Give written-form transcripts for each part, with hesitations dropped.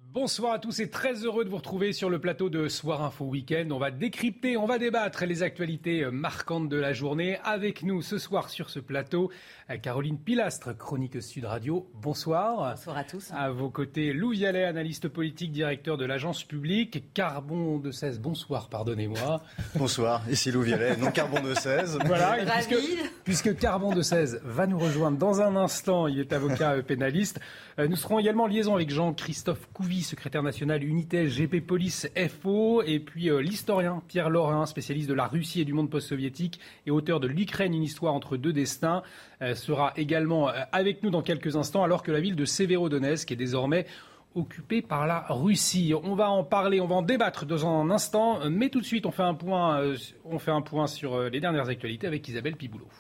Bonsoir à tous et très heureux de vous retrouver sur le plateau de Soir Info Week-end. On va décrypter, on va débattre les actualités marquantes de la journée. Avec nous ce soir sur ce plateau, Caroline Pilastre, chroniqueuse Sud Radio. Bonsoir. Bonsoir à tous. À vos côtés, Lou Vialet, analyste politique, directeur de l'agence publique. Carbon de 16, bonsoir, pardonnez-moi. Bonsoir, ici Lou Vialet, non Carbon de 16. Voilà, puisque Carbon de 16 va nous rejoindre dans un instant, il est avocat pénaliste. Nous serons également en liaison avec Jean-Christophe Couvi, secrétaire national Unité SGP Police FO, et puis l'historien Pierre Laurin, spécialiste de la Russie et du monde post-soviétique et auteur de l'Ukraine, une histoire entre deux destins, sera également avec nous dans quelques instants, alors que la ville de Severodonetsk est désormais occupée par la Russie. On va en parler, on va en débattre dans un instant, mais tout de suite on fait un point sur les dernières actualités avec Isabelle Piboulot.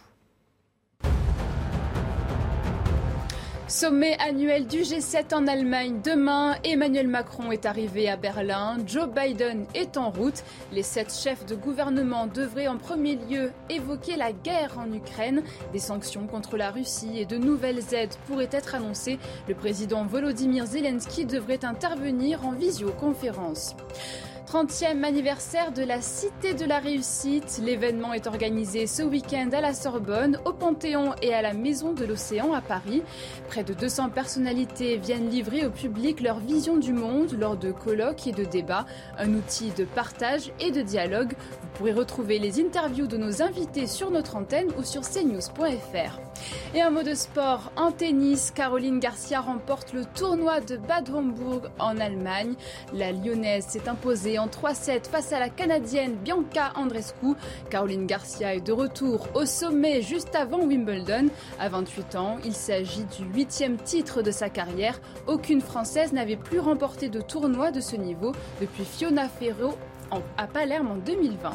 Sommet annuel du G7 en Allemagne. Demain, Emmanuel Macron est arrivé à Berlin. Joe Biden est en route. Les 7 chefs de gouvernement devraient en premier lieu évoquer la guerre en Ukraine. Des sanctions contre la Russie et de nouvelles aides pourraient être annoncées. Le président Volodymyr Zelensky devrait intervenir en visioconférence. 30e anniversaire de la Cité de la Réussite. L'événement est organisé ce week-end à la Sorbonne, au Panthéon et à la Maison de l'Océan à Paris. Près de 200 personnalités viennent livrer au public leur vision du monde lors de colloques et de débats. Un outil de partage et de dialogue. Vous pourrez retrouver les interviews de nos invités sur notre antenne ou sur cnews.fr. Et un mot de sport, en tennis, Caroline Garcia remporte le tournoi de Bad Homburg en Allemagne. La Lyonnaise s'est imposée en 3-7 face à la Canadienne Bianca Andreescu. Caroline Garcia est de retour au sommet juste avant Wimbledon. À 28 ans, il s'agit du 8e titre de sa carrière. Aucune Française n'avait plus remporté de tournoi de ce niveau depuis Fiona Ferro à Palerme en 2020.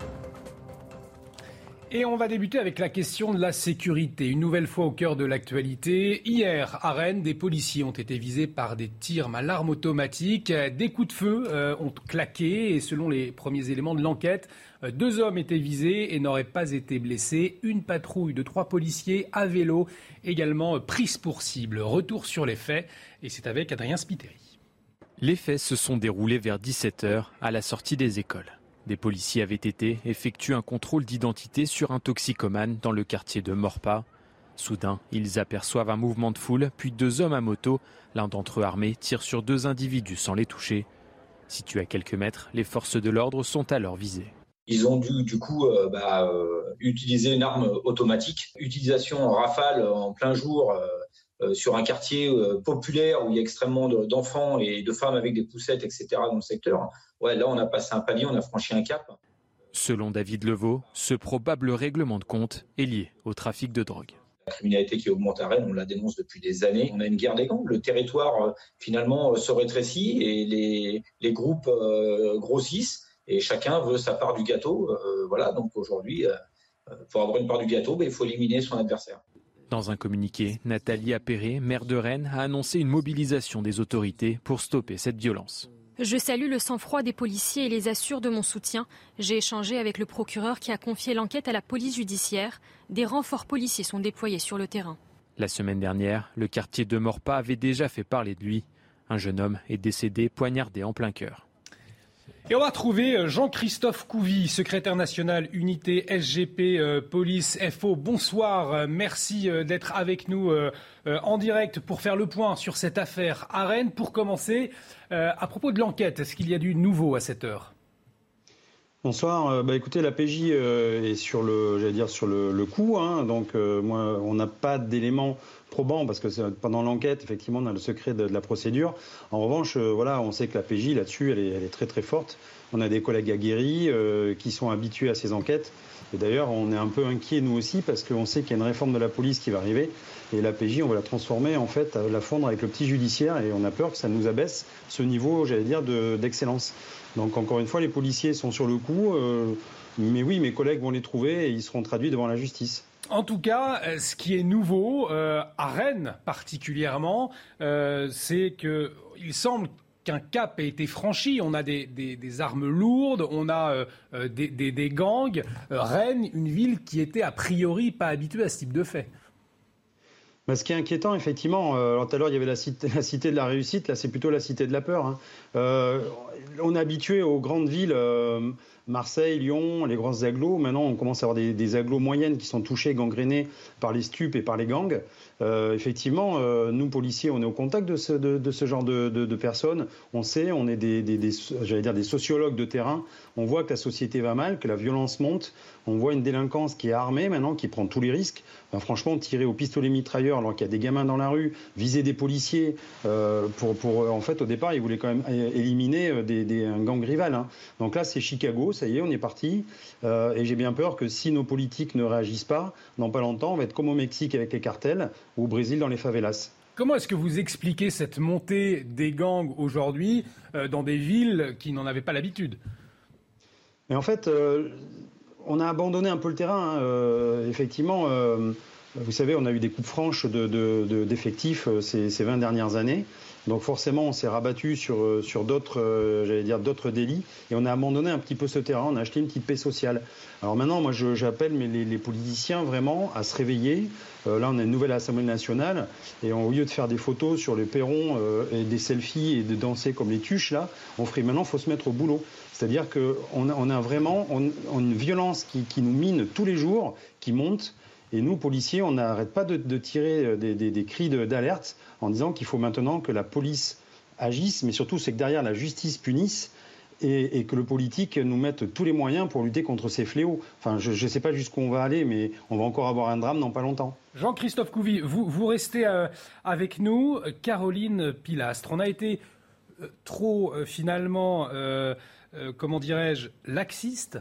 Et on va débuter avec la question de la sécurité. Une nouvelle fois au cœur de l'actualité. Hier, à Rennes, des policiers ont été visés par des tirs à l'arme automatique. Des coups de feu ont claqué et selon les premiers éléments de l'enquête, 2 hommes étaient visés et n'auraient pas été blessés. Une patrouille de 3 policiers à vélo également prise pour cible. Retour sur les faits et c'est avec Adrien Spiteri. Les faits se sont déroulés vers 17h à la sortie des écoles. Des policiers avaient effectué un contrôle d'identité sur un toxicomane dans le quartier de Maurepas. Soudain, ils aperçoivent un mouvement de foule, puis 2 hommes à moto. L'un d'entre eux armé tire sur 2 individus sans les toucher. Situés à quelques mètres, les forces de l'ordre sont alors visées. Ils ont dû utiliser une arme automatique. Utilisation en rafale en plein jour sur un quartier populaire où il y a extrêmement d'enfants et de femmes avec des poussettes, etc. dans le secteur. Ouais, là, on a passé un palier, on a franchi un cap. Selon David Levaux, ce probable règlement de compte est lié au trafic de drogue. La criminalité qui augmente à Rennes, on la dénonce depuis des années. On a une guerre des gangs. Le territoire, finalement, se rétrécit et les groupes grossissent et chacun veut sa part du gâteau. Voilà, donc aujourd'hui, pour avoir une part du gâteau, il faut éliminer son adversaire. Dans un communiqué, Nathalie Appéré, maire de Rennes, a annoncé une mobilisation des autorités pour stopper cette violence. Je salue le sang-froid des policiers et les assure de mon soutien. J'ai échangé avec le procureur qui a confié l'enquête à la police judiciaire. Des renforts policiers sont déployés sur le terrain. La semaine dernière, le quartier de Maurepas avait déjà fait parler de lui. Un jeune homme est décédé poignardé en plein cœur. Et on va retrouver Jean-Christophe Couvi, secrétaire national Unité SGP Police FO. Bonsoir, merci d'être avec nous en direct pour faire le point sur cette affaire à Rennes. Pour commencer, à propos de l'enquête, est-ce qu'il y a du nouveau à cette heure ? Bonsoir. Écoutez, la PJ est sur le coup. Donc, on n'a pas d'éléments probants parce que pendant l'enquête, effectivement, on a le secret de la procédure. En revanche, on sait que la PJ, là-dessus, elle est très, très forte. On a des collègues aguerris qui sont habitués à ces enquêtes. Et d'ailleurs, on est un peu inquiets, nous aussi, parce qu'on sait qu'il y a une réforme de la police qui va arriver. Et la PJ, on va la transformer, en fait, la fondre avec le petit judiciaire. Et on a peur que ça nous abaisse ce niveau, d'excellence. Donc, encore une fois, les policiers sont sur le coup. Mais oui, mes collègues vont les trouver et ils seront traduits devant la justice. En tout cas, ce qui est nouveau, à Rennes particulièrement, c'est qu'il semble qu'un cap a été franchi. On a des armes lourdes, on a des gangs. Rennes, une ville qui était a priori pas habituée à ce type de fait. Ce qui est inquiétant, effectivement, alors tout à l'heure il y avait la cité de la réussite, là c'est plutôt la cité de la peur. Hein. On est habitué aux grandes villes, Marseille, Lyon, les grosses agglos. Maintenant on commence à avoir des agglos moyennes qui sont touchées, gangrénées par les stupes et par les gangs. Effectivement, nous policiers, on est au contact de ce genre de personnes. On sait, on est des sociologues de terrain. On voit que la société va mal, que la violence monte. On voit une délinquance qui est armée maintenant, qui prend tous les risques. Franchement, tirer au pistolet mitrailleur alors qu'il y a des gamins dans la rue, viser des policiers, en fait, au départ, ils voulaient quand même éliminer un gang rival. Hein. Donc là, c'est Chicago, ça y est, on est parti. Et j'ai bien peur que si nos politiques ne réagissent pas, dans pas longtemps, on va être comme au Mexique avec les cartels ou au Brésil dans les favelas. Comment est-ce que vous expliquez cette montée des gangs aujourd'hui dans des villes qui n'en avaient pas l'habitude ? Mais en fait, on a abandonné un peu le terrain. Hein. Effectivement, vous savez, on a eu des coupes franches d'effectifs ces 20 dernières années. Donc forcément, on s'est rabattu sur d'autres délits et on a abandonné un petit peu ce terrain. On a acheté une petite paix sociale. Alors maintenant, moi, j'appelle les politiciens vraiment à se réveiller. Là, on a une nouvelle Assemblée nationale et au lieu de faire des photos sur les perrons et des selfies et de danser comme les tuches, là, maintenant, il faut se mettre au boulot. C'est-à-dire qu'on a vraiment une violence qui nous mine tous les jours, qui monte. Et nous, policiers, on n'arrête pas de tirer des cris d'alerte en disant qu'il faut maintenant que la police agisse, mais surtout c'est que derrière la justice punisse et que le politique nous mette tous les moyens pour lutter contre ces fléaux. Enfin, je ne sais pas jusqu'où on va aller, mais on va encore avoir un drame dans pas longtemps. Jean-Christophe Couvi, vous restez avec nous. Caroline Pilastre, on a été trop finalement, comment dirais-je, laxiste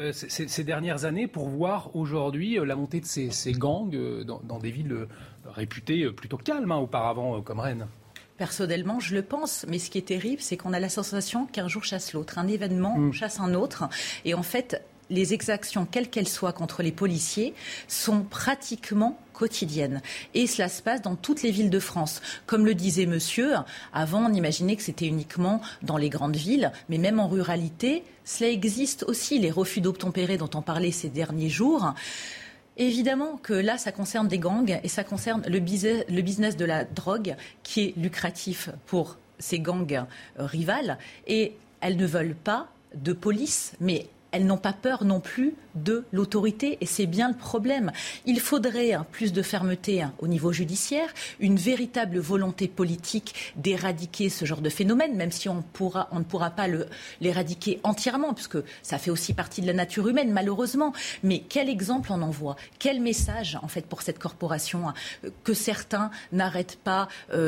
ces dernières années pour voir aujourd'hui la montée de ces gangs dans des villes réputées plutôt calmes auparavant, comme Rennes. Personnellement, je le pense, mais ce qui est terrible, c'est qu'on a la sensation qu'un jour chasse l'autre. Un événement chasse un autre. Et en fait, les exactions, quelles qu'elles soient, contre les policiers, sont pratiquement quotidiennes. Et cela se passe dans toutes les villes de France. Comme le disait monsieur, avant, on imaginait que c'était uniquement dans les grandes villes, mais même en ruralité, cela existe aussi. Les refus d'obtempérer dont on parlait ces derniers jours. Évidemment que là, ça concerne des gangs et ça concerne le business de la drogue qui est lucratif pour ces gangs rivales. Et elles ne veulent pas de police, mais elles n'ont pas peur non plus de l'autorité et c'est bien le problème. Il faudrait plus de fermeté au niveau judiciaire, une véritable volonté politique d'éradiquer ce genre de phénomène, même si on ne pourra pas l'éradiquer entièrement, puisque ça fait aussi partie de la nature humaine, malheureusement. Mais quel exemple on envoie ? Quel message, en fait, pour cette corporation que certains n'arrêtent pas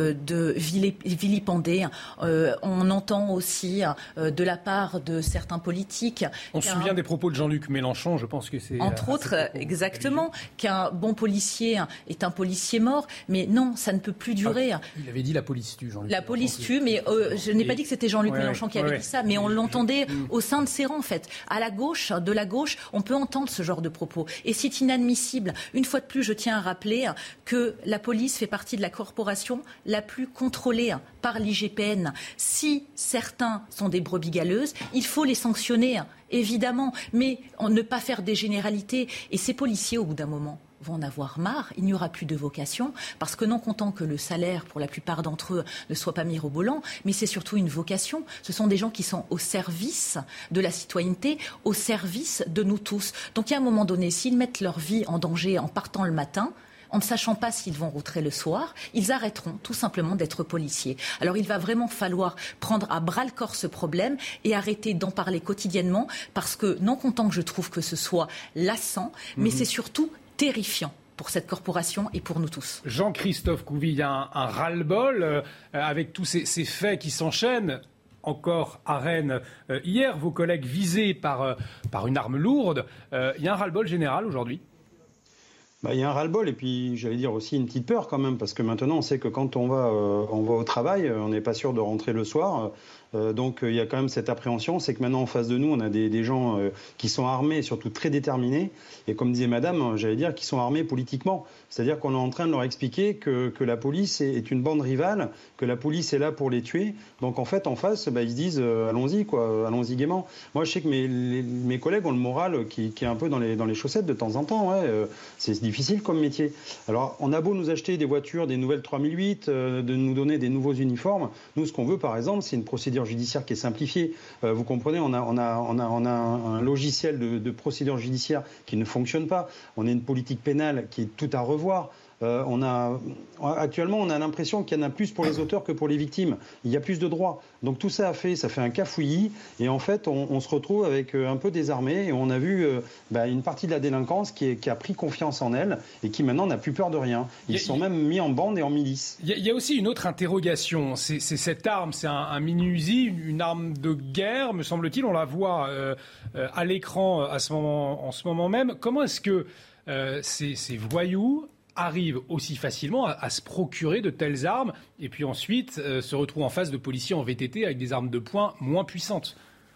de vilipender. On entend aussi de la part de certains politiques... On se souvient des propos de Jean-Luc Mélenchon, je pense que c'est... Entre autres, exactement, qu'un bon policier est un policier mort, mais non, ça ne peut plus durer. Il avait dit la police tue, Jean-Luc. La police tue, mais je n'ai pas dit que c'était Jean-Luc Mélenchon qui avait dit ça, mais on l'entendait au sein de ses rangs, en fait. À la gauche, de la gauche, on peut entendre ce genre de propos. Et c'est inadmissible. Une fois de plus, je tiens à rappeler que la police fait partie de la corporation la plus contrôlée par l'IGPN. Si certains sont des brebis galeuses, il faut les sanctionner, évidemment, mais ne pas faire des généralités. Et ces policiers, au bout d'un moment, vont en avoir marre, il n'y aura plus de vocation, parce que non content que le salaire, pour la plupart d'entre eux, ne soit pas mirobolant, mais c'est surtout une vocation. Ce sont des gens qui sont au service de la citoyenneté, au service de nous tous. Donc à un moment donné, s'ils mettent leur vie en danger en partant le matin, en ne sachant pas s'ils vont rentrer le soir, ils arrêteront tout simplement d'être policiers. Alors il va vraiment falloir prendre à bras-le-corps ce problème et arrêter d'en parler quotidiennement, parce que non content que je trouve que ce soit lassant, mais c'est surtout terrifiant pour cette corporation et pour nous tous. Jean-Christophe Couvi, il y a un ras-le-bol avec tous ces faits qui s'enchaînent. Encore à Rennes, hier, vos collègues visés par une arme lourde. Il y a un ras-le-bol général aujourd'hui ? Il y a un ras-le-bol et puis j'allais dire aussi une petite peur quand même, parce que maintenant on sait que quand on va au travail, on n'est pas sûr de rentrer le soir. Donc il y a quand même cette appréhension, c'est que maintenant en face de nous on a des gens qui sont armés et surtout très déterminés, et comme disait madame, j'allais dire qu'ils sont armés politiquement, c'est-à-dire qu'on est en train de leur expliquer que la police est une bande rivale, que la police est là pour les tuer, donc en fait en face ils se disent allons-y quoi, allons-y gaiement. Moi je sais que mes collègues ont le moral qui est un peu dans les chaussettes de temps en temps, c'est difficile comme métier. Alors, on a beau nous acheter des voitures, des nouvelles 3008, de nous donner des nouveaux uniformes. Nous, ce qu'on veut, par exemple, c'est une procédure judiciaire qui est simplifiée. Vous comprenez, on a un logiciel de procédure judiciaire qui ne fonctionne pas. On a une politique pénale qui est tout à revoir. Actuellement, on a l'impression qu'il y en a plus pour les auteurs que pour les victimes. Il y a plus de droits. Donc tout ça fait un cafouillis. Et en fait, on se retrouve avec un peu désarmé. Et on a vu une partie de la délinquance qui a pris confiance en elle et qui maintenant n'a plus peur de rien. Ils sont même mis en bande et en milice. Il y a aussi une autre interrogation. C'est cette arme, c'est un mini-Uzi, une arme de guerre, me semble-t-il. On la voit à l'écran en ce moment même. Comment est-ce que ces voyous arrivent aussi facilement à se procurer de telles armes et puis ensuite se retrouvent en face de policiers en VTT avec des armes de poing moins puissantes?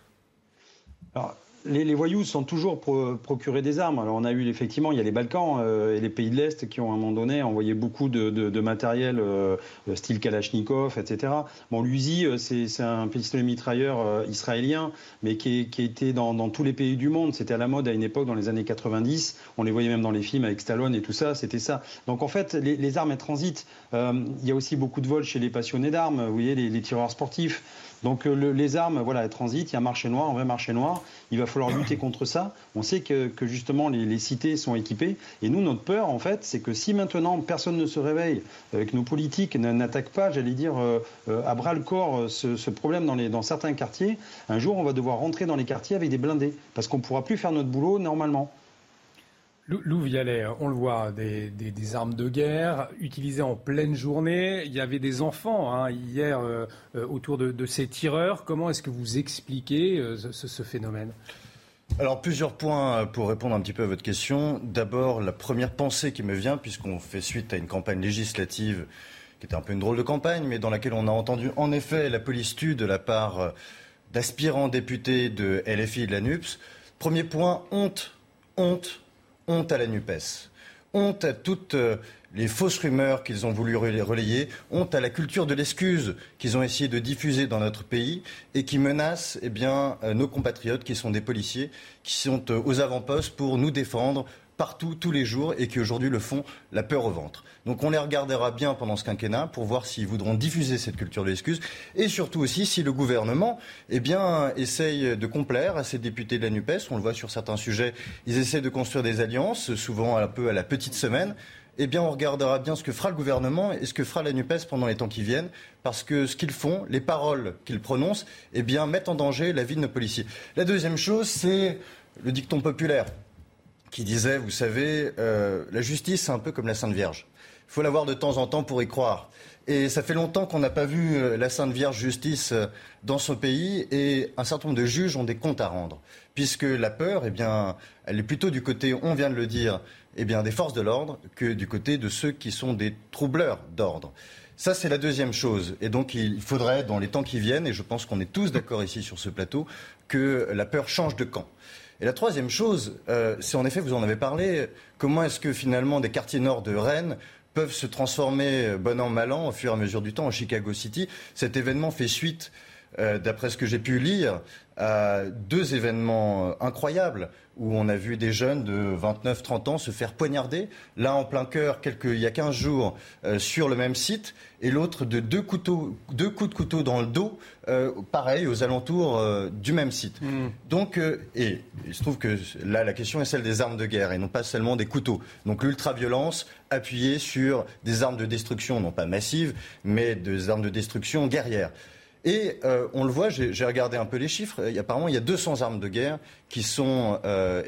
Alors, les voyous sont toujours procurés des armes. Alors on a eu effectivement, il y a les Balkans et les pays de l'Est qui ont à un moment donné envoyé beaucoup de matériel style Kalachnikov, etc. Bon, l'Uzi, c'est un pistolet mitrailleur israélien, mais qui était dans tous les pays du monde. C'était à la mode à une époque dans les années 90. On les voyait même dans les films avec Stallone et tout ça. C'était ça. Donc en fait, les armes elles transitent. Il y a aussi beaucoup de vols chez les passionnés d'armes. Vous voyez, les tireurs sportifs. Donc les armes, voilà, elles transitent. Il y a un marché noir, un vrai marché noir. Il va falloir lutter contre ça. On sait que justement les cités sont équipées. Et nous, notre peur, en fait, c'est que si maintenant personne ne se réveille, que nos politiques n'attaquent pas, j'allais dire, à bras le corps ce problème dans certains quartiers, un jour, on va devoir rentrer dans les quartiers avec des blindés. Parce qu'on ne pourra plus faire notre boulot normalement. Lou Vialet, on le voit, des armes de guerre utilisées en pleine journée. Il y avait des enfants hier autour de ces tireurs. Comment est-ce que vous expliquez ce phénomène ? Alors, plusieurs points pour répondre un petit peu à votre question. D'abord, la première pensée qui me vient, puisqu'on fait suite à une campagne législative qui était un peu une drôle de campagne, mais dans laquelle on a entendu en effet la police tue de la part d'aspirants députés de LFI et de la NUPES. Premier point, honte à la NUPES. Honte à toutes les fausses rumeurs qu'ils ont voulu relayer. Honte à la culture de l'excuse qu'ils ont essayé de diffuser dans notre pays et qui menace nos compatriotes qui sont des policiers, qui sont aux avant-postes pour nous défendre partout, tous les jours, et qui aujourd'hui le font la peur au ventre. Donc on les regardera bien pendant ce quinquennat pour voir s'ils voudront diffuser cette culture de l'excuse et surtout aussi si le gouvernement essaye de complaire à ces députés de la NUPES. On le voit sur certains sujets, ils essaient de construire des alliances, souvent un peu à la petite semaine. On regardera bien ce que fera le gouvernement et ce que fera la NUPES pendant les temps qui viennent, parce que ce qu'ils font, les paroles qu'ils prononcent, mettent en danger la vie de nos policiers. La deuxième chose, c'est le dicton populaire qui disait, vous savez, la justice, c'est un peu comme la Sainte Vierge. Il faut la voir de temps en temps pour y croire. Et ça fait longtemps qu'on n'a pas vu la Sainte Vierge Justice dans ce pays et un certain nombre de juges ont des comptes à rendre. Puisque la peur, elle est plutôt du côté, on vient de le dire, des forces de l'ordre que du côté de ceux qui sont des troubleurs d'ordre. Ça, c'est la deuxième chose. Et donc, il faudrait, dans les temps qui viennent, et je pense qu'on est tous d'accord ici sur ce plateau, que la peur change de camp. Et la troisième chose, c'est en effet, vous en avez parlé, comment est-ce que finalement des quartiers nord de Rennes peuvent se transformer bon an, mal an, au fur et à mesure du temps, en Chicago City. Cet événement fait suite, d'après ce que j'ai pu lire, à deux événements incroyables où on a vu des jeunes de 29-30 ans se faire poignarder, l'un en plein cœur il y a 15 jours sur le même site, et l'autre de deux coups de couteau dans le dos, pareil, aux alentours du même site. Donc, et il se trouve que là, la question est celle des armes de guerre, et non pas seulement des couteaux. Donc l'ultra-violence appuyée sur des armes de destruction, non pas massives, mais des armes de destruction guerrières. Et on le voit, j'ai regardé un peu les chiffres, apparemment il y a 200 armes de guerre qui sont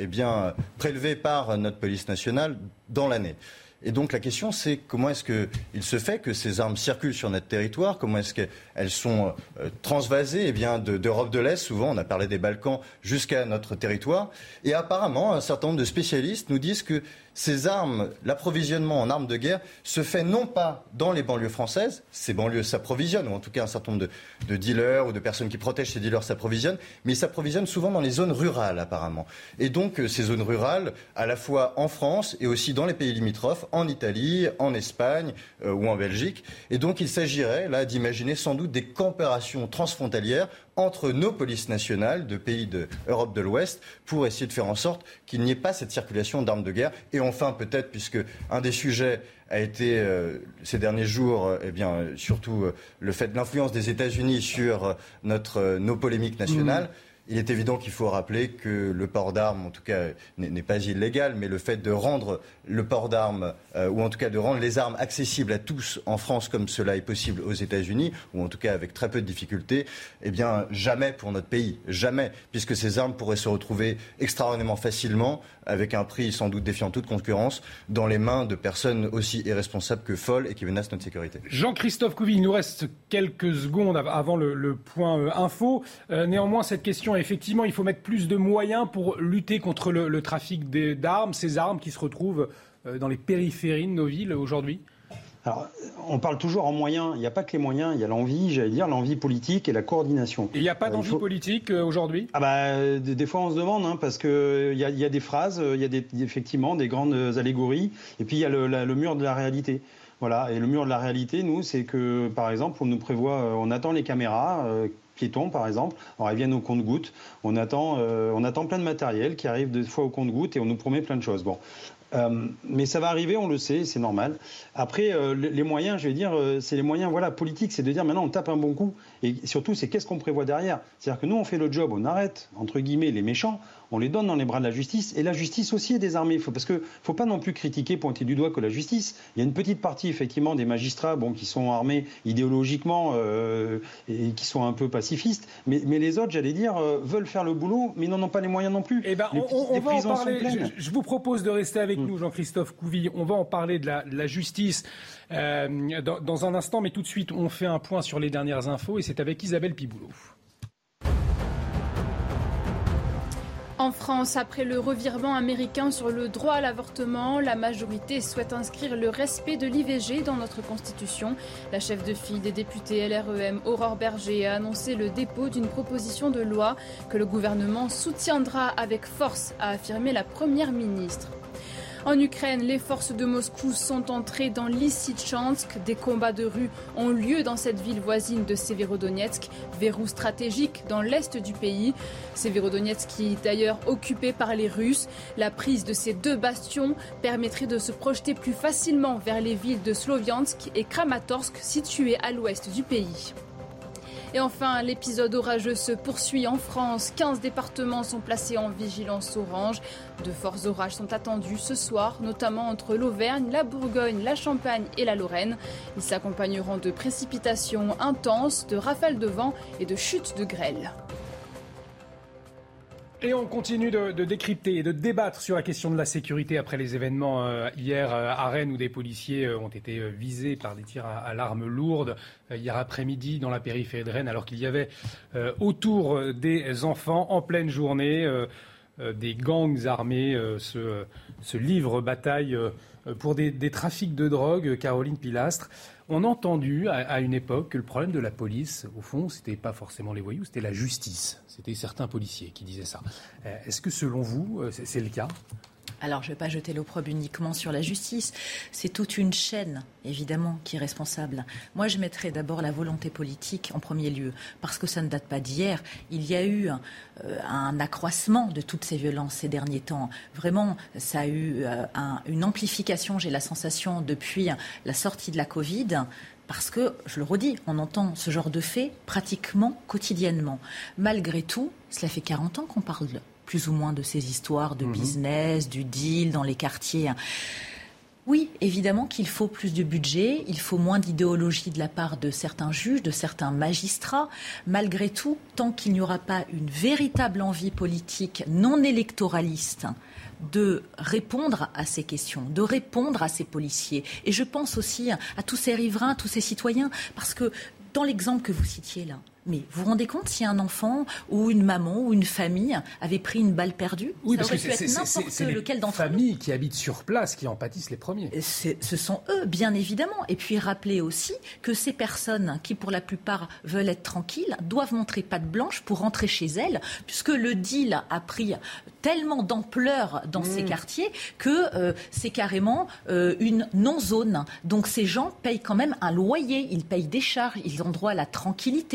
prélevées par notre police nationale dans l'année. Et donc la question c'est comment est-ce qu'il se fait que ces armes circulent sur notre territoire, comment est-ce qu'elles sont transvasées d'Europe de l'Est, souvent on a parlé des Balkans, jusqu'à notre territoire. Et apparemment un certain nombre de spécialistes nous disent que ces armes, l'approvisionnement en armes de guerre se fait non pas dans les banlieues françaises, ces banlieues s'approvisionnent, ou en tout cas un certain nombre de dealers ou de personnes qui protègent ces dealers s'approvisionnent, mais ils s'approvisionnent souvent dans les zones rurales apparemment. Et donc ces zones rurales, à la fois en France et aussi dans les pays limitrophes, en Italie, en Espagne ou en Belgique. Et donc il s'agirait là d'imaginer sans doute des coopérations transfrontalières entre nos polices nationales de pays d'Europe de l'Ouest pour essayer de faire en sorte qu'il n'y ait pas cette circulation d'armes de guerre. Et on enfin, peut-être, puisque un des sujets a été ces derniers jours, surtout le fait de l'influence des États-Unis sur nos polémiques nationales. Il est évident qu'il faut rappeler que le port d'armes, en tout cas, n'est pas illégal, mais le fait de rendre le port d'armes, ou en tout cas de rendre les armes accessibles à tous en France comme cela est possible aux États-Unis, ou en tout cas avec très peu de difficultés, jamais pour notre pays, jamais, puisque ces armes pourraient se retrouver extraordinairement facilement, avec un prix sans doute défiant toute concurrence, dans les mains de personnes aussi irresponsables que folles et qui menacent notre sécurité. Jean-Christophe Couvi, il nous reste quelques secondes avant le point info. Néanmoins, cette question, effectivement, il faut mettre plus de moyens pour lutter contre le trafic d'armes, ces armes qui se retrouvent dans les périphéries de nos villes aujourd'hui. Alors, on parle toujours en moyens. Il n'y a pas que les moyens, il y a l'envie, l'envie politique et la coordination. Et il n'y a pas d'envie politique aujourd'hui ? Des fois, on se demande, parce qu'il y a des phrases, il y a effectivement des grandes allégories, et puis il y a le mur de la réalité. Voilà. Et le mur de la réalité, nous, c'est que, par exemple, on nous prévoit, on attend les caméras piétons, par exemple. Alors, elles viennent au compte-gouttes. On attend plein de matériel qui arrive des fois au compte-gouttes et on nous promet plein de choses. Bon. Mais ça va arriver, on le sait, c'est normal. Après, les moyens, c'est les moyens politiques, c'est de dire maintenant on tape un bon coup. Et surtout, c'est qu'est-ce qu'on prévoit derrière. C'est-à-dire que nous, on fait le job, on arrête, entre guillemets, les méchants, on les donne dans les bras de la justice. Et la justice aussi est désarmée. Parce qu'il ne faut pas non plus critiquer, pointer du doigt que la justice. Il y a une petite partie, effectivement, des magistrats qui sont armés idéologiquement et qui sont un peu pacifistes. Mais les autres, veulent faire le boulot, mais n'en ont pas les moyens non plus. On va en parler. Je vous propose de rester avec nous, Jean-Christophe Couvi. On va en parler de la justice dans un instant, mais tout de suite, on fait un point sur les dernières infos et c'est avec Isabelle Piboulot. En France, après le revirement américain sur le droit à l'avortement, la majorité souhaite inscrire le respect de l'IVG dans notre Constitution. La chef de file des députés LREM, Aurore Berger, a annoncé le dépôt d'une proposition de loi que le gouvernement soutiendra avec force, a affirmé la Première ministre. En Ukraine, les forces de Moscou sont entrées dans Lysychansk. Des combats de rue ont lieu dans cette ville voisine de Severodonetsk, verrou stratégique dans l'est du pays. Severodonetsk qui est d'ailleurs occupé par les Russes. La prise de ces deux bastions permettrait de se projeter plus facilement vers les villes de Sloviansk et Kramatorsk situées à l'ouest du pays. Et enfin, l'épisode orageux se poursuit en France. 15 départements sont placés en vigilance orange. De forts orages sont attendus ce soir, notamment entre l'Auvergne, la Bourgogne, la Champagne et la Lorraine. Ils s'accompagneront de précipitations intenses, de rafales de vent et de chutes de grêle. Et on continue de décrypter et de débattre sur la question de la sécurité après les événements hier à Rennes où des policiers ont été visés par des tirs à l'arme lourde hier après-midi dans la périphérie de Rennes alors qu'il y avait autour des enfants en pleine journée. Des gangs armés se livrent bataille pour des trafics de drogue. Caroline Pilastre, on a entendu à une époque que le problème de la police, au fond, c'était pas forcément les voyous, c'était la justice. C'était certains policiers qui disaient ça. Est-ce que selon vous, c'est le cas ? Alors, je ne vais pas jeter l'opprobre uniquement sur la justice. C'est toute une chaîne, évidemment, qui est responsable. Moi, je mettrais d'abord la volonté politique en premier lieu, parce que ça ne date pas d'hier. Il y a eu un accroissement de toutes ces violences ces derniers temps. Vraiment, ça a eu une amplification, j'ai la sensation, depuis la sortie de la Covid. Parce que, je le redis, on entend ce genre de faits pratiquement quotidiennement. Malgré tout, cela fait 40 ans qu'on parle plus ou moins de ces histoires de business, du deal dans les quartiers. Oui, évidemment qu'il faut plus de budget, il faut moins d'idéologie de la part de certains juges, de certains magistrats. Malgré tout, tant qu'il n'y aura pas une véritable envie politique non électoraliste de répondre à ces questions, de répondre à ces policiers. Et je pense aussi à tous ces riverains, tous ces citoyens, parce que dans l'exemple que vous citiez là, mais vous vous rendez compte si un enfant ou une maman ou une famille avait pris une balle perdue ? Oui, ça parce aurait que pu être n'importe lequel d'entre nous. C'est les familles qui habitent sur place qui en pâtissent les premiers. Ce sont eux, bien évidemment. Et puis rappelez aussi que ces personnes qui, pour la plupart, veulent être tranquilles, doivent montrer patte blanche pour rentrer chez elles, puisque le deal a pris tellement d'ampleur dans ces quartiers que c'est carrément une non-zone. Donc ces gens payent quand même un loyer, ils payent des charges, ils ont droit à la tranquillité, à la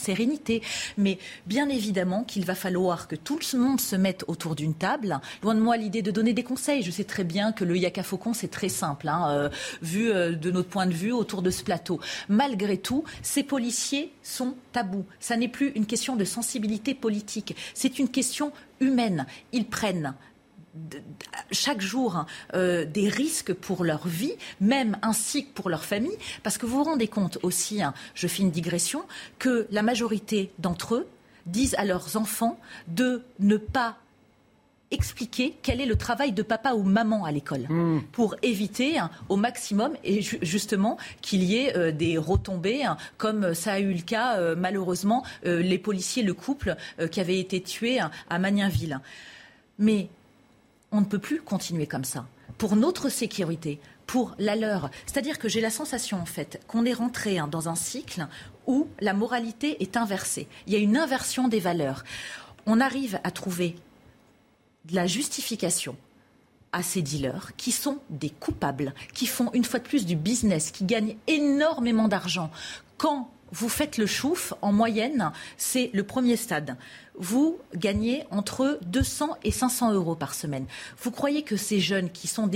sérénité. Mais bien évidemment qu'il va falloir que tout le monde se mette autour d'une table. Loin de moi l'idée de donner des conseils. Je sais très bien que le Yaka Faucon, c'est très simple, vu de notre point de vue autour de ce plateau. Malgré tout, ces policiers sont tabous. Ça n'est plus une question de sensibilité politique. C'est une question humaine. Ils prennent chaque jour des risques pour leur vie, même ainsi que pour leur famille, parce que vous vous rendez compte aussi, je fais une digression, que la majorité d'entre eux disent à leurs enfants de ne pas expliquer quel est le travail de papa ou maman à l'école pour éviter au maximum et justement qu'il y ait des retombées comme ça a eu le cas malheureusement les policiers, le couple qui avait été tué à Magninville. Mais on ne peut plus continuer comme ça. Pour notre sécurité, pour la leur. C'est-à-dire que j'ai la sensation, en fait, qu'on est rentré dans un cycle où la moralité est inversée. Il y a une inversion des valeurs. On arrive à trouver de la justification à ces dealers qui sont des coupables, qui font une fois de plus du business, qui gagnent énormément d'argent. Quand vous faites le chouf, en moyenne, c'est le premier stade. Vous gagnez entre 200 et 500 euros par semaine. Vous croyez que ces jeunes qui sont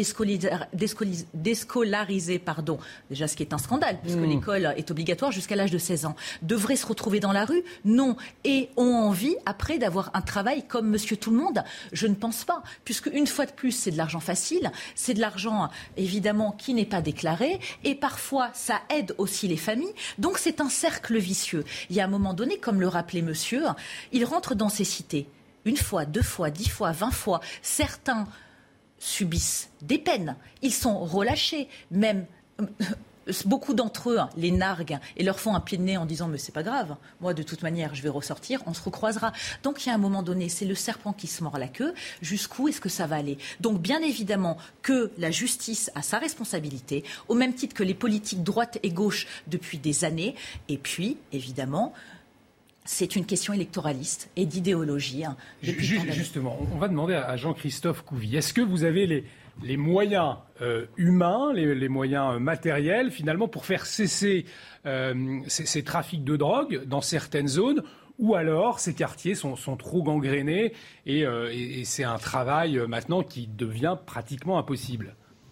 déscolarisés, déjà ce qui est un scandale, puisque l'école est obligatoire jusqu'à l'âge de 16 ans, devraient se retrouver dans la rue? Non. Et ont envie, après, d'avoir un travail comme Monsieur Tout-le-Monde? Je ne pense pas, puisque une fois de plus, c'est de l'argent facile, c'est de l'argent, évidemment, qui n'est pas déclaré, et parfois, ça aide aussi les familles. Donc, c'est un cercle vicieux. Il y a un moment donné, comme le rappelait monsieur, il rentre dans ces cités, une fois, 2 fois, 10 fois, 20 fois. Certains subissent des peines. Ils sont relâchés. Même beaucoup d'entre eux les narguent et leur font un pied de nez en disant « mais c'est pas grave, moi de toute manière je vais ressortir, on se recroisera ». Donc il y a un moment donné, c'est le serpent qui se mord la queue. Jusqu'où est-ce que ça va aller? Donc bien évidemment que la justice a sa responsabilité, au même titre que les politiques droite et gauche depuis des années. Et puis, évidemment, c'est une question électoraliste et d'idéologie. Justement, on va demander à Jean-Christophe Couvi, est-ce que vous avez les moyens humains, les moyens matériels, finalement, pour faire cesser ces trafics de drogue dans certaines zones, ou alors ces quartiers sont trop gangrénés et c'est un travail maintenant qui devient pratiquement impossible?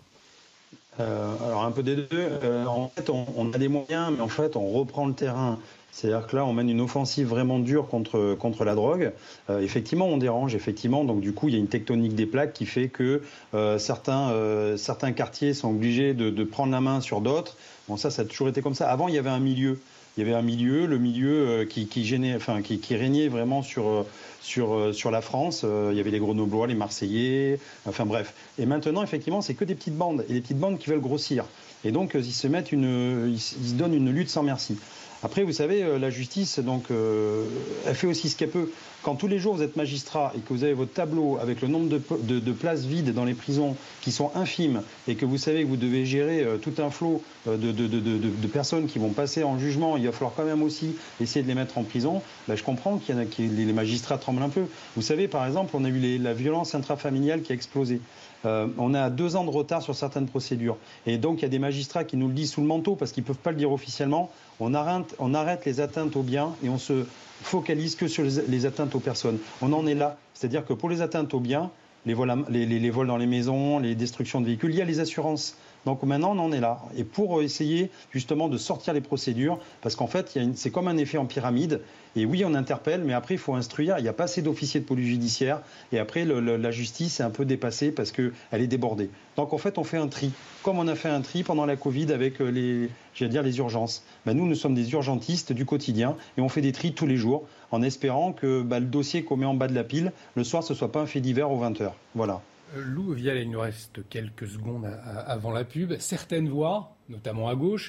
Alors un peu des deux. En fait, on a des moyens, mais en fait, on reprend le terrain. C'est-à-dire que là, on mène une offensive vraiment dure contre la drogue. Effectivement, on dérange. Effectivement, donc du coup, il y a une tectonique des plaques qui fait que certains quartiers sont obligés de prendre la main sur d'autres. Bon, ça a toujours été comme ça. Avant, il y avait un milieu. Le milieu qui régnait vraiment sur la France. Il y avait les Grenoblois, les Marseillais, enfin bref. Et maintenant, effectivement, c'est que des petites bandes. Et des petites bandes qui veulent grossir. Et donc, ils se donnent une lutte sans merci. Après, vous savez, la justice, donc, elle fait aussi ce qu'elle peut. Quand tous les jours vous êtes magistrat et que vous avez votre tableau avec le nombre de places vides dans les prisons qui sont infimes et que vous savez que vous devez gérer tout un flot de personnes qui vont passer en jugement, il va falloir quand même aussi essayer de les mettre en prison. Je comprends qu'il y en a les magistrats tremblent un peu. Vous savez, par exemple, on a eu la violence intrafamiliale qui a explosé. On a 2 ans de retard sur certaines procédures. Et donc, il y a des magistrats qui nous le disent sous le manteau parce qu'ils ne peuvent pas le dire officiellement. On arrête les atteintes aux biens et on se focalise que sur les atteintes aux personnes. On en est là. C'est-à-dire que pour les atteintes aux biens, les vols dans les maisons, les destructions de véhicules, il y a les assurances. Donc maintenant, on en est là. Et pour essayer justement de sortir les procédures, parce qu'en fait, c'est comme un effet en pyramide. Et oui, on interpelle, mais après, il faut instruire. Il n'y a pas assez d'officiers de police judiciaire. Et après, la justice est un peu dépassée parce qu'elle est débordée. Donc en fait, on fait un tri. Comme on a fait un tri pendant la Covid avec les urgences. Nous sommes des urgentistes du quotidien et on fait des tris tous les jours en espérant que le dossier qu'on met en bas de la pile, le soir, ce ne soit pas un fait divers aux 20h. Voilà. Lou Vial, il nous reste quelques secondes avant la pub. Certaines voix, notamment à gauche,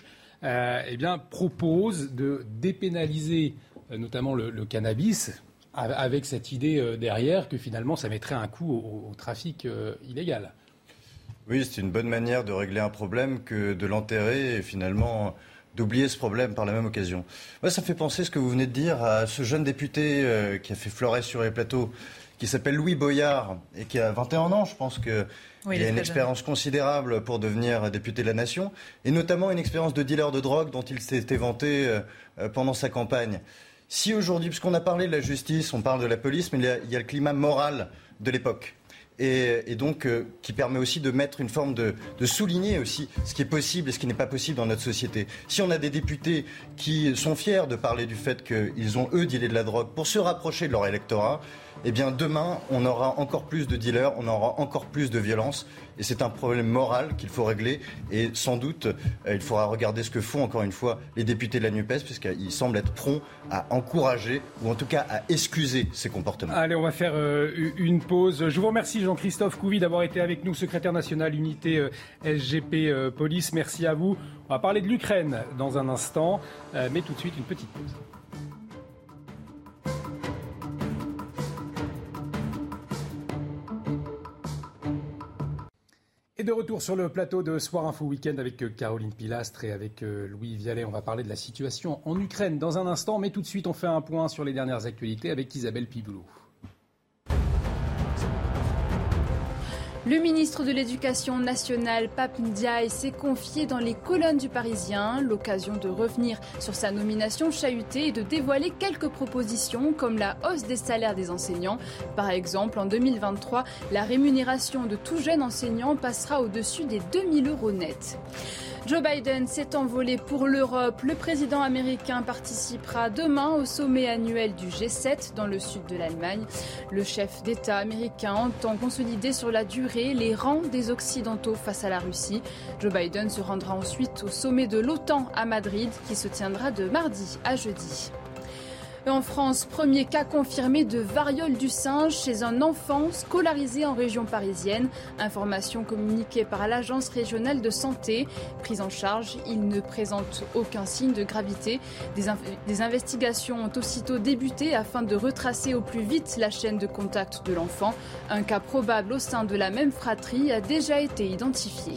proposent de dépénaliser notamment le cannabis, avec cette idée derrière que finalement ça mettrait un coup au trafic illégal. Oui, c'est une bonne manière de régler un problème que de l'enterrer et finalement d'oublier ce problème par la même occasion. Moi, ça me fait penser ce que vous venez de dire à ce jeune député qui a fait Flores sur les plateaux, qui s'appelle Louis Boyard et qui a 21 ans. Je pense qu'il a une expérience considérable pour devenir député de la Nation, et notamment une expérience de dealer de drogue dont il s'était vanté pendant sa campagne. Si aujourd'hui, puisqu'on a parlé de la justice, on parle de la police, mais il y a le climat moral de l'époque. Et donc qui permet aussi de mettre une forme de souligner aussi ce qui est possible et ce qui n'est pas possible dans notre société. Si on a des députés qui sont fiers de parler du fait qu'ils ont, eux, dealé de la drogue pour se rapprocher de leur électorat, eh bien demain, on aura encore plus de dealers, on aura encore plus de violence. Et c'est un problème moral qu'il faut régler. Et sans doute, il faudra regarder ce que font, encore une fois, les députés de la NUPES, puisqu'ils semblent être prompts à encourager, ou en tout cas à excuser ces comportements. Allez, on va faire une pause. Je vous remercie, Jean-Christophe Couvi, d'avoir été avec nous, secrétaire national unité SGP Police. Merci à vous. On va parler de l'Ukraine dans un instant, mais tout de suite, une petite pause. Et de retour sur le plateau de Soir Info Week-end avec Caroline Pilastre et avec Louis Vialet. On va parler de la situation en Ukraine dans un instant, mais tout de suite on fait un point sur les dernières actualités avec Isabelle Piboulot. Le ministre de l'Éducation nationale, Pape Ndiaye, s'est confié dans les colonnes du Parisien, l'occasion de revenir sur sa nomination chahutée et de dévoiler quelques propositions comme la hausse des salaires des enseignants. Par exemple, en 2023, la rémunération de tout jeune enseignant passera au-dessus des 2 000 € nets. Joe Biden s'est envolé pour l'Europe. Le président américain participera demain au sommet annuel du G7 dans le sud de l'Allemagne. Le chef d'État américain entend consolider sur la durée les rangs des Occidentaux face à la Russie. Joe Biden se rendra ensuite au sommet de l'OTAN à Madrid qui se tiendra de mardi à jeudi. En France, premier cas confirmé de variole du singe chez un enfant scolarisé en région parisienne. Information communiquée par l'Agence régionale de santé. Prise en charge, il ne présente aucun signe de gravité. Des investigations ont aussitôt débuté afin de retracer au plus vite la chaîne de contact de l'enfant. Un cas probable au sein de la même fratrie a déjà été identifié.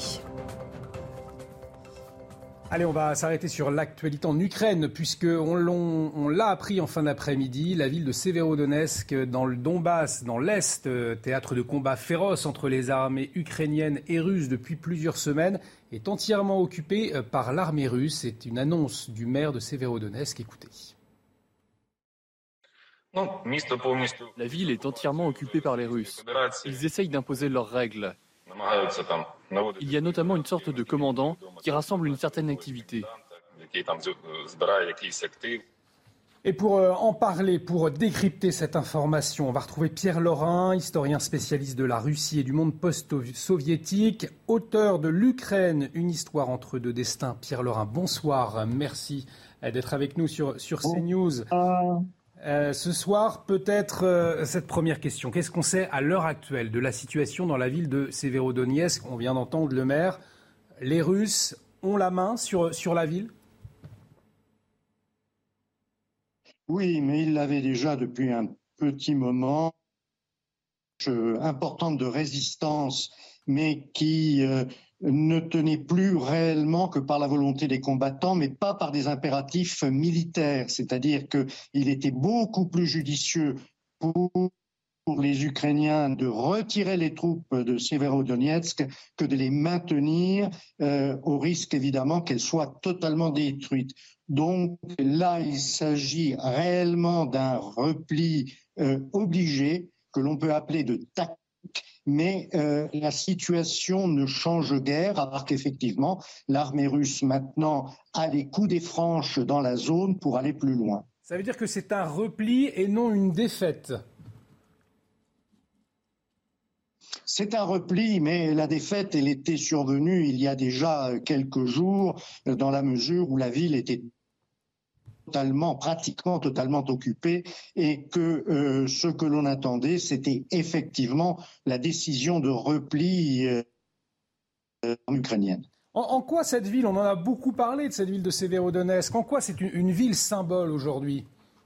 Allez, on va s'arrêter sur l'actualité en Ukraine, puisqu'on l'a appris en fin d'après-midi. La ville de Severodonetsk, dans le Donbass, dans l'Est, théâtre de combats féroces entre les armées ukrainiennes et russes depuis plusieurs semaines, est entièrement occupée par l'armée russe. C'est une annonce du maire de Severodonetsk. Écoutez. La ville est entièrement occupée par les Russes. Ils essayent d'imposer leurs règles. Il y a notamment une sorte de commandant qui rassemble une certaine activité. Et pour en parler, pour décrypter cette information, on va retrouver Pierre Laurin, historien spécialiste de la Russie et du monde post-soviétique, auteur de l'Ukraine, une histoire entre deux destins. Pierre Laurin, bonsoir, merci d'être avec nous sur CNews. Ce soir, peut-être cette première question. Qu'est-ce qu'on sait à l'heure actuelle de la situation dans la ville de Severodonetsk ? On vient d'entendre le maire. Les Russes ont la main sur la ville ? Oui, mais ils l'avaient déjà depuis un petit moment. Importante de résistance, mais qui ne tenait plus réellement que par la volonté des combattants, mais pas par des impératifs militaires. C'est-à-dire qu'il était beaucoup plus judicieux pour les Ukrainiens de retirer les troupes de Severodonetsk que de les maintenir au risque évidemment qu'elles soient totalement détruites. Donc là, il s'agit réellement d'un repli obligé que l'on peut appeler de tactique. Mais la situation ne change guère, alors qu'effectivement, l'armée russe maintenant a les coups des franches dans la zone pour aller plus loin. Ça veut dire que c'est un repli et non une défaite ? C'est un repli, mais la défaite, elle était survenue il y a déjà quelques jours, dans la mesure où la ville était pratiquement totalement occupée et que ce que l'on attendait, c'était effectivement la décision de repli ukrainienne. En quoi cette ville, on en a beaucoup parlé de cette ville de Severodonetsk, en quoi c'est une ville symbole aujourd'hui ?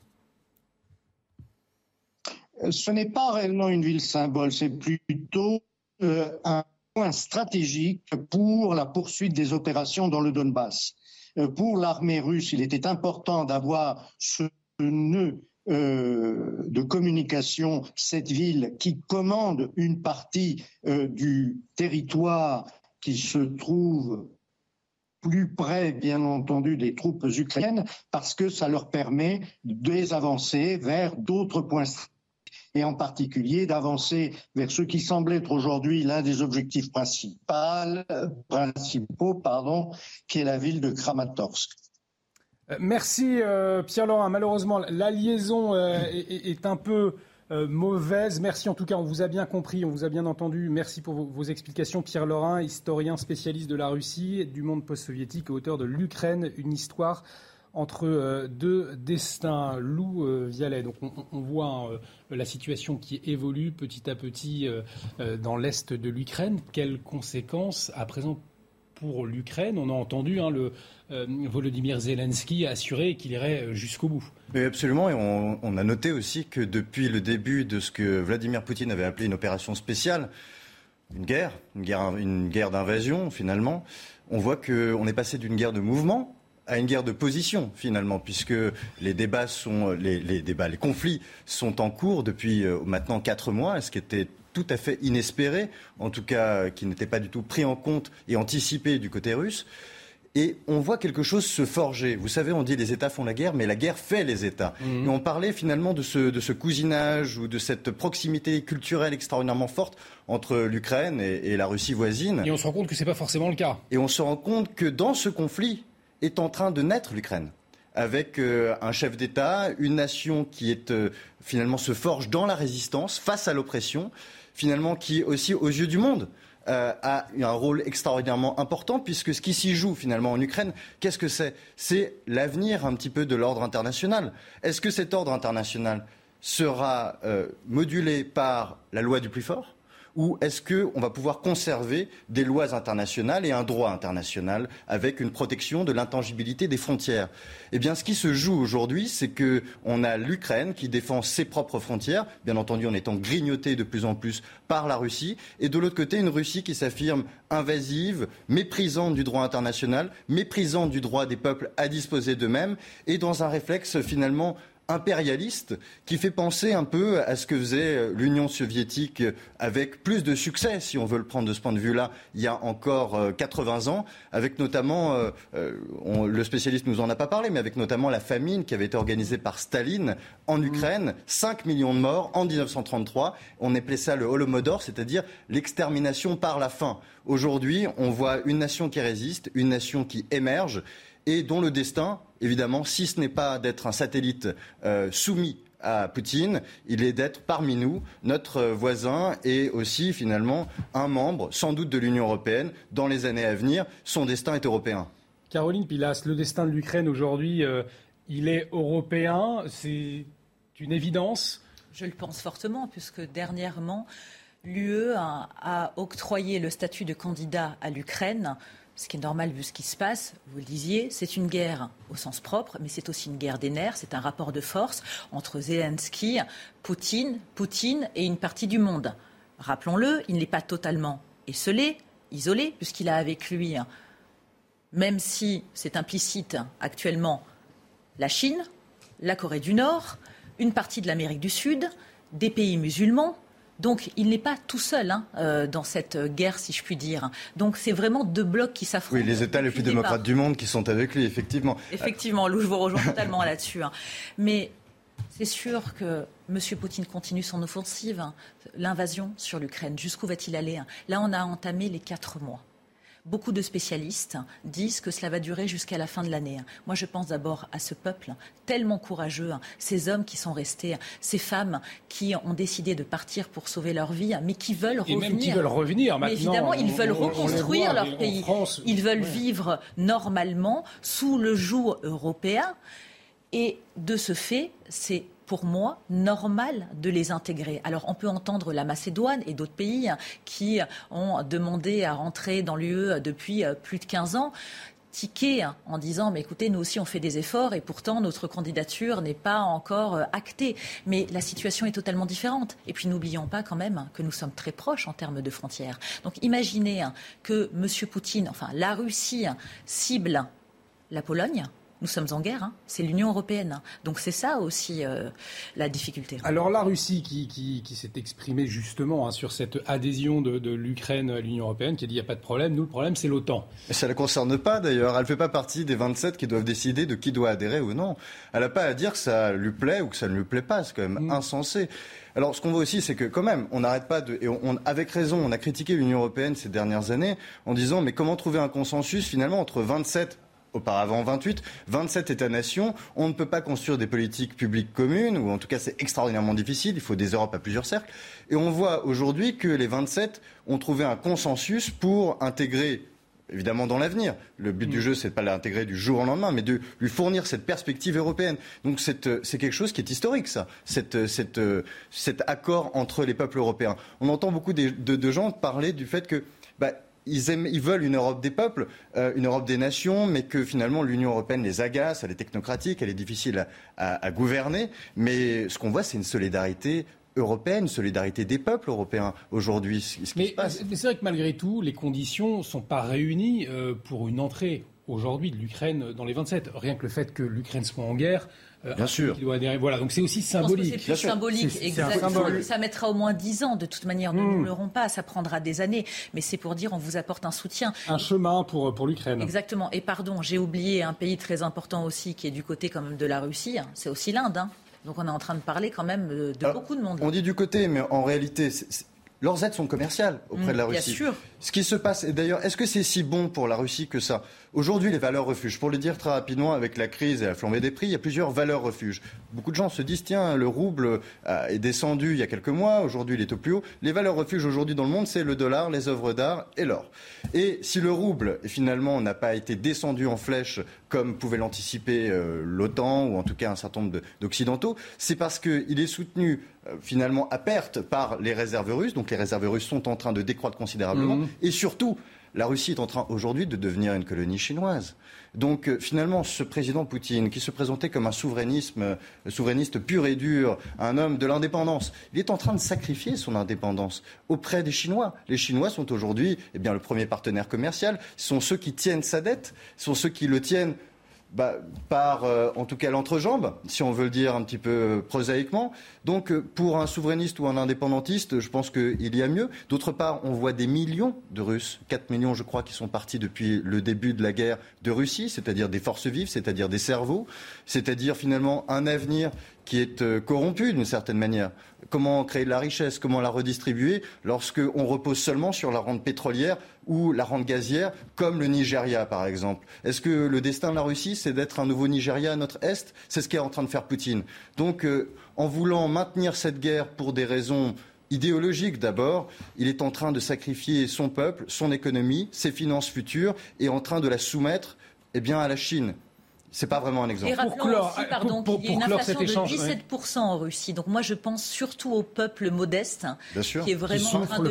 Ce n'est pas réellement une ville symbole, c'est plutôt un point stratégique pour la poursuite des opérations dans le Donbass. Pour l'armée russe, il était important d'avoir ce nœud de communication, cette ville qui commande une partie du territoire qui se trouve plus près, bien entendu, des troupes ukrainiennes, parce que ça leur permet de les avancer vers d'autres points stratégiques, et en particulier d'avancer vers ce qui semble être aujourd'hui l'un des objectifs principaux, qui est la ville de Kramatorsk. Merci Pierre Laurin. Malheureusement, la liaison est un peu mauvaise. Merci en tout cas, on vous a bien compris, on vous a bien entendu. Merci pour vos explications. Pierre Laurin, historien spécialiste de la Russie, du monde post-soviétique, auteur de l'Ukraine, une histoire entre deux destins. Lou Vialet, donc on voit la situation qui évolue petit à petit dans l'est de l'Ukraine. Quelles conséquences à présent pour l'Ukraine? On a entendu Volodymyr Zelensky assurer qu'il irait jusqu'au bout. Oui, absolument, et on a noté aussi que depuis le début de ce que Vladimir Poutine avait appelé une opération spéciale, une guerre d'invasion finalement, on voit qu'on est passé d'une guerre de mouvement à une guerre de position finalement, puisque les conflits sont en cours depuis maintenant 4 mois, ce qui était tout à fait inespéré, en tout cas qui n'était pas du tout pris en compte et anticipé du côté russe. Et on voit quelque chose se forger. Vous savez, on dit les États font la guerre, mais la guerre fait les États. Et on parlait finalement de ce cousinage ou de cette proximité culturelle extraordinairement forte entre l'Ukraine et la Russie voisine. Et on se rend compte que c'est pas forcément le cas. Et on se rend compte que dans ce conflit est en train de naître l'Ukraine, avec un chef d'État, une nation qui est finalement se forge dans la résistance face à l'oppression, finalement qui aussi aux yeux du monde a un rôle extraordinairement important, puisque ce qui s'y joue finalement en Ukraine, qu'est-ce que c'est ? C'est l'avenir un petit peu de l'ordre international. Est-ce que cet ordre international sera modulé par la loi du plus fort ? Ou est-ce qu'on va pouvoir conserver des lois internationales et un droit international avec une protection de l'intangibilité des frontières ? Eh bien, ce qui se joue aujourd'hui, c'est qu'on a l'Ukraine qui défend ses propres frontières, bien entendu en étant grignotée de plus en plus par la Russie, et de l'autre côté, une Russie qui s'affirme invasive, méprisante du droit international, méprisante du droit des peuples à disposer d'eux-mêmes, et dans un réflexe finalement impérialiste qui fait penser un peu à ce que faisait l'Union soviétique avec plus de succès, si on veut le prendre de ce point de vue-là, il y a encore 80 ans, avec notamment, le spécialiste nous en a pas parlé, mais avec notamment la famine qui avait été organisée par Staline en Ukraine, 5 millions de morts en 1933. On appelait ça le Holomodor, c'est-à-dire l'extermination par la faim. Aujourd'hui, on voit une nation qui résiste, une nation qui émerge, et dont le destin, évidemment, si ce n'est pas d'être un satellite soumis à Poutine, il est d'être parmi nous, notre voisin et aussi finalement un membre, sans doute de l'Union européenne, dans les années à venir. Son destin est européen. Caroline Pilas, le destin de l'Ukraine aujourd'hui, il est européen, c'est une évidence ? Je le pense fortement, puisque dernièrement, l'UE a octroyé le statut de candidat à l'Ukraine. Ce qui est normal vu ce qui se passe, vous le disiez, c'est une guerre au sens propre, mais c'est aussi une guerre des nerfs, c'est un rapport de force entre Zelensky, Poutine et une partie du monde. Rappelons-le, il n'est pas totalement isolé, puisqu'il a avec lui, même si c'est implicite actuellement, la Chine, la Corée du Nord, une partie de l'Amérique du Sud, des pays musulmans. Donc il n'est pas tout seul dans cette guerre, si je puis dire. Donc c'est vraiment 2 blocs qui s'affrontent. Oui, les États les plus démocrates du monde qui sont avec lui, effectivement. Effectivement, Lou, je vous rejoins totalement là-dessus. Mais c'est sûr que M. Poutine continue son offensive, l'invasion sur l'Ukraine. Jusqu'où va-t-il aller ? Là, on a entamé les 4 mois. Beaucoup de spécialistes disent que cela va durer jusqu'à la fin de l'année. Moi, je pense d'abord à ce peuple tellement courageux, ces hommes qui sont restés, ces femmes qui ont décidé de partir pour sauver leur vie, mais qui veulent revenir. Et même qui veulent revenir maintenant. Mais évidemment, ils veulent reconstruire leur pays. France, ils veulent vivre normalement sous le joug européen. Et de ce fait, c'est pour moi, normal de les intégrer. Alors, on peut entendre la Macédoine et d'autres pays qui ont demandé à rentrer dans l'UE depuis plus de 15 ans, tiquer en disant « mais écoutez, nous aussi on fait des efforts et pourtant notre candidature n'est pas encore actée ». Mais la situation est totalement différente. Et puis n'oublions pas quand même que nous sommes très proches en termes de frontières. Donc imaginez que M. Poutine, enfin la Russie, cible la Pologne. nous sommes en guerre, c'est l'Union européenne. Donc c'est ça aussi la difficulté. Alors la Russie qui s'est exprimée justement sur cette adhésion de l'Ukraine à l'Union européenne, qui a dit il n'y a pas de problème, nous le problème c'est l'OTAN. Mais ça ne la concerne pas d'ailleurs, elle ne fait pas partie des 27 qui doivent décider de qui doit adhérer ou non. Elle n'a pas à dire que ça lui plaît ou que ça ne lui plaît pas, c'est quand même insensé. Alors ce qu'on voit aussi, c'est que quand même, on n'arrête pas avec raison, on a critiqué l'Union européenne ces dernières années en disant mais comment trouver un consensus finalement entre 27 auparavant 28, 27 États-nations, on ne peut pas construire des politiques publiques communes, ou en tout cas c'est extraordinairement difficile, il faut des Europes à plusieurs cercles. Et on voit aujourd'hui que les 27 ont trouvé un consensus pour intégrer, évidemment dans l'avenir, le but du jeu c'est de ne pas l'intégrer du jour au lendemain, mais de lui fournir cette perspective européenne. Donc c'est quelque chose qui est historique ça, cet accord entre les peuples européens. On entend beaucoup de gens parler du fait que... Ils veulent une Europe des peuples, une Europe des nations, mais que finalement l'Union européenne les agace, elle est technocratique, elle est difficile à gouverner. Mais ce qu'on voit, c'est une solidarité européenne, solidarité des peuples européens aujourd'hui. Mais c'est vrai que malgré tout, les conditions ne sont pas réunies pour une entrée aujourd'hui de l'Ukraine dans les 27. Rien que le fait que l'Ukraine soit en guerre... Bien sûr. Voilà, donc c'est aussi symbolique. C'est plus symbolique, exactement. Ça mettra au moins 10 ans, de toute manière, nous ne l'aurons pas, ça prendra des années. Mais c'est pour dire, on vous apporte un soutien. Un chemin pour l'Ukraine. Exactement. Et pardon, j'ai oublié un pays très important aussi, qui est du côté quand même de la Russie, c'est aussi l'Inde. Donc on est en train de parler quand même de beaucoup de monde. On dit du côté, mais en réalité... Leurs aides sont commerciales auprès de la Russie. Bien sûr. Ce qui se passe, et d'ailleurs, est-ce que c'est si bon pour la Russie que ça ? Aujourd'hui, les valeurs refuges, pour le dire très rapidement, avec la crise et la flambée des prix, il y a plusieurs valeurs refuges. Beaucoup de gens se disent, tiens, le rouble est descendu il y a quelques mois, aujourd'hui il est au plus haut. Les valeurs refuges aujourd'hui dans le monde, c'est le dollar, les œuvres d'art et l'or. Et si le rouble, finalement, n'a pas été descendu en flèche comme pouvait l'anticiper l'OTAN, ou en tout cas un certain nombre d'Occidentaux, c'est parce qu'il est soutenu finalement à perte par les réserves russes. Donc les réserves russes sont en train de décroître considérablement. Et surtout, la Russie est en train aujourd'hui de devenir une colonie chinoise. Donc finalement, ce président Poutine, qui se présentait comme un souverainiste pur et dur, un homme de l'indépendance, il est en train de sacrifier son indépendance auprès des Chinois. Les Chinois sont aujourd'hui le premier partenaire commercial, sont ceux qui tiennent sa dette, sont ceux qui le tiennent par, en tout cas, l'entrejambe, si on veut le dire un petit peu prosaïquement. Donc, pour un souverainiste ou un indépendantiste, je pense qu'il y a mieux. D'autre part, on voit des millions de Russes, 4 millions, je crois, qui sont partis depuis le début de la guerre de Russie, c'est-à-dire des forces vives, c'est-à-dire des cerveaux, c'est-à-dire finalement un avenir qui est corrompu d'une certaine manière. Comment créer de la richesse, comment la redistribuer lorsqu'on repose seulement sur la rente pétrolière ou la rente gazière, comme le Nigeria par exemple. Est-ce que le destin de la Russie, c'est d'être un nouveau Nigeria à notre est ? C'est ce qu'est en train de faire Poutine. Donc en voulant maintenir cette guerre pour des raisons idéologiques d'abord, il est en train de sacrifier son peuple, son économie, ses finances futures, et en train de la soumettre à la Chine. C'est pas vraiment un exemple. Et rappelons aussi, qu'il y a une inflation de 17% en Russie. Donc moi, je pense surtout au peuple modeste, qui est vraiment en train de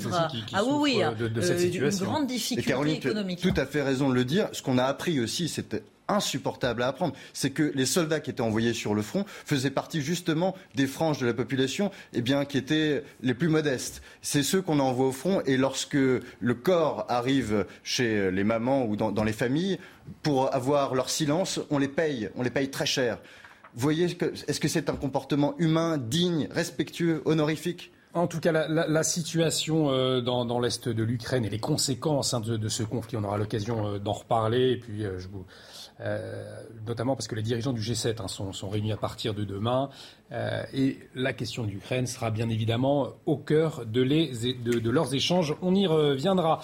vivre de cette situation. Une grande difficulté économique. Tout à fait raison de le dire. Ce qu'on a appris aussi, c'était insupportable à apprendre, c'est que les soldats qui étaient envoyés sur le front faisaient partie justement des franges de la population qui étaient les plus modestes. C'est ceux qu'on envoie au front, et lorsque le corps arrive chez les mamans ou dans les familles, pour avoir leur silence, on les paye très cher. Vous voyez, est-ce que c'est un comportement humain, digne, respectueux, honorifique ? En tout cas, la situation dans l'est de l'Ukraine et les conséquences de ce conflit, on aura l'occasion d'en reparler. Et puis, notamment parce que les dirigeants du G7 sont réunis à partir de demain. Et la question de l'Ukraine sera bien évidemment au cœur de leurs échanges. On y reviendra.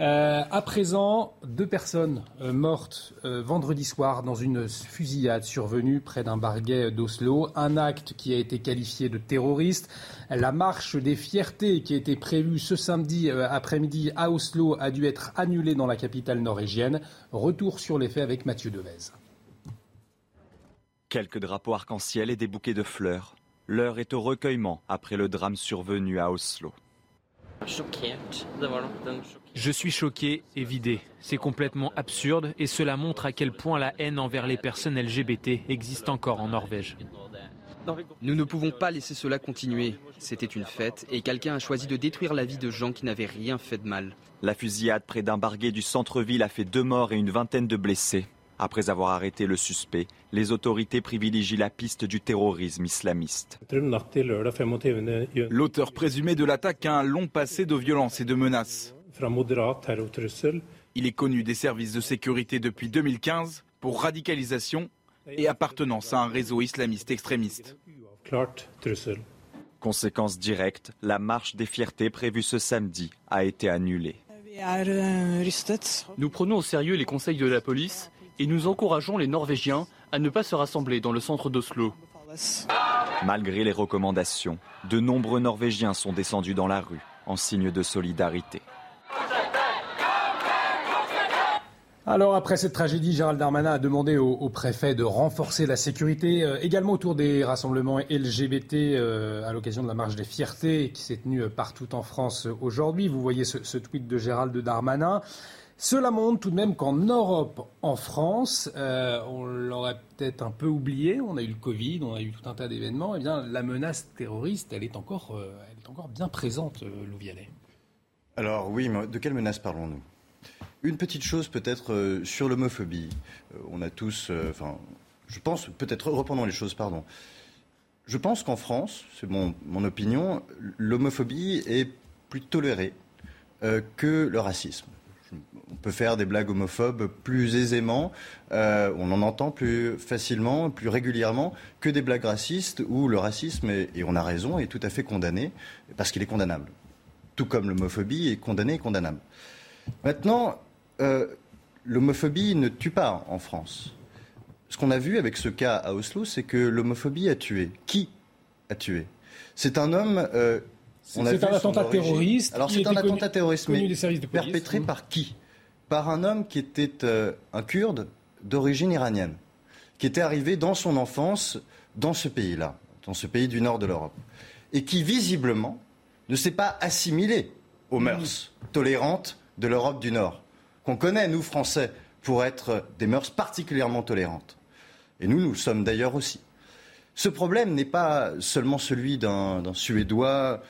À présent, 2 personnes mortes vendredi soir dans une fusillade survenue près d'un bar gay d'Oslo. Un acte qui a été qualifié de terroriste. La marche des fiertés qui était prévue ce samedi après-midi à Oslo a dû être annulée dans la capitale norvégienne. Retour sur les faits avec Mathieu Devez. Quelques drapeaux arc-en-ciel et des bouquets de fleurs. L'heure est au recueillement après le drame survenu à Oslo. Je suis choqué et vidé. C'est complètement absurde et cela montre à quel point la haine envers les personnes LGBT existe encore en Norvège. Nous ne pouvons pas laisser cela continuer. C'était une fête et quelqu'un a choisi de détruire la vie de gens qui n'avaient rien fait de mal. La fusillade près d'un bar gay du centre-ville a fait 2 morts et une vingtaine de blessés. Après avoir arrêté le suspect, les autorités privilégient la piste du terrorisme islamiste. L'auteur présumé de l'attaque a un long passé de violence et de menaces. Il est connu des services de sécurité depuis 2015 pour radicalisation et appartenance à un réseau islamiste extrémiste. Conséquence directe, la marche des fiertés prévue ce samedi a été annulée. Nous prenons au sérieux les conseils de la police et nous encourageons les Norvégiens à ne pas se rassembler dans le centre d'Oslo. Malgré les recommandations, de nombreux Norvégiens sont descendus dans la rue en signe de solidarité. Alors après cette tragédie, Gérald Darmanin a demandé au préfet de renforcer la sécurité, également autour des rassemblements LGBT à l'occasion de la marche des fiertés qui s'est tenue partout en France aujourd'hui. Vous voyez ce tweet de Gérald Darmanin. Cela montre tout de même qu'en Europe, en France, on l'aurait peut-être un peu oublié, on a eu le Covid, on a eu tout un tas d'événements, eh bien la menace terroriste, elle est encore bien présente, Lou Vialet. Alors oui, mais de quelle menace parlons-nous ? Une petite chose peut-être sur l'homophobie. On a tous, je pense, peut-être reprenons les choses, pardon. Je pense qu'en France, c'est mon opinion, l'homophobie est plus tolérée que le racisme. On peut faire des blagues homophobes plus aisément, on en entend plus facilement, plus régulièrement que des blagues racistes où le racisme, et on a raison, est tout à fait condamné parce qu'il est condamnable. Tout comme l'homophobie est condamnée et condamnable. Maintenant, l'homophobie ne tue pas en France. Ce qu'on a vu avec ce cas à Oslo, c'est que l'homophobie a tué. Qui a tué ? C'est un homme... c'est un attentat terroriste. Alors c'est un attentat terroriste, mais perpétré par qui ? Par un homme qui était un Kurde d'origine iranienne, qui était arrivé dans son enfance dans ce pays-là, dans ce pays du nord de l'Europe, et qui visiblement ne s'est pas assimilé aux mœurs tolérantes de l'Europe du Nord, qu'on connaît, nous, Français, pour être des mœurs particulièrement tolérantes. Et nous sommes d'ailleurs aussi. Ce problème n'est pas seulement celui d'un Suédois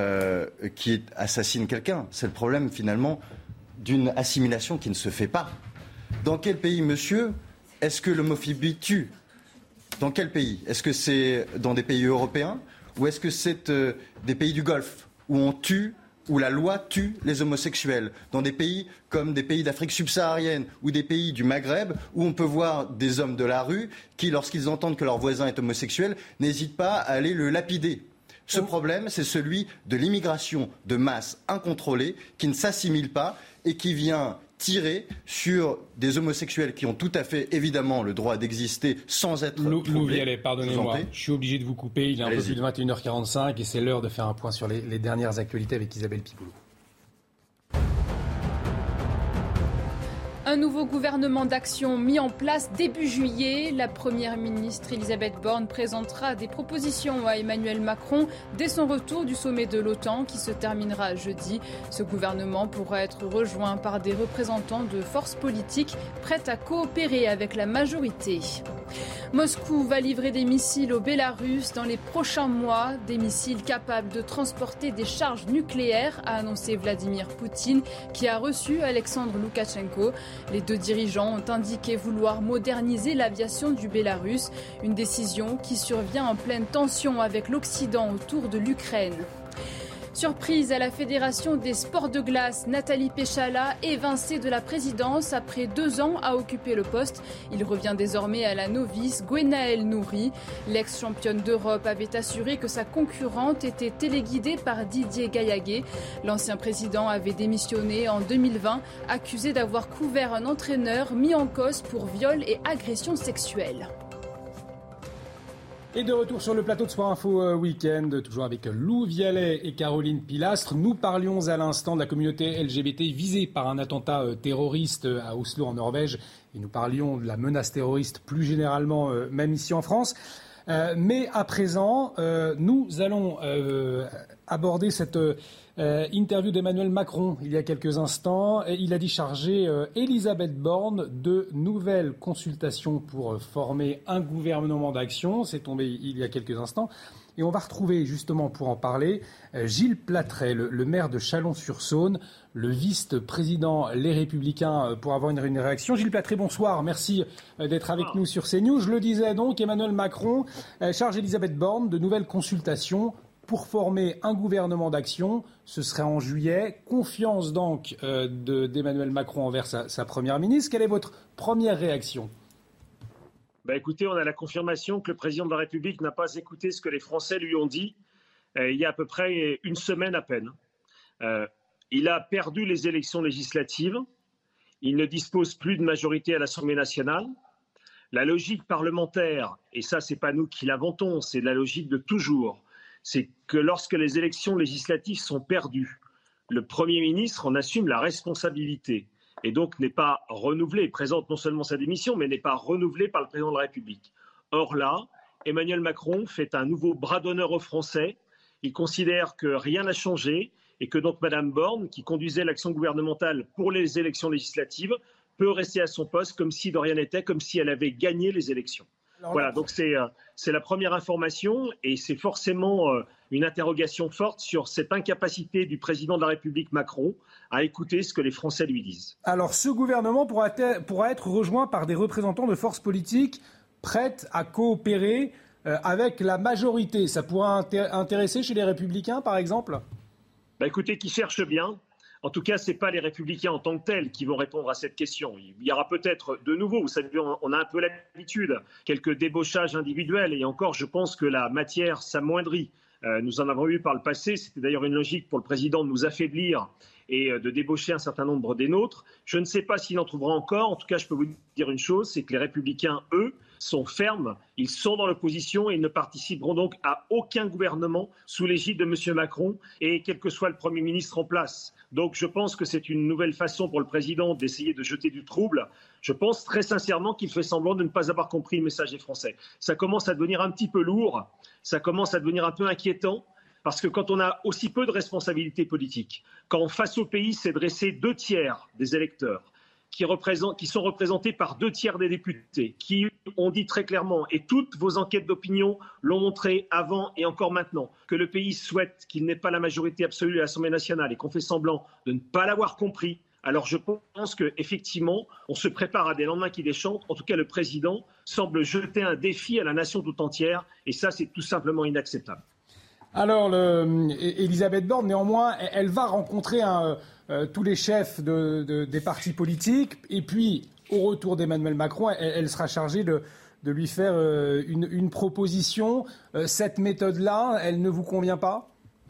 qui assassine quelqu'un. C'est le problème, finalement, d'une assimilation qui ne se fait pas. Dans quel pays, monsieur, est-ce que l'homophobie tue ? Dans quel pays ? Est-ce que c'est dans des pays européens ou est-ce que c'est des pays du Golfe où on tue, où la loi tue les homosexuels, dans des pays comme des pays d'Afrique subsaharienne ou des pays du Maghreb, où on peut voir des hommes de la rue qui, lorsqu'ils entendent que leur voisin est homosexuel, n'hésitent pas à aller le lapider. Ce problème, c'est celui de l'immigration de masse incontrôlée, qui ne s'assimile pas et qui vient tirer sur des homosexuels qui ont tout à fait, évidemment, le droit d'exister sans être troublés. Lou Vialet, pardonnez-moi, je suis obligé de vous couper. Il est un peu plus de 21h45 et c'est l'heure de faire un point sur les dernières actualités avec Isabelle Piboulot. Un nouveau gouvernement d'action mis en place début juillet. La première ministre Elisabeth Borne présentera des propositions à Emmanuel Macron dès son retour du sommet de l'OTAN qui se terminera jeudi. Ce gouvernement pourra être rejoint par des représentants de forces politiques prêtes à coopérer avec la majorité. Moscou va livrer des missiles au Bélarus dans les prochains mois. Des missiles capables de transporter des charges nucléaires, a annoncé Vladimir Poutine, qui a reçu Alexandre Loukachenko. Les deux dirigeants ont indiqué vouloir moderniser l'aviation du Bélarus, une décision qui survient en pleine tension avec l'Occident autour de l'Ukraine. Surprise à la Fédération des sports de glace, Nathalie Péchala évincée de la présidence après 2 ans à occuper le poste. Il revient désormais à la novice Gwenaëlle Nouri. L'ex-championne d'Europe avait assuré que sa concurrente était téléguidée par Didier Gaillaguet. L'ancien président avait démissionné en 2020, accusé d'avoir couvert un entraîneur mis en cause pour viol et agression sexuelle. Et de retour sur le plateau de Soir Info Week-end, toujours avec Lou Vialet et Caroline Pilastre. Nous parlions à l'instant de la communauté LGBT visée par un attentat terroriste à Oslo en Norvège. Et nous parlions de la menace terroriste plus généralement, même ici en France. Mais à présent, nous allons aborder cette interview d'Emmanuel Macron il y a quelques instants. Il a dit charger Elisabeth Borne de nouvelles consultations pour former un gouvernement d'action. C'est tombé il y a quelques instants. Et on va retrouver justement pour en parler Gilles Plattret, le maire de Chalon-sur-Saône. le vice-président Les Républicains, pour avoir une réaction. Gilles Platré, bonsoir. Merci d'être avec nous sur CNews. Je le disais donc, Emmanuel Macron charge Elisabeth Borne de nouvelles consultations pour former un gouvernement d'action. Ce serait en juillet. Confiance donc d'Emmanuel Macron envers sa première ministre. Quelle est votre première réaction ? Écoutez, on a la confirmation que le président de la République n'a pas écouté ce que les Français lui ont dit il y a à peu près une semaine à peine. Il a perdu les élections législatives. Il ne dispose plus de majorité à l'Assemblée nationale. La logique parlementaire, et ça, ce n'est pas nous qui l'inventons, c'est la logique de toujours, c'est que lorsque les élections législatives sont perdues, le Premier ministre en assume la responsabilité et donc n'est pas renouvelé, présente non seulement sa démission, mais n'est pas renouvelé par le président de la République. Or là, Emmanuel Macron fait un nouveau bras d'honneur aux Français. Il considère que rien n'a changé et que donc Mme Borne, qui conduisait l'action gouvernementale pour les élections législatives, peut rester à son poste comme si de rien n'était, comme si elle avait gagné les élections. Voilà, donc c'est la première information et c'est forcément une interrogation forte sur cette incapacité du président de la République Macron à écouter ce que les Français lui disent. Alors ce gouvernement pourra être rejoint par des représentants de forces politiques prêtes à coopérer avec la majorité. Ça pourra intéresser chez les Républicains par exemple ? Écoutez, qui cherche bien. En tout cas, ce n'est pas les Républicains en tant que tels qui vont répondre à cette question. Il y aura peut-être de nouveau, vous savez, on a un peu l'habitude, quelques débauchages individuels. Et encore, je pense que la matière s'amoindrit. Nous en avons eu par le passé. C'était d'ailleurs une logique pour le président de nous affaiblir et de débaucher un certain nombre des nôtres. Je ne sais pas s'il en trouvera encore. En tout cas, je peux vous dire une chose, c'est que les Républicains, eux, sont fermes, ils sont dans l'opposition et ils ne participeront donc à aucun gouvernement sous l'égide de M. Macron et quel que soit le Premier ministre en place. Donc je pense que c'est une nouvelle façon pour le président d'essayer de jeter du trouble. Je pense très sincèrement qu'il fait semblant de ne pas avoir compris le message des Français. Ça commence à devenir un petit peu lourd, ça commence à devenir un peu inquiétant. Parce que quand on a aussi peu de responsabilités politiques, quand face au pays s'est dressé 2/3 des électeurs, qui sont représentés par 2/3 des députés, qui ont dit très clairement, et toutes vos enquêtes d'opinion l'ont montré avant et encore maintenant, que le pays souhaite qu'il n'ait pas la majorité absolue à l'Assemblée nationale et qu'on fait semblant de ne pas l'avoir compris, alors je pense qu'effectivement, on se prépare à des lendemains qui déchantent. En tout cas, le président semble jeter un défi à la nation tout entière, et ça, c'est tout simplement inacceptable. Alors, Elisabeth Borne, néanmoins, elle va rencontrer tous les chefs des partis politiques. Et puis, au retour d'Emmanuel Macron, elle sera chargée de lui faire une proposition. Cette méthode-là, elle ne vous convient pas ?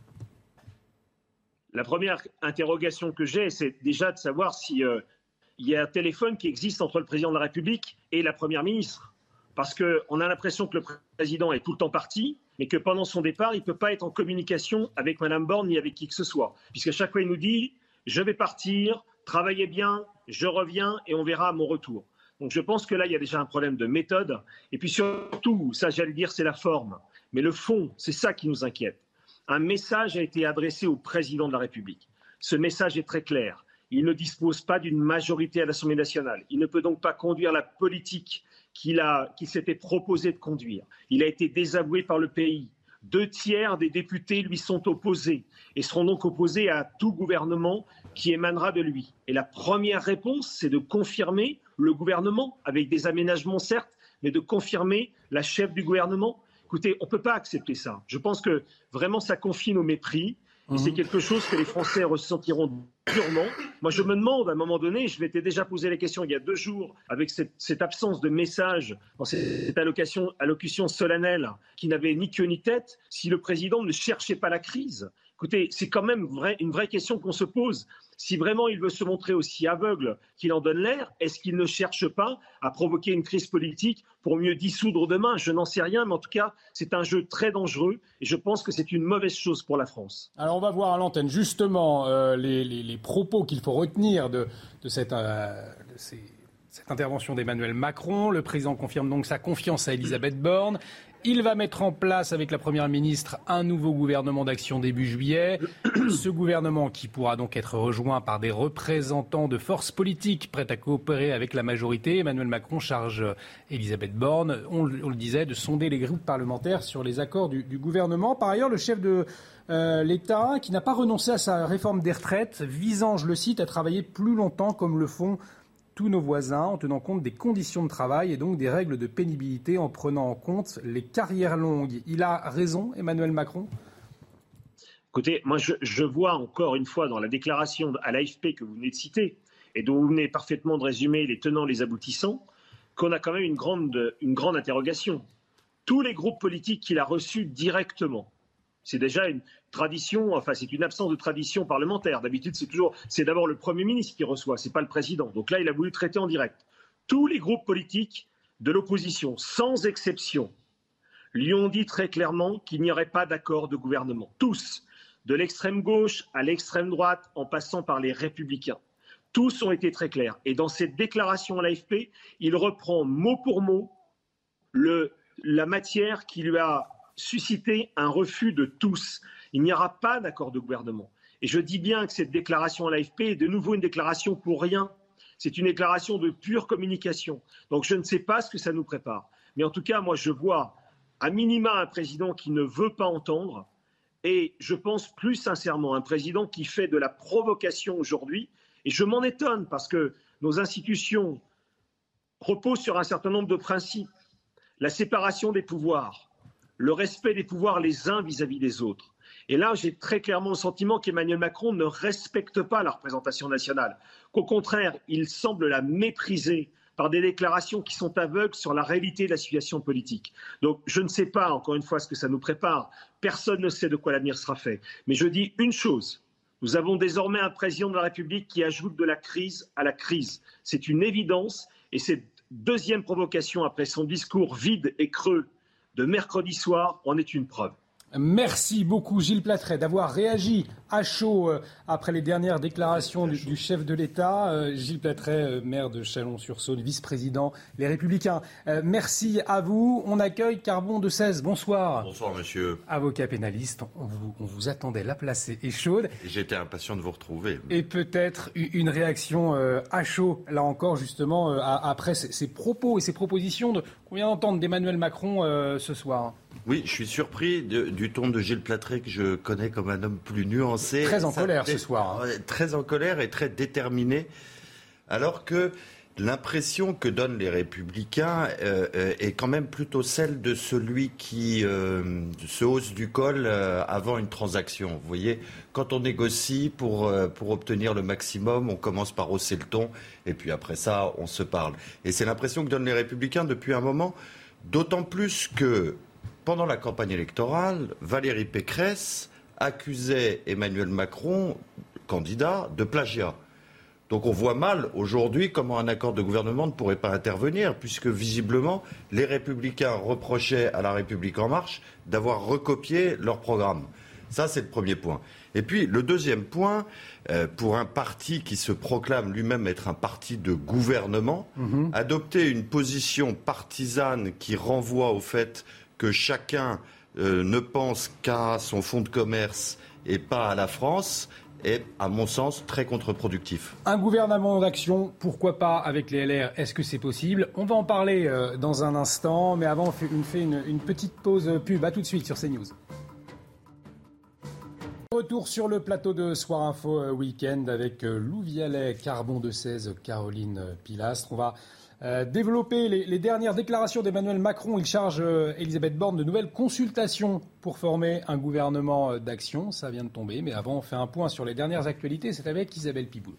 La première interrogation que j'ai, c'est déjà de savoir s'il y a un téléphone qui existe entre le président de la République et la première ministre. Parce qu'on a l'impression que le président est tout le temps parti, mais que pendant son départ, il ne peut pas être en communication avec Mme Borne ni avec qui que ce soit. Puisqu'à chaque fois, il nous dit « je vais partir, travaillez bien, je reviens et on verra à mon retour ». Donc je pense que là, il y a déjà un problème de méthode. Et puis surtout, ça j'allais dire, c'est la forme. Mais le fond, c'est ça qui nous inquiète. Un message a été adressé au président de la République. Ce message est très clair. Il ne dispose pas d'une majorité à l'Assemblée nationale. Il ne peut donc pas conduire la politique qu'il s'était proposé de conduire. Il a été désavoué par le pays. 2/3 des députés lui sont opposés et seront donc opposés à tout gouvernement qui émanera de lui. Et la première réponse, c'est de confirmer le gouvernement, avec des aménagements certes, mais de confirmer la chef du gouvernement. Écoutez, on ne peut pas accepter ça. Je pense que vraiment ça confine au mépris. Et c'est quelque chose que les Français ressentiront durement. Moi, je me demande, à un moment donné, je m'étais déjà posé la question il y a 2 jours, avec cette absence de message, dans cette allocution solennelle qui n'avait ni queue ni tête, si le président ne cherchait pas la crise. Écoutez, c'est quand même une vraie question qu'on se pose. Si vraiment il veut se montrer aussi aveugle qu'il en donne l'air, est-ce qu'il ne cherche pas à provoquer une crise politique pour mieux dissoudre demain ? Je n'en sais rien, mais en tout cas, c'est un jeu très dangereux et je pense que c'est une mauvaise chose pour la France. Alors on va voir à l'antenne justement les propos qu'il faut retenir de cette intervention d'Emmanuel Macron. Le président confirme donc sa confiance à Elisabeth Borne. Il va mettre en place avec la Première ministre un nouveau gouvernement d'action début juillet. Ce gouvernement qui pourra donc être rejoint par des représentants de forces politiques prêtes à coopérer avec la majorité. Emmanuel Macron charge Elisabeth Borne, on le disait, de sonder les groupes parlementaires sur les accords du gouvernement. Par ailleurs, le chef de l'État, qui n'a pas renoncé à sa réforme des retraites, visant, je le cite, à travailler plus longtemps comme le font tous nos voisins, en tenant compte des conditions de travail et donc des règles de pénibilité, en prenant en compte les carrières longues. Il a raison, Emmanuel Macron ? Écoutez, moi je vois encore une fois dans la déclaration à l'AFP que vous venez de citer, et dont vous venez parfaitement de résumer les tenants, les aboutissants, qu'on a quand même une grande interrogation. Tous les groupes politiques qu'il a reçus directement, c'est déjà une tradition, enfin c'est une absence de tradition parlementaire. D'habitude, c'est d'abord le Premier ministre qui reçoit, c'est pas le président. Donc là, il a voulu traiter en direct. Tous les groupes politiques de l'opposition, sans exception, lui ont dit très clairement qu'il n'y aurait pas d'accord de gouvernement. Tous, de l'extrême gauche à l'extrême droite, en passant par les Républicains. Tous ont été très clairs. Et dans cette déclaration à l'AFP, il reprend mot pour mot la matière qui lui a suscité un refus de tous. Il n'y aura pas d'accord de gouvernement. Et je dis bien que cette déclaration à l'AFP est de nouveau une déclaration pour rien. C'est une déclaration de pure communication. Donc je ne sais pas ce que ça nous prépare. Mais en tout cas, moi je vois à minima un président qui ne veut pas entendre. Et je pense plus sincèrement un président qui fait de la provocation aujourd'hui. Et je m'en étonne parce que nos institutions reposent sur un certain nombre de principes. La séparation des pouvoirs, le respect des pouvoirs les uns vis-à-vis des autres. Et là, j'ai très clairement le sentiment qu'Emmanuel Macron ne respecte pas la représentation nationale, qu'au contraire, il semble la mépriser par des déclarations qui sont aveugles sur la réalité de la situation politique. Donc, je ne sais pas, encore une fois, ce que ça nous prépare. Personne ne sait de quoi l'avenir sera fait. Mais je dis une chose, nous avons désormais un président de la République qui ajoute de la crise à la crise. C'est une évidence, et cette deuxième provocation après son discours vide et creux de mercredi soir en est une preuve. Merci beaucoup Gilles Plattret d'avoir réagi à chaud après les dernières déclarations du chef de l'État. Gilles Plattret, maire de Chalon-sur-Saône, vice-président Les Républicains. Merci à vous. On accueille Carbon de 16. Bonsoir. Bonsoir monsieur. Avocat pénaliste, on vous attendait, la place est chaude. J'étais impatient de vous retrouver. Et peut-être une réaction à chaud, là encore justement, après ces propos et ces propositions qu'on vient d'entendre d'Emmanuel Macron ce soir. Oui, je suis surpris du ton de Gilles Plattret que je connais comme un homme plus nuancé. Très en colère ce soir. Très en colère et très déterminé. Alors que l'impression que donnent les Républicains est quand même plutôt celle de celui qui se hausse du col avant une transaction. Vous voyez, quand on négocie pour obtenir le maximum, on commence par hausser le ton et puis après ça, on se parle. Et c'est l'impression que donnent les Républicains depuis un moment, d'autant plus que pendant la campagne électorale, Valérie Pécresse accusait Emmanuel Macron, candidat, de plagiat. Donc on voit mal aujourd'hui comment un accord de gouvernement ne pourrait pas intervenir, puisque visiblement les Républicains reprochaient à La République En Marche d'avoir recopié leur programme. Ça, c'est le premier point. Et puis le deuxième point, pour un parti qui se proclame lui-même être un parti de gouvernement, adopter une position partisane qui renvoie au fait que chacun ne pense qu'à son fonds de commerce et pas à la France est, à mon sens, très contre-productif. Un gouvernement d'action, pourquoi pas avec les LR? Est-ce que c'est possible? On va en parler dans un instant, mais avant, on fait une petite pause pub. À tout de suite sur CNews. Retour sur le plateau de Soir Info Week-end avec Lou Vialet, Carbon de 16, Caroline Pilastre. On va développer les dernières déclarations d'Emmanuel Macron. Il charge Elisabeth Borne de nouvelles consultations pour former un gouvernement d'action. Ça vient de tomber, mais avant on fait un point sur les dernières actualités. C'est avec Isabelle Piboulot.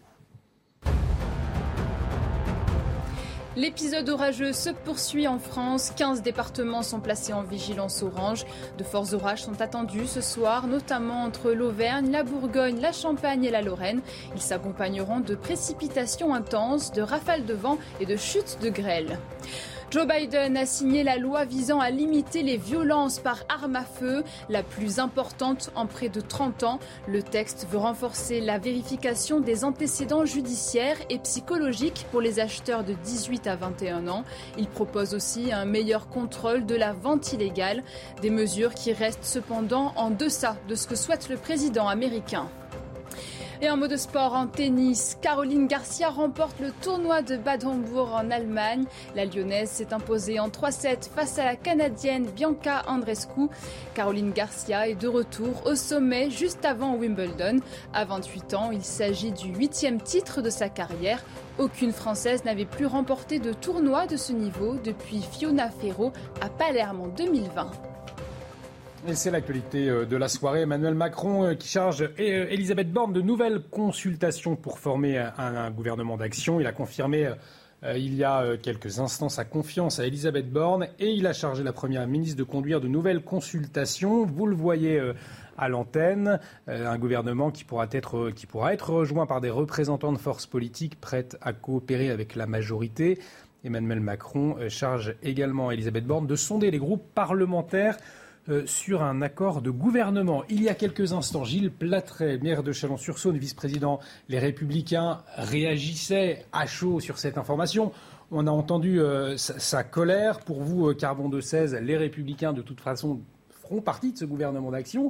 L'épisode orageux se poursuit en France. 15 départements sont placés en vigilance orange. De forts orages sont attendus ce soir, notamment entre l'Auvergne, la Bourgogne, la Champagne et la Lorraine. Ils s'accompagneront de précipitations intenses, de rafales de vent et de chutes de grêle. Joe Biden a signé la loi visant à limiter les violences par arme à feu, la plus importante en près de 30 ans. Le texte veut renforcer la vérification des antécédents judiciaires et psychologiques pour les acheteurs de 18 à 21 ans. Il propose aussi un meilleur contrôle de la vente illégale, des mesures qui restent cependant en deçà de ce que souhaite le président américain. Et en mot de sport, en tennis, Caroline Garcia remporte le tournoi de Bad Homburg en Allemagne. La Lyonnaise s'est imposée en 3-7 face à la Canadienne Bianca Andreescu. Caroline Garcia est de retour au sommet juste avant Wimbledon. À 28 ans, il s'agit du 8e titre de sa carrière. Aucune Française n'avait plus remporté de tournoi de ce niveau depuis Fiona Ferro à Palerme en 2020. Et c'est l'actualité de la soirée. Emmanuel Macron qui charge Elisabeth Borne de nouvelles consultations pour former un gouvernement d'action. Il a confirmé il y a quelques instants sa confiance à Elisabeth Borne et il a chargé la Première ministre de conduire de nouvelles consultations. Vous le voyez à l'antenne, un gouvernement qui pourra être rejoint par des représentants de forces politiques prêtes à coopérer avec la majorité. Emmanuel Macron charge également Elisabeth Borne de sonder les groupes parlementaires sur un accord de gouvernement. Il y a quelques instants, Gilles Plattret, maire de Chalon-sur-Saône, vice-président Les Républicains, réagissait à chaud sur cette information. On a entendu sa colère. Pour vous, Carbon de 16, Les Républicains, de toute façon, feront partie de ce gouvernement d'action.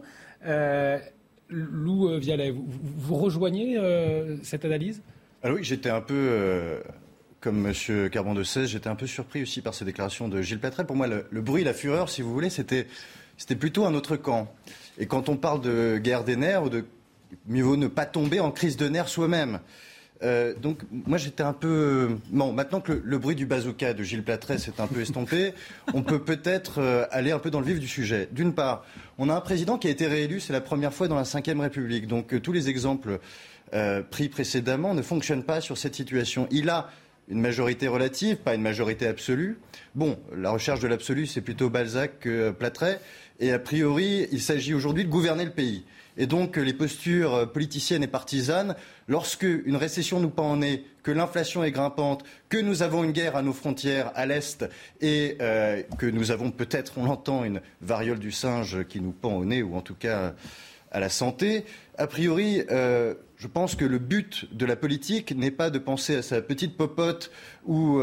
Lou Vialet, vous rejoignez cette analyse ? Alors oui, j'étais un peu... Comme M. Carbon de 16, j'étais un peu surpris aussi par ces déclarations de Gilles Plattret. Pour moi, le bruit, la fureur, si vous voulez, c'était plutôt un autre camp. Et quand on parle de guerre des nerfs, mieux vaut ne pas tomber en crise de nerfs soi-même. Donc moi, j'étais un peu... Bon, maintenant que le bruit du bazooka de Gilles Plattret s'est un peu estompé, on peut peut-être aller un peu dans le vif du sujet. D'une part, on a un président qui a été réélu, c'est la première fois dans la Ve République. Donc tous les exemples pris précédemment ne fonctionnent pas sur cette situation. Il a une majorité relative, pas une majorité absolue. Bon, la recherche de l'absolu, c'est plutôt Balzac que Plattret. Et a priori, il s'agit aujourd'hui de gouverner le pays. Et donc, les postures politiciennes et partisanes, lorsque une récession nous pend au nez, que l'inflation est grimpante, que nous avons une guerre à nos frontières à l'Est et que nous avons peut-être, on l'entend, une variole du singe qui nous pend au nez, ou en tout cas à la santé, a priori... Je pense que le but de la politique n'est pas de penser à sa petite popote ou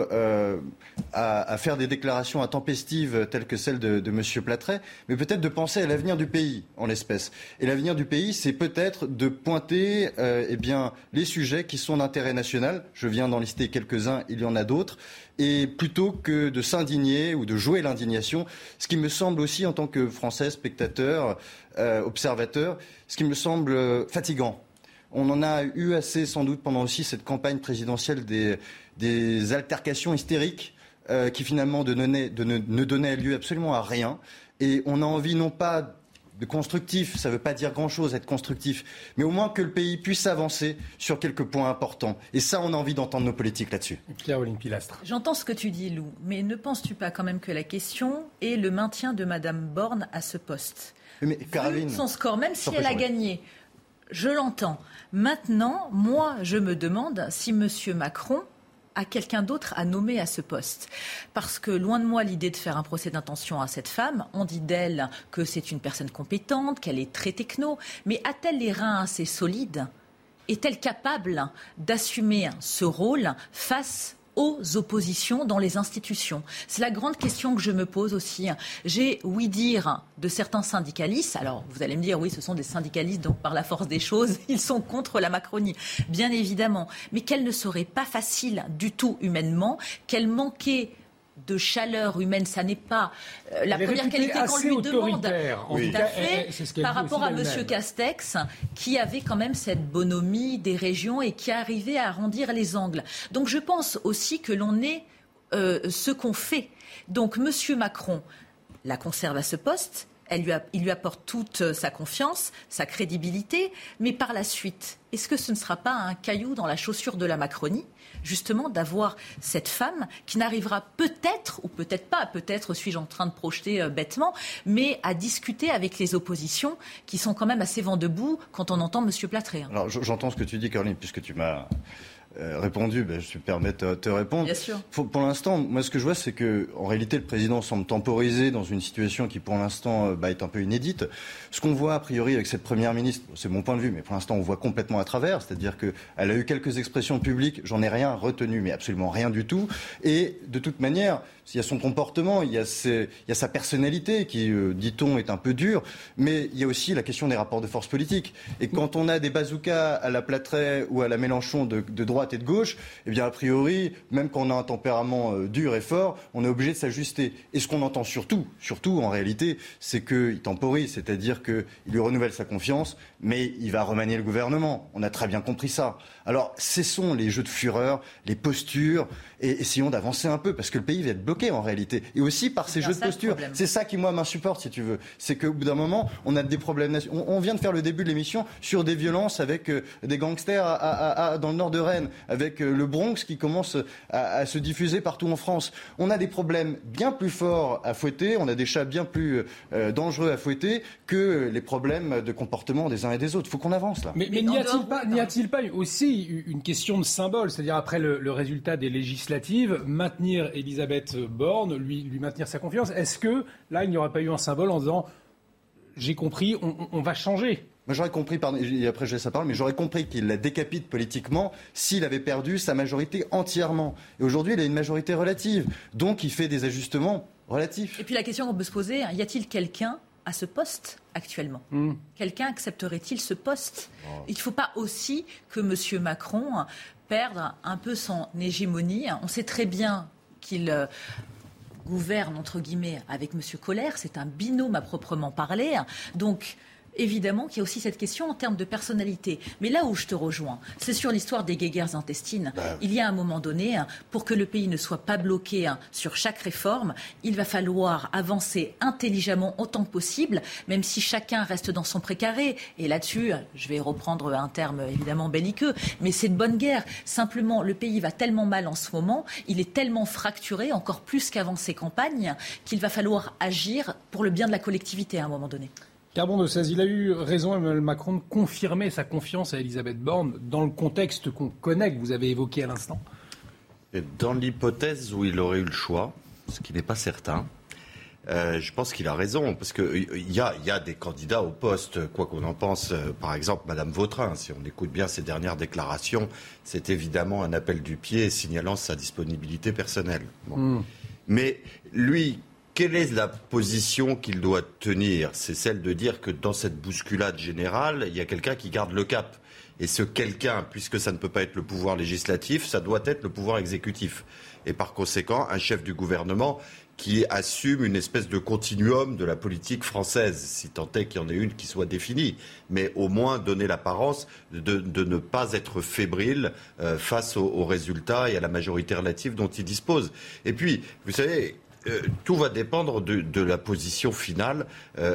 à faire des déclarations intempestives telles que celles de M. Plattret, mais peut-être de penser à l'avenir du pays en l'espèce. Et l'avenir du pays, c'est peut-être de pointer les sujets qui sont d'intérêt national. Je viens d'en lister quelques-uns, il y en a d'autres. Et plutôt que de s'indigner ou de jouer l'indignation, ce qui me semble aussi, en tant que Français, spectateur, observateur, ce qui me semble fatigant. On en a eu assez, sans doute, pendant aussi cette campagne présidentielle des altercations hystériques qui finalement ne donnaient lieu absolument à rien. Et on a envie non pas de constructif, ça ne veut pas dire grand-chose être constructif, mais au moins que le pays puisse avancer sur quelques points importants. Et ça, on a envie d'entendre nos politiques là-dessus. Caroline Pilastre. J'entends ce que tu dis, Lou, mais ne penses-tu pas quand même que la question est le maintien de Mme Borne à ce poste ? Mais Caroline, son score, même si elle a gagné, je l'entends. Maintenant, moi, je me demande si M. Macron a quelqu'un d'autre à nommer à ce poste. Parce que, loin de moi, l'idée de faire un procès d'intention à cette femme, on dit d'elle que c'est une personne compétente, qu'elle est très techno, mais a-t-elle les reins assez solides ? Est-elle capable d'assumer ce rôle face aux oppositions dans les institutions ? C'est la grande question que je me pose aussi. J'ai ouï dire de certains syndicalistes, alors vous allez me dire oui, ce sont des syndicalistes, donc par la force des choses, ils sont contre la Macronie, bien évidemment, mais qu'elle ne serait pas facile du tout humainement, qu'elle manquait de chaleur humaine, ça n'est pas la première qualité qu'on lui demande. Oui. Tout à fait, par rapport à M. Castex, qui avait quand même cette bonhomie des régions et qui arrivait à arrondir les angles. Donc je pense aussi que l'on est ce qu'on fait. Donc M. Macron la conserve à ce poste, il lui apporte toute sa confiance, sa crédibilité, mais par la suite, est-ce que ce ne sera pas un caillou dans la chaussure de la Macronie ? Justement, d'avoir cette femme qui n'arrivera peut-être, ou peut-être pas, peut-être suis-je en train de projeter bêtement, mais à discuter avec les oppositions qui sont quand même assez vent debout quand on entend M. Plattret. Alors j'entends ce que tu dis, Caroline, puisque tu m'as répondu, je me permets de te répondre. Bien sûr. Pour l'instant, moi ce que je vois, c'est que en réalité le président semble temporiser dans une situation qui pour l'instant est un peu inédite. Ce qu'on voit a priori avec cette première ministre, c'est mon point de vue, mais pour l'instant on voit complètement à travers, c'est-à-dire qu'elle a eu quelques expressions publiques, j'en ai rien retenu, mais absolument rien du tout. Et de toute manière, il y a son comportement, il y a sa personnalité qui, dit-on, est un peu dure, mais il y a aussi la question des rapports de force politique. Et quand on a des bazookas à la Plattray ou à la Mélenchon de droite et de gauche, eh bien, a priori, même quand on a un tempérament dur et fort, on est obligé de s'ajuster. Et ce qu'on entend surtout, en réalité, c'est qu'il temporise, c'est-à-dire qu'il lui renouvelle sa confiance, mais il va remanier le gouvernement. On a très bien compris ça. Alors, cessons les jeux de fureur, les postures, et essayons d'avancer un peu, parce que le pays va être bloqué en réalité. Et aussi par ces jeux de posture. C'est ça qui, moi, m'insupporte, si tu veux. C'est qu'au bout d'un moment, on a des problèmes. On vient de faire le début de l'émission sur des violences avec des gangsters dans le nord de Rennes, avec le Bronx qui commence à se diffuser partout en France. On a des problèmes bien plus forts à fouetter, on a des chats bien plus dangereux à fouetter que les problèmes de comportement des uns et des autres. Il faut qu'on avance là. Mais n'y a-t-il pas aussi une question de symbole, c'est-à-dire après le résultat des législatives, maintenir Elisabeth Borne, lui maintenir sa confiance, est-ce que là il n'y aurait pas eu un symbole en disant j'ai compris, on va changer? Moi, j'aurais compris, et après je laisse la parole, mais j'aurais compris qu'il la décapite politiquement s'il avait perdu sa majorité entièrement. Et aujourd'hui, il a une majorité relative. Donc, il fait des ajustements relatifs. Et puis la question qu'on peut se poser, y a-t-il quelqu'un à ce poste actuellement? Quelqu'un accepterait-il ce poste? Il ne faut pas aussi que M. Macron perde un peu son hégémonie. On sait très bien qu'il gouverne, entre guillemets, avec M. Collère. C'est un binôme à proprement parler. Donc, évidemment qu'il y a aussi cette question en termes de personnalité. Mais là où je te rejoins, c'est sur l'histoire des guéguerres intestines. Il y a un moment donné, pour que le pays ne soit pas bloqué sur chaque réforme, il va falloir avancer intelligemment autant que possible, même si chacun reste dans son précaré. Et là-dessus, je vais reprendre un terme évidemment belliqueux, mais c'est de bonne guerre. Simplement, le pays va tellement mal en ce moment, il est tellement fracturé, encore plus qu'avant ces campagnes, qu'il va falloir agir pour le bien de la collectivité à un moment donné. Carbon de 16, il a eu raison, Emmanuel Macron, de confirmer sa confiance à Elisabeth Borne dans le contexte qu'on connaît, que vous avez évoqué à l'instant. Et dans l'hypothèse où il aurait eu le choix, ce qui n'est pas certain, je pense qu'il a raison, parce qu'il y a des candidats au poste, quoi qu'on en pense. Par exemple, Madame Vautrin, si on écoute bien ses dernières déclarations, c'est évidemment un appel du pied signalant sa disponibilité personnelle. Mais lui... Quelle est la position qu'il doit tenir? C'est celle de dire que dans cette bousculade générale, il y a quelqu'un qui garde le cap. Et ce quelqu'un, puisque ça ne peut pas être le pouvoir législatif, ça doit être le pouvoir exécutif. Et par conséquent, un chef du gouvernement qui assume une espèce de continuum de la politique française, si tant est qu'il y en ait une qui soit définie, mais au moins donner l'apparence de ne pas être fébrile face aux résultats et à la majorité relative dont il dispose. Et puis, vous savez... tout va dépendre de la position finale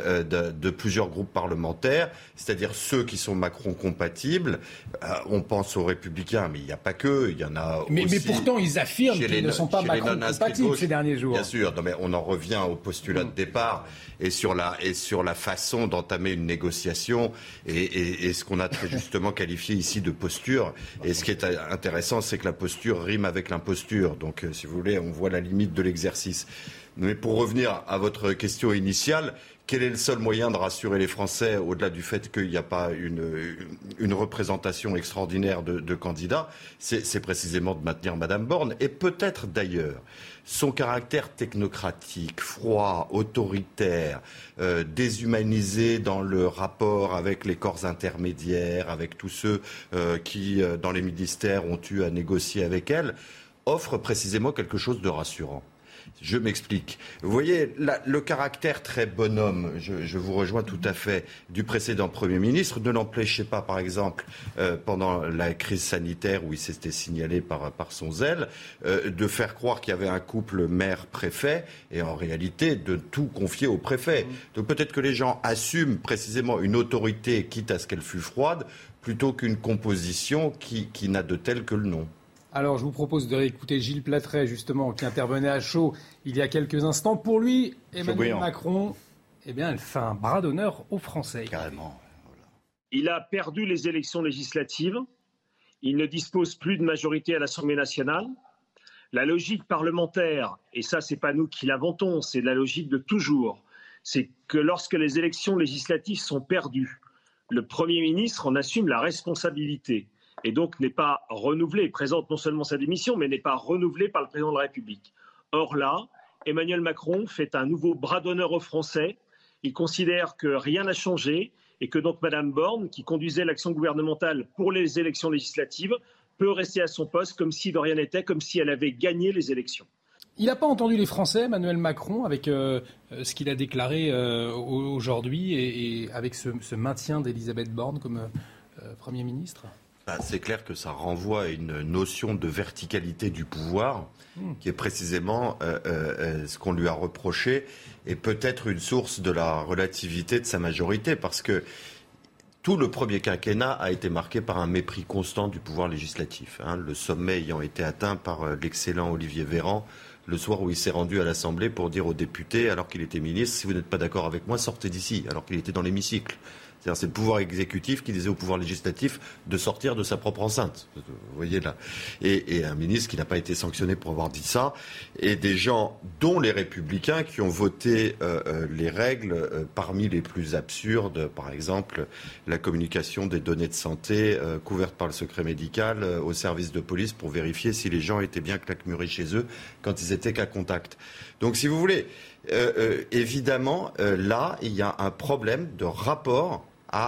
de plusieurs groupes parlementaires, c'est-à-dire ceux qui sont Macron-compatibles. On pense aux Républicains, mais il n'y a pas que, il y en a aussi... Mais pourtant, ils affirment qu'ils ne sont pas Macron-compatibles ces derniers jours. Bien sûr, non, mais on en revient au postulat de départ et sur la façon d'entamer une négociation et ce qu'on a très justement qualifié ici de posture. Et ce qui est intéressant, c'est que la posture rime avec l'imposture. Donc, si vous voulez, on voit la limite de l'exercice. Mais pour revenir à votre question initiale, quel est le seul moyen de rassurer les Français, au-delà du fait qu'il n'y a pas une représentation extraordinaire de candidats, c'est précisément de maintenir Madame Borne. Et peut-être d'ailleurs son caractère technocratique, froid, autoritaire, déshumanisé dans le rapport avec les corps intermédiaires, avec tous ceux qui, dans les ministères, ont eu à négocier avec elle, offre précisément quelque chose de rassurant. Je m'explique. Vous voyez, le caractère très bonhomme, je vous rejoins tout à fait, du précédent Premier ministre ne l'empêchait pas, par exemple, pendant la crise sanitaire où il s'était signalé par son zèle, de faire croire qu'il y avait un couple maire-préfet et en réalité de tout confier au préfet. Donc peut-être que les gens assument précisément une autorité, quitte à ce qu'elle fût froide, plutôt qu'une composition qui n'a de tel que le nom. Alors, je vous propose de réécouter Gilles Plattray, justement, qui intervenait à chaud il y a quelques instants. Pour lui, Emmanuel Macron, elle fait un bras d'honneur aux Français. Carrément. Il a perdu les élections législatives. il ne dispose plus de majorité à l'Assemblée nationale. La logique parlementaire, et ça c'est pas nous qui l'inventons, c'est la logique de toujours, c'est que lorsque les élections législatives sont perdues, le Premier ministre en assume la responsabilité et donc n'est pas renouvelé, présente non seulement sa démission, mais n'est pas renouvelé par le président de la République. Or là, Emmanuel Macron fait un nouveau bras d'honneur aux Français. Il considère que rien n'a changé et que donc Mme Borne, qui conduisait l'action gouvernementale pour les élections législatives, peut rester à son poste comme si de rien n'était, comme si elle avait gagné les élections. Il n'a pas entendu les Français, Emmanuel Macron, avec ce qu'il a déclaré aujourd'hui et avec ce maintien d'Elisabeth Borne comme Premier ministre. C'est clair que ça renvoie à une notion de verticalité du pouvoir, qui est précisément ce qu'on lui a reproché, et peut-être une source de la relativité de sa majorité, parce que tout le premier quinquennat a été marqué par un mépris constant du pouvoir législatif, le sommet ayant été atteint par l'excellent Olivier Véran, le soir où il s'est rendu à l'Assemblée pour dire aux députés, alors qu'il était ministre, si vous n'êtes pas d'accord avec moi, sortez d'ici, alors qu'il était dans l'hémicycle. C'est-à-dire, c'est le pouvoir exécutif qui disait au pouvoir législatif de sortir de sa propre enceinte. Vous voyez là. Et un ministre qui n'a pas été sanctionné pour avoir dit ça. Et des gens, dont les Républicains, qui ont voté les règles parmi les plus absurdes. Par exemple, la communication des données de santé couvertes par le secret médical au service de police pour vérifier si les gens étaient bien claquemurés chez eux quand ils étaient cas contact. Donc, si vous voulez, évidemment, là, il y a un problème de rapport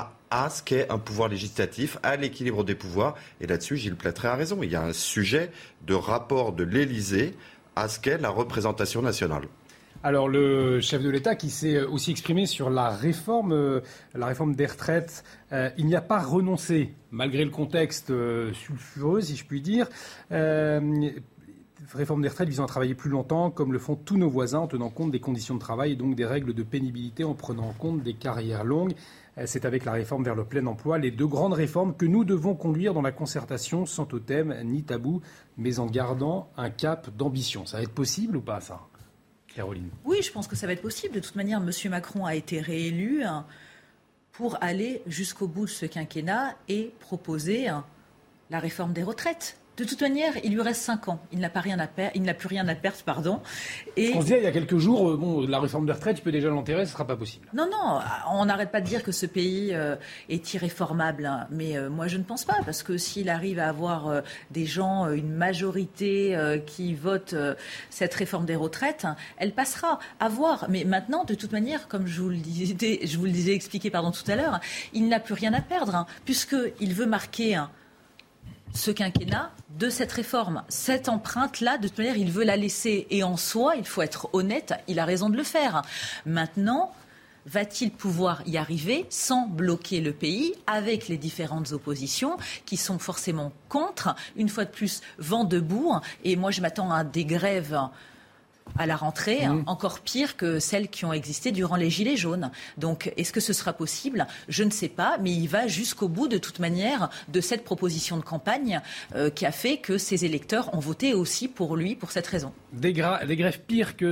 à ce qu'est un pouvoir législatif, à l'équilibre des pouvoirs. Et là-dessus, Gilles Plattret a raison. Il y a un sujet de rapport de l'Élysée à ce qu'est la représentation nationale. Alors, le chef de l'État qui s'est aussi exprimé sur la réforme des retraites, il n'y a pas renoncé, malgré le contexte sulfureux, si je puis dire. Réforme des retraites visant à travailler plus longtemps, comme le font tous nos voisins, en tenant compte des conditions de travail et donc des règles de pénibilité, en prenant en compte des carrières longues. C'est avec la réforme vers le plein emploi, les deux grandes réformes que nous devons conduire dans la concertation, sans totem ni tabou, mais en gardant un cap d'ambition. Ça va être possible ou pas, ça, Caroline ? Oui, je pense que ça va être possible. De toute manière, M. Macron a été réélu pour aller jusqu'au bout de ce quinquennat et proposer la réforme des retraites. De toute manière, il lui reste 5 ans. Il n'a plus rien à perdre, pardon. Et on se disait il y a quelques jours, la réforme des retraites, tu peux déjà l'enterrer, ce ne sera pas possible. Non, on n'arrête pas de dire que ce pays est irréformable. Mais moi, je ne pense pas, parce que s'il arrive à avoir des gens, une majorité qui votent cette réforme des retraites, elle passera à voir. Mais maintenant, de toute manière, comme je vous le disais expliqué tout à l'heure, il n'a plus rien à perdre, puisqu'il veut marquer ce quinquennat de cette réforme. Cette empreinte-là, de toute manière, il veut la laisser. Et en soi, il faut être honnête, il a raison de le faire. Maintenant, va-t-il pouvoir y arriver sans bloquer le pays avec les différentes oppositions qui sont forcément contre, une fois de plus, vent debout. Et moi, je m'attends à des grèves à la rentrée, encore pire que celles qui ont existé durant les Gilets jaunes. Donc, est-ce que ce sera possible ? Je ne sais pas, mais il va jusqu'au bout, de toute manière, de cette proposition de campagne qui a fait que ses électeurs ont voté aussi pour lui, pour cette raison. Des grèves pires que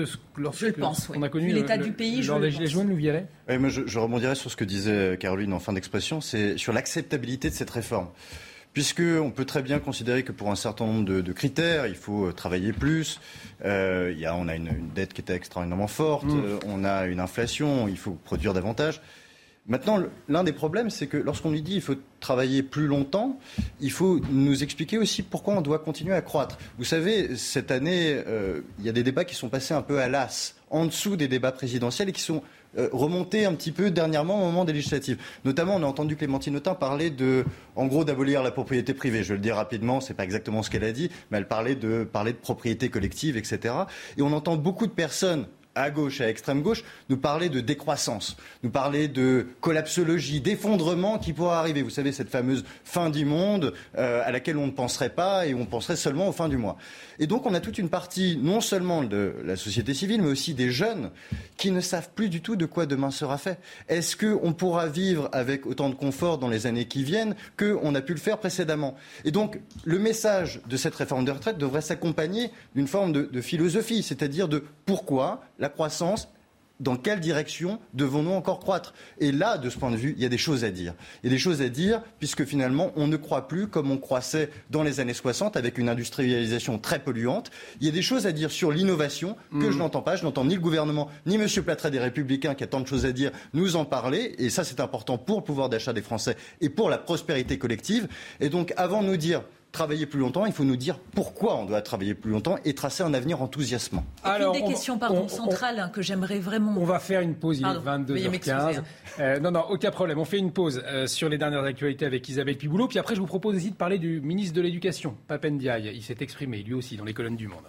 on a connu l'état du pays, lors des Gilets jaunes, nous Vialet ? Oui, moi je rebondirais sur ce que disait Caroline en fin d'expression, c'est sur l'acceptabilité de cette réforme. Puisqu'on peut très bien considérer que pour un certain nombre de critères, il faut travailler plus. On a une dette qui était extraordinairement forte. On a une inflation. Il faut produire davantage. Maintenant, l'un des problèmes, c'est que lorsqu'on lui dit qu'il faut travailler plus longtemps, il faut nous expliquer aussi pourquoi on doit continuer à croître. Vous savez, cette année, il y a des débats qui sont passés un peu à l'as, en dessous des débats présidentiels et qui sont remonter un petit peu dernièrement au moment des législatives. Notamment, on a entendu Clémentine Autain parler d'abolir la propriété privée. Je vais le dire rapidement, c'est pas exactement ce qu'elle a dit, mais elle parlait de propriété collective, etc. Et on entend beaucoup de personnes à gauche, à extrême gauche, nous parler de décroissance, nous parler de collapsologie, d'effondrement qui pourra arriver. Vous savez, cette fameuse fin du monde à laquelle on ne penserait pas et on penserait seulement aux fins du mois. Et donc on a toute une partie, non seulement de la société civile, mais aussi des jeunes qui ne savent plus du tout de quoi demain sera fait. Est-ce qu'on pourra vivre avec autant de confort dans les années qui viennent qu'on a pu le faire précédemment ? Et donc le message de cette réforme de retraite devrait s'accompagner d'une forme de philosophie, c'est-à-dire de pourquoi la croissance dans quelle direction devons-nous encore croître? Et là, de ce point de vue, il y a des choses à dire. Il y a des choses à dire puisque finalement, on ne croit plus comme on croissait dans les années 60 avec une industrialisation très polluante. Il y a des choses à dire sur l'innovation que je n'entends pas. Je n'entends ni le gouvernement, ni M. Platret des Républicains qui a tant de choses à dire nous en parler. Et ça, c'est important pour le pouvoir d'achat des Français et pour la prospérité collective. Et donc, avant de nous dire travailler plus longtemps, il faut nous dire pourquoi on doit travailler plus longtemps et tracer un avenir enthousiasmant. Alors, une des questions centrales que j'aimerais vraiment... On va faire une pause, il est 22h15. Non, aucun problème. On fait une pause sur les dernières actualités avec Isabelle Piboulot. Puis après, je vous propose aussi de parler du ministre de l'Éducation, Pap Ndiaye. Il s'est exprimé, lui aussi, dans les colonnes du Monde.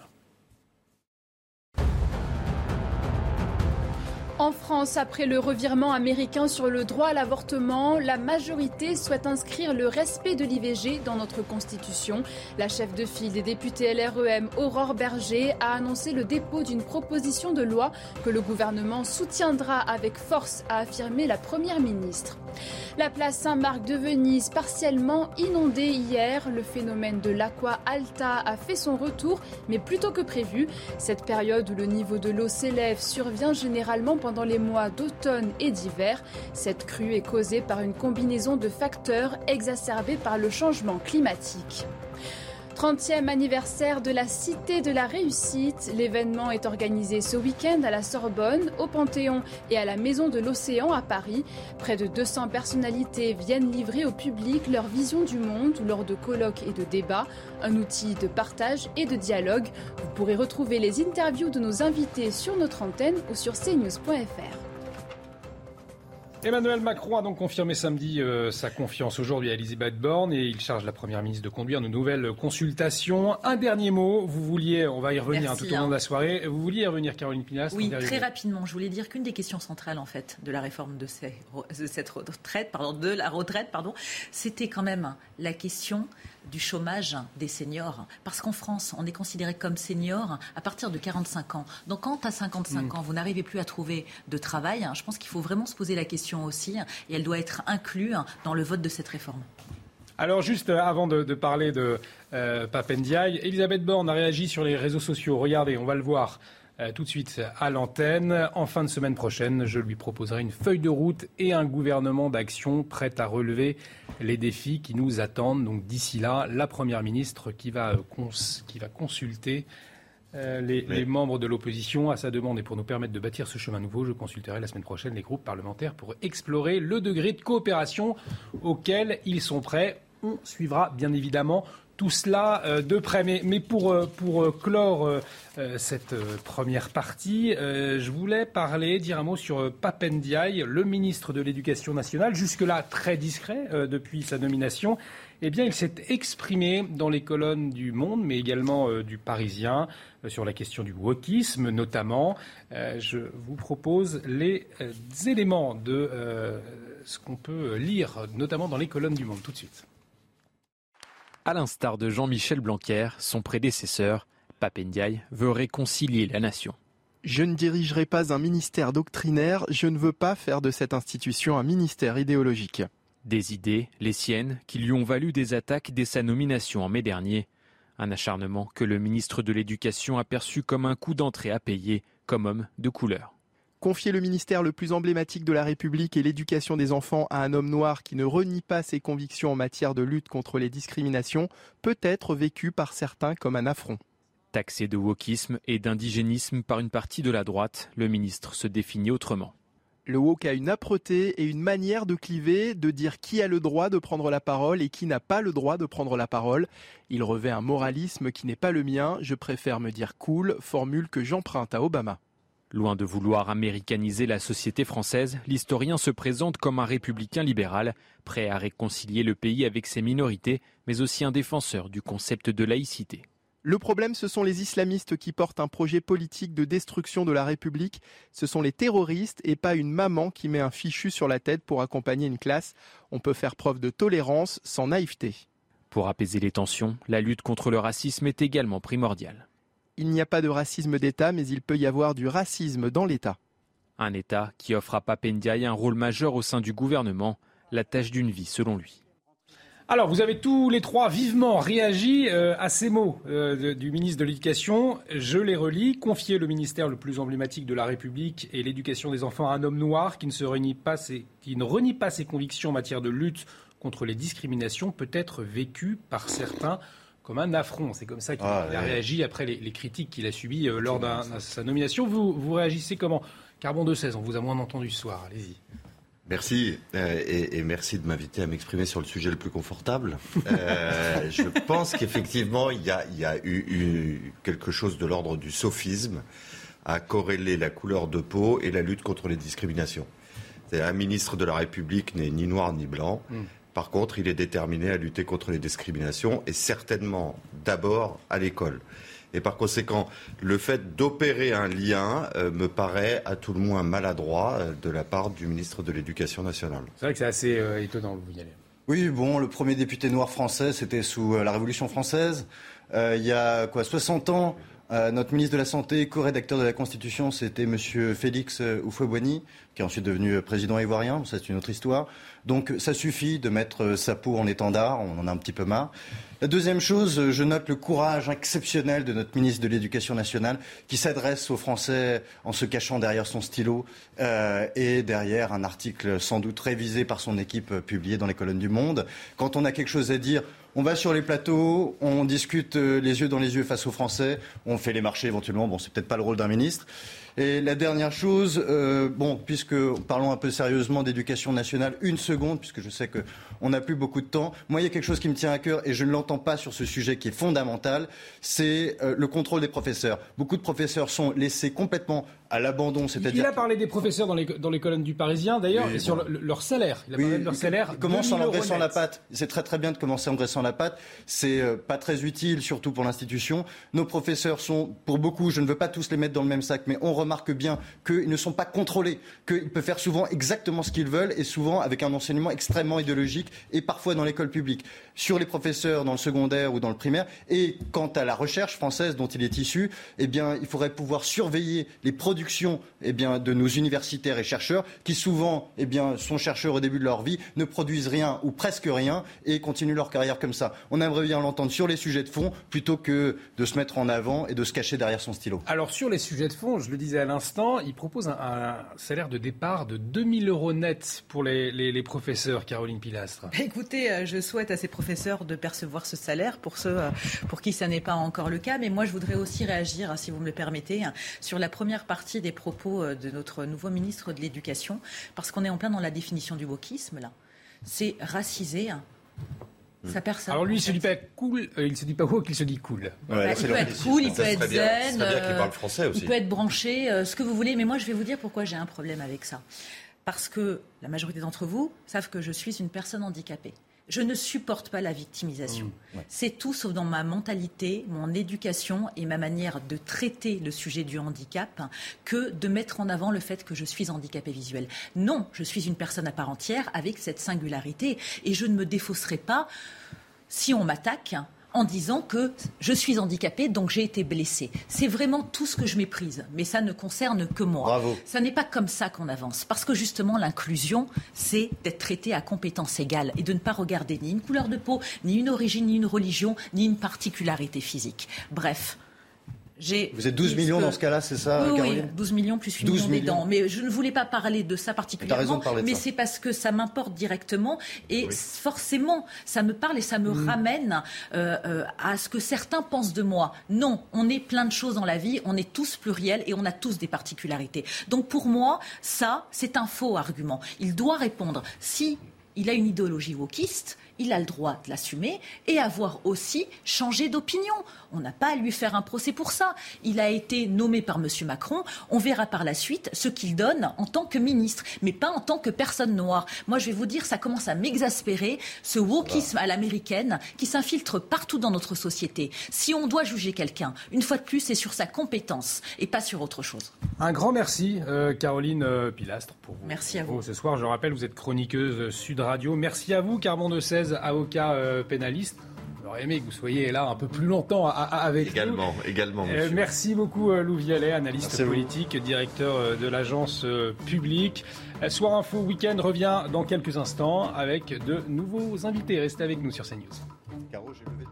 En France, après le revirement américain sur le droit à l'avortement, la majorité souhaite inscrire le respect de l'IVG dans notre Constitution. La chef de file des députés LREM, Aurore Berger, a annoncé le dépôt d'une proposition de loi que le gouvernement soutiendra avec force, a affirmé la Première ministre. La place Saint-Marc de Venise, partiellement inondée hier. Le phénomène de l'Aqua Alta a fait son retour, mais plus tôt que prévu. Cette période où le niveau de l'eau s'élève survient généralement pendant les mois d'automne et d'hiver. Cette crue est causée par une combinaison de facteurs exacerbés par le changement climatique. 30e anniversaire de la Cité de la Réussite. L'événement est organisé ce week-end à la Sorbonne, au Panthéon et à la Maison de l'Océan à Paris. Près de 200 personnalités viennent livrer au public leur vision du monde lors de colloques et de débats. Un outil de partage et de dialogue. Vous pourrez retrouver les interviews de nos invités sur notre antenne ou sur cnews.fr. Emmanuel Macron a donc confirmé samedi sa confiance aujourd'hui à Elisabeth Borne et il charge la Première ministre de conduire de nouvelles consultations. Un dernier mot, vous vouliez, on va y revenir tout au long de la soirée, vous vouliez y revenir Caroline Pinas? Oui, très rapidement, je voulais dire qu'une des questions centrales en fait de la réforme de la retraite, c'était quand même la question du chômage des seniors. Parce qu'en France, on est considéré comme senior à partir de 45 ans. Donc quand à 55 ans, vous n'arrivez plus à trouver de travail, je pense qu'il faut vraiment se poser la question aussi, et elle doit être inclue dans le vote de cette réforme. Alors juste avant de parler de Pap Ndiaye, Elisabeth Borne a réagi sur les réseaux sociaux. Regardez, on va le voir tout de suite à l'antenne. En fin de semaine prochaine, je lui proposerai une feuille de route et un gouvernement d'action prêt à relever les défis qui nous attendent. Donc d'ici là, la Première ministre qui va consulter les membres de l'opposition à sa demande et pour nous permettre de bâtir ce chemin nouveau, je consulterai la semaine prochaine les groupes parlementaires pour explorer le degré de coopération auquel ils sont prêts. On suivra bien évidemment tout cela de près. Mais pour clore cette première partie, je voulais dire un mot sur Pap Ndiaye, le ministre de l'Éducation nationale, jusque-là très discret depuis sa nomination. Eh bien, il s'est exprimé dans les colonnes du Monde, mais également du Parisien, sur la question du wokisme notamment. Je vous propose les éléments de ce qu'on peut lire, notamment dans les colonnes du Monde, tout de suite. À l'instar de Jean-Michel Blanquer, son prédécesseur, Pap Ndiaye veut réconcilier la nation. Je ne dirigerai pas un ministère doctrinaire, je ne veux pas faire de cette institution un ministère idéologique. Des idées, les siennes, qui lui ont valu des attaques dès sa nomination en mai dernier. Un acharnement que le ministre de l'Éducation a perçu comme un coup d'entrée à payer, comme homme de couleur. Confier le ministère le plus emblématique de la République et l'éducation des enfants à un homme noir qui ne renie pas ses convictions en matière de lutte contre les discriminations peut être vécu par certains comme un affront. Taxé de wokisme et d'indigénisme par une partie de la droite, le ministre se définit autrement. Le woke a une âpreté et une manière de cliver, de dire qui a le droit de prendre la parole et qui n'a pas le droit de prendre la parole. Il revêt un moralisme qui n'est pas le mien, je préfère me dire cool, formule que j'emprunte à Obama. Loin de vouloir américaniser la société française, l'historien se présente comme un républicain libéral, prêt à réconcilier le pays avec ses minorités, mais aussi un défenseur du concept de laïcité. Le problème, ce sont les islamistes qui portent un projet politique de destruction de la République. Ce sont les terroristes et pas une maman qui met un fichu sur la tête pour accompagner une classe. On peut faire preuve de tolérance sans naïveté. Pour apaiser les tensions, la lutte contre le racisme est également primordiale. Il n'y a pas de racisme d'État, mais il peut y avoir du racisme dans l'État. Un État qui offre à Pap Ndiaye un rôle majeur au sein du gouvernement, la tâche d'une vie selon lui. Alors, vous avez tous les trois vivement réagi à ces mots du ministre de l'Éducation. Je les relis. Confier le ministère le plus emblématique de la République et l'éducation des enfants à un homme noir qui ne renie pas ses convictions en matière de lutte contre les discriminations peut être vécu par certains comme un affront. C'est comme ça qu'il a réagi après les critiques qu'il a subies lors de sa nomination. Vous réagissez comment ? Carbon de 16, on vous a moins entendu ce soir. Allez-y. Merci et merci de m'inviter à m'exprimer sur le sujet le plus confortable. Je pense qu'effectivement il y a eu quelque chose de l'ordre du sophisme à corréler la couleur de peau et la lutte contre les discriminations. Un ministre de la République n'est ni noir ni blanc. Par contre, il est déterminé à lutter contre les discriminations et certainement d'abord à l'école. Et par conséquent, le fait d'opérer un lien me paraît à tout le moins maladroit de la part du ministre de l'Éducation nationale. C'est vrai que c'est assez étonnant, vous y allez. Oui, bon, le premier député noir français, c'était sous la Révolution française. Il y a 60 ans, notre ministre de la Santé, co-rédacteur de la Constitution, c'était monsieur Félix Houphouët-Boigny, qui est ensuite devenu président ivoirien. Ça, c'est une autre histoire. Donc, ça suffit de mettre sa peau en étendard. On en a un petit peu marre. La deuxième chose, je note le courage exceptionnel de notre ministre de l'Éducation nationale qui s'adresse aux Français en se cachant derrière son stylo et derrière un article sans doute révisé par son équipe publié dans les colonnes du Monde. Quand on a quelque chose à dire, on va sur les plateaux, on discute les yeux dans les yeux face aux Français, on fait les marchés éventuellement. Bon, c'est peut-être pas le rôle d'un ministre. Et la dernière chose, puisque parlons un peu sérieusement d'éducation nationale, une seconde, puisque je sais qu'on n'a plus beaucoup de temps. Moi, il y a quelque chose qui me tient à cœur et je ne l'entends pas sur ce sujet qui est fondamental, c'est le contrôle des professeurs. Beaucoup de professeurs sont laissés complètement à l'abandon, c'est-à-dire... Il a parlé des professeurs dans les colonnes du Parisien, d'ailleurs, et sur leur salaire. Il a parlé de leur salaire. Il commence en dressant la patte. C'est très très bien de commencer en dressant la patte. C'est pas très utile, surtout pour l'institution. Nos professeurs sont, pour beaucoup, je ne veux pas tous les mettre dans le même sac, mais on remarque bien qu'ils ne sont pas contrôlés, qu'ils peuvent faire souvent exactement ce qu'ils veulent, et souvent avec un enseignement extrêmement idéologique, et parfois dans l'école publique. Sur les professeurs dans le secondaire ou dans le primaire, et quant à la recherche française dont il est issu, eh bien, il faudrait pouvoir surveiller les productions de nos universitaires et chercheurs qui souvent sont chercheurs au début de leur vie, ne produisent rien ou presque rien et continuent leur carrière comme ça. On aimerait bien l'entendre sur les sujets de fond plutôt que de se mettre en avant et de se cacher derrière son stylo. Alors sur les sujets de fond, je le disais à l'instant, il propose un salaire de départ de 2 000 € net pour les professeurs, Caroline Pilastre. Écoutez, je souhaite à ces professeurs de percevoir ce salaire pour ceux pour qui ça n'est pas encore le cas, mais moi je voudrais aussi réagir, si vous me le permettez, sur la première partie des propos de notre nouveau ministre de l'Éducation, parce qu'on est en plein dans la définition du wokisme, là. C'est racisé. Ça perd sa... Alors lui, il se dit pas cool, il se dit pas woke, il se dit cool. Ouais, il peut être cool, il peut être zen, c'est bien qu'il parle français aussi. Il peut être branché, ce que vous voulez, mais moi je vais vous dire pourquoi j'ai un problème avec ça. Parce que la majorité d'entre vous savent que je suis une personne handicapée. Je ne supporte pas la victimisation. C'est tout sauf dans ma mentalité, mon éducation et ma manière de traiter le sujet du handicap que de mettre en avant le fait que je suis handicapée visuelle. Non, je suis une personne à part entière avec cette singularité et je ne me défausserai pas si on m'attaque en disant que je suis handicapée, donc j'ai été blessée. C'est vraiment tout ce que je méprise, mais ça ne concerne que moi. Bravo. Ça n'est pas comme ça qu'on avance, parce que justement l'inclusion, c'est d'être traité à compétences égales et de ne pas regarder ni une couleur de peau, ni une origine, ni une religion, ni une particularité physique. Bref. Vous êtes 12 millions dans ce cas-là, c'est ça, Caroline ? Oui, 12 millions plus 8 millions d'aidants. Mais je ne voulais pas parler de ça particulièrement, mais c'est parce que ça m'importe directement et forcément, ça me parle et ça me ramène à ce que certains pensent de moi. Non, on est plein de choses dans la vie, on est tous pluriels et on a tous des particularités. Donc pour moi, ça, c'est un faux argument. Il doit répondre. Si il a une idéologie wokiste, il a le droit de l'assumer et avoir aussi changé d'opinion. On n'a pas à lui faire un procès pour ça. Il a été nommé par M. Macron. On verra par la suite ce qu'il donne en tant que ministre, mais pas en tant que personne noire. Moi, je vais vous dire, ça commence à m'exaspérer, ce wokisme à l'américaine qui s'infiltre partout dans notre société. Si on doit juger quelqu'un, une fois de plus, c'est sur sa compétence et pas sur autre chose. Un grand merci, Caroline Pilastre, pour vous. Merci à vous. Ce soir, je rappelle, vous êtes chroniqueuse Sud Radio. Merci à vous, Carbon de 16, avocat pénaliste. On aurait aimé que vous soyez là un peu plus longtemps avec nous. Également, monsieur. Merci beaucoup, Lou Vialet, analyste politique, directeur de l'agence publique. Soir Info Week-end revient dans quelques instants avec de nouveaux invités. Restez avec nous sur CNews. Caro, j'ai levé.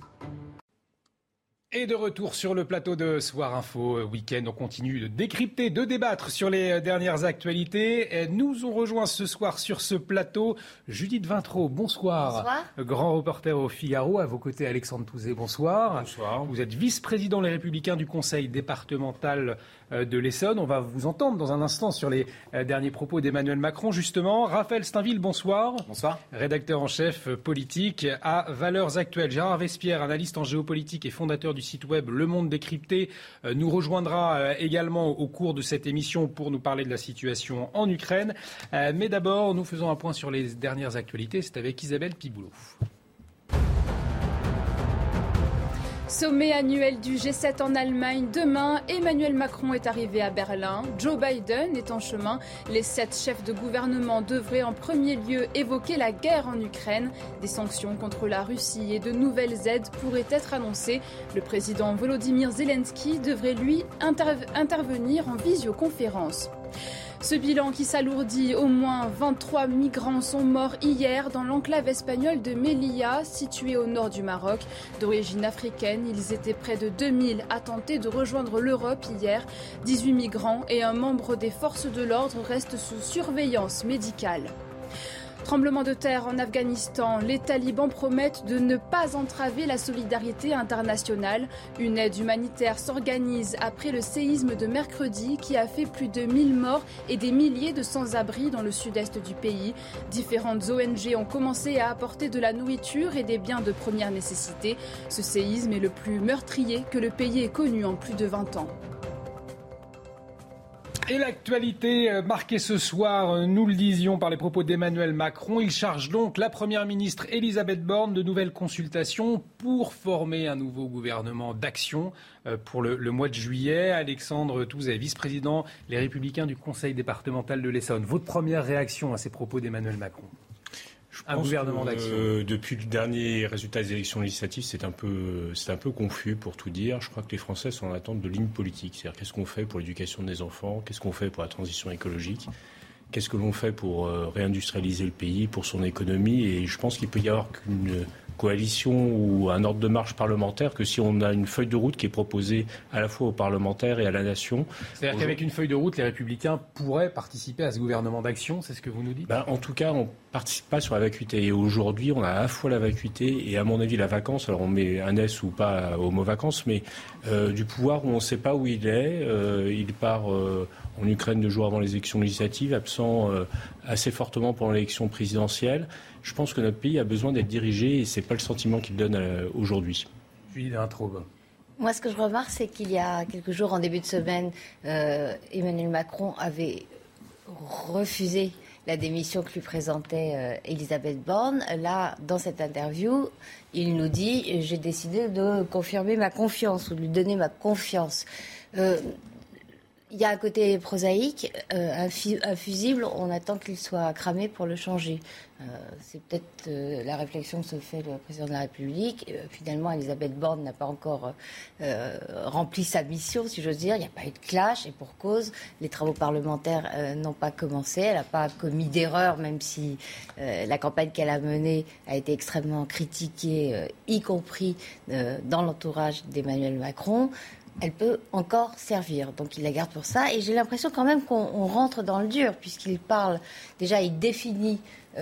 Et de retour sur le plateau de Soir Info Week-end, on continue de décrypter, de débattre sur les dernières actualités. Nous ont rejoint ce soir sur ce plateau Judith Vintraud, bonsoir. Bonsoir. Grand reporter au Figaro, à vos côtés Alexandre Touzé, bonsoir. Bonsoir. Vous êtes vice-président Les Républicains du Conseil départemental de l'Essonne. On va vous entendre dans un instant sur les derniers propos d'Emmanuel Macron, justement. Raphaël Steinville, bonsoir. Bonsoir. Rédacteur en chef politique à Valeurs Actuelles. Gérard Vespierre, analyste en géopolitique et fondateur du site web Le Monde Décrypté, nous rejoindra également au cours de cette émission pour nous parler de la situation en Ukraine. Mais d'abord, nous faisons un point sur les dernières actualités. C'est avec Isabelle Piboulot. Sommet annuel du G7 en Allemagne. Demain, Emmanuel Macron est arrivé à Berlin. Joe Biden est en chemin. Les 7 chefs de gouvernement devraient en premier lieu évoquer la guerre en Ukraine. Des sanctions contre la Russie et de nouvelles aides pourraient être annoncées. Le président Volodymyr Zelensky devrait, lui, intervenir en visioconférence. Ce bilan qui s'alourdit, au moins 23 migrants sont morts hier dans l'enclave espagnole de Melilla, située au nord du Maroc. D'origine africaine, ils étaient près de 2000 à tenter de rejoindre l'Europe hier. 18 migrants et un membre des forces de l'ordre restent sous surveillance médicale. Tremblement de terre en Afghanistan. Les talibans promettent de ne pas entraver la solidarité internationale. Une aide humanitaire s'organise après le séisme de mercredi qui a fait plus de 1000 morts et des milliers de sans-abri dans le sud-est du pays. Différentes ONG ont commencé à apporter de la nourriture et des biens de première nécessité. Ce séisme est le plus meurtrier que le pays ait connu en plus de 20 ans. Et l'actualité marquée ce soir, nous le disions, par les propos d'Emmanuel Macron. Il charge donc la Première ministre Elisabeth Borne de nouvelles consultations pour former un nouveau gouvernement d'action pour le mois de juillet. Alexandre Touzet, vice-président Les Républicains du Conseil départemental de l'Essonne. Votre première réaction à ces propos d'Emmanuel Macron ? Un gouvernement d'action. Depuis le dernier résultat des élections législatives, c'est un peu confus pour tout dire. Je crois que les Français sont en attente de lignes politiques. C'est-à-dire qu'est-ce qu'on fait pour l'éducation des enfants, qu'est-ce qu'on fait pour la transition écologique, qu'est-ce que l'on fait pour réindustrialiser le pays, pour son économie. Et je pense qu'il peut y avoir qu'une coalition ou un ordre de marche parlementaire que si on a une feuille de route qui est proposée à la fois aux parlementaires et à la nation. C'est-à-dire qu'avec une feuille de route, les Républicains pourraient participer à ce gouvernement d'action, c'est ce que vous nous dites ? En tout cas, on ne participe pas sur la vacuité. Et aujourd'hui, on a à la fois la vacuité et à mon avis la vacance. Alors on met un S ou pas au mot vacances, mais du pouvoir où on ne sait pas où il est. Il part en Ukraine 2 jours avant les élections législatives, absent assez fortement pendant l'élection présidentielle. Je pense que notre pays a besoin d'être dirigé et ce n'est pas le sentiment qu'il donne aujourd'hui. Julie Vintraud. Moi, ce que je remarque, c'est qu'il y a quelques jours, en début de semaine, Emmanuel Macron avait refusé la démission que lui présentait Elisabeth Borne. Là, dans cette interview, il nous dit « J'ai décidé de confirmer ma confiance » ou de lui donner ma confiance. Il y a un côté prosaïque, un fusible, on attend qu'il soit cramé pour le changer. C'est peut-être la réflexion que se fait le président de la République. Finalement, Elisabeth Borne n'a pas encore rempli sa mission, si j'ose dire. Il n'y a pas eu de clash et pour cause, les travaux parlementaires n'ont pas commencé. Elle n'a pas commis d'erreur, même si la campagne qu'elle a menée a été extrêmement critiquée, y compris dans l'entourage d'Emmanuel Macron. Elle peut encore servir. Donc il la garde pour ça. Et j'ai l'impression quand même qu'on rentre dans le dur, puisqu'il parle, déjà il définit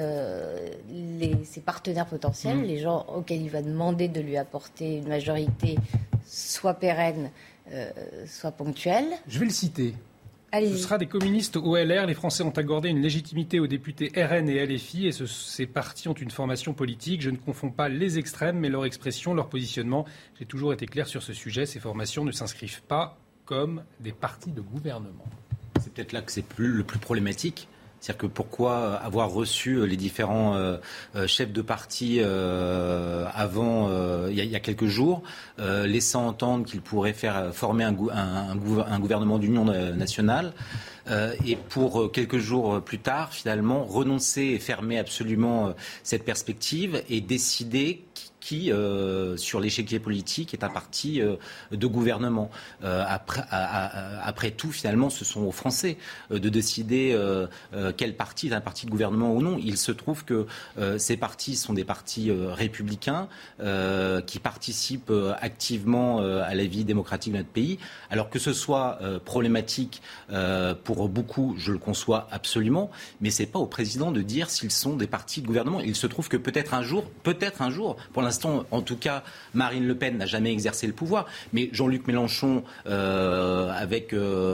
ses partenaires potentiels, les gens auxquels il va demander de lui apporter une majorité soit pérenne, soit ponctuelle. Je vais le citer. Allez-y. Ce sera des communistes au LR. Les Français ont accordé une légitimité aux députés RN et LFI et ces partis ont une formation politique. Je ne confonds pas les extrêmes, mais leur expression, leur positionnement. J'ai toujours été clair sur ce sujet. Ces formations ne s'inscrivent pas comme des partis de gouvernement. C'est peut-être là que c'est le plus problématique. C'est-à-dire que pourquoi avoir reçu les différents chefs de parti avant, il y a quelques jours, laissant entendre qu'ils pourraient former un gouvernement d'union nationale. et pour quelques jours plus tard, finalement, renoncer et fermer absolument cette perspective et décider qui, sur l'échiquier politique, est un parti de gouvernement. Après tout, finalement, ce sont aux Français de décider quel parti est un parti de gouvernement ou non. Il se trouve que ces partis sont des partis républicains qui participent activement à la vie démocratique de notre pays. Alors que ce soit problématique pour beaucoup, je le conçois absolument, mais c'est pas au président de dire s'ils sont des partis de gouvernement. Il se trouve que peut-être un jour, pour l'instant, en tout cas, Marine Le Pen n'a jamais exercé le pouvoir, mais Jean-Luc Mélenchon, avec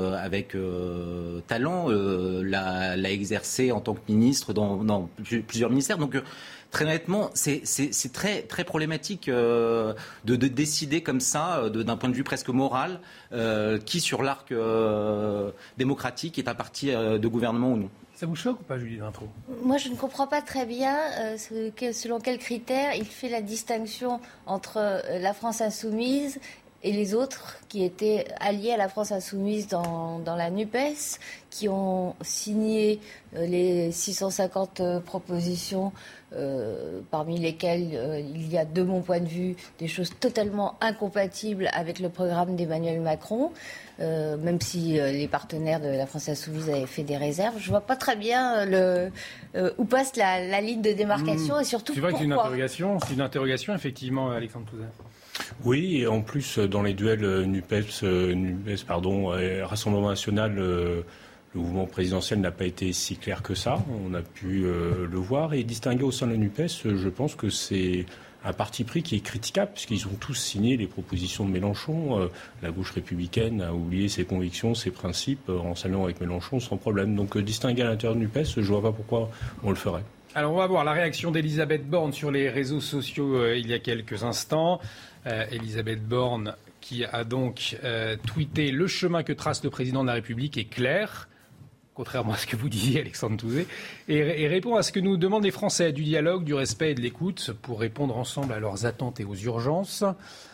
talent, l'a exercé en tant que ministre dans plusieurs ministères. Donc, très honnêtement, c'est très, très problématique de décider comme ça, d'un point de vue presque moral, qui sur l'arc démocratique est un parti de gouvernement ou non. Ça vous choque ou pas, Julie Vintraud ? Moi, je ne comprends pas très bien selon quels critères il fait la distinction entre la France insoumise et les autres qui étaient alliés à la France insoumise dans la NUPES, qui ont signé les 650 propositions, parmi lesquelles il y a, de mon point de vue, des choses totalement incompatibles avec le programme d'Emmanuel Macron, même si les partenaires de la France insoumise avaient fait des réserves. Je ne vois pas très bien où passe la ligne de démarcation et surtout pourquoi. C'est vrai que c'est une interrogation, effectivement, Alexandre Touzet. Oui, et en plus, dans les duels Rassemblement National, le mouvement présidentiel n'a pas été si clair que ça. On a pu le voir et distinguer au sein de la NUPES. Je pense que c'est un parti pris qui est critiquable, puisqu'ils ont tous signé les propositions de Mélenchon. La gauche républicaine a oublié ses convictions, ses principes, en s'alliant avec Mélenchon sans problème. Donc distinguer à l'intérieur de NUPES, je ne vois pas pourquoi on le ferait. Alors on va voir la réaction d'Elisabeth Borne sur les réseaux sociaux il y a quelques instants. Elisabeth Borne qui a donc tweeté « Le chemin que trace le président de la République est clair », contrairement à ce que vous disiez, Alexandre Touzet, et répond à ce que nous demandent les Français, du dialogue, du respect et de l'écoute pour répondre ensemble à leurs attentes et aux urgences.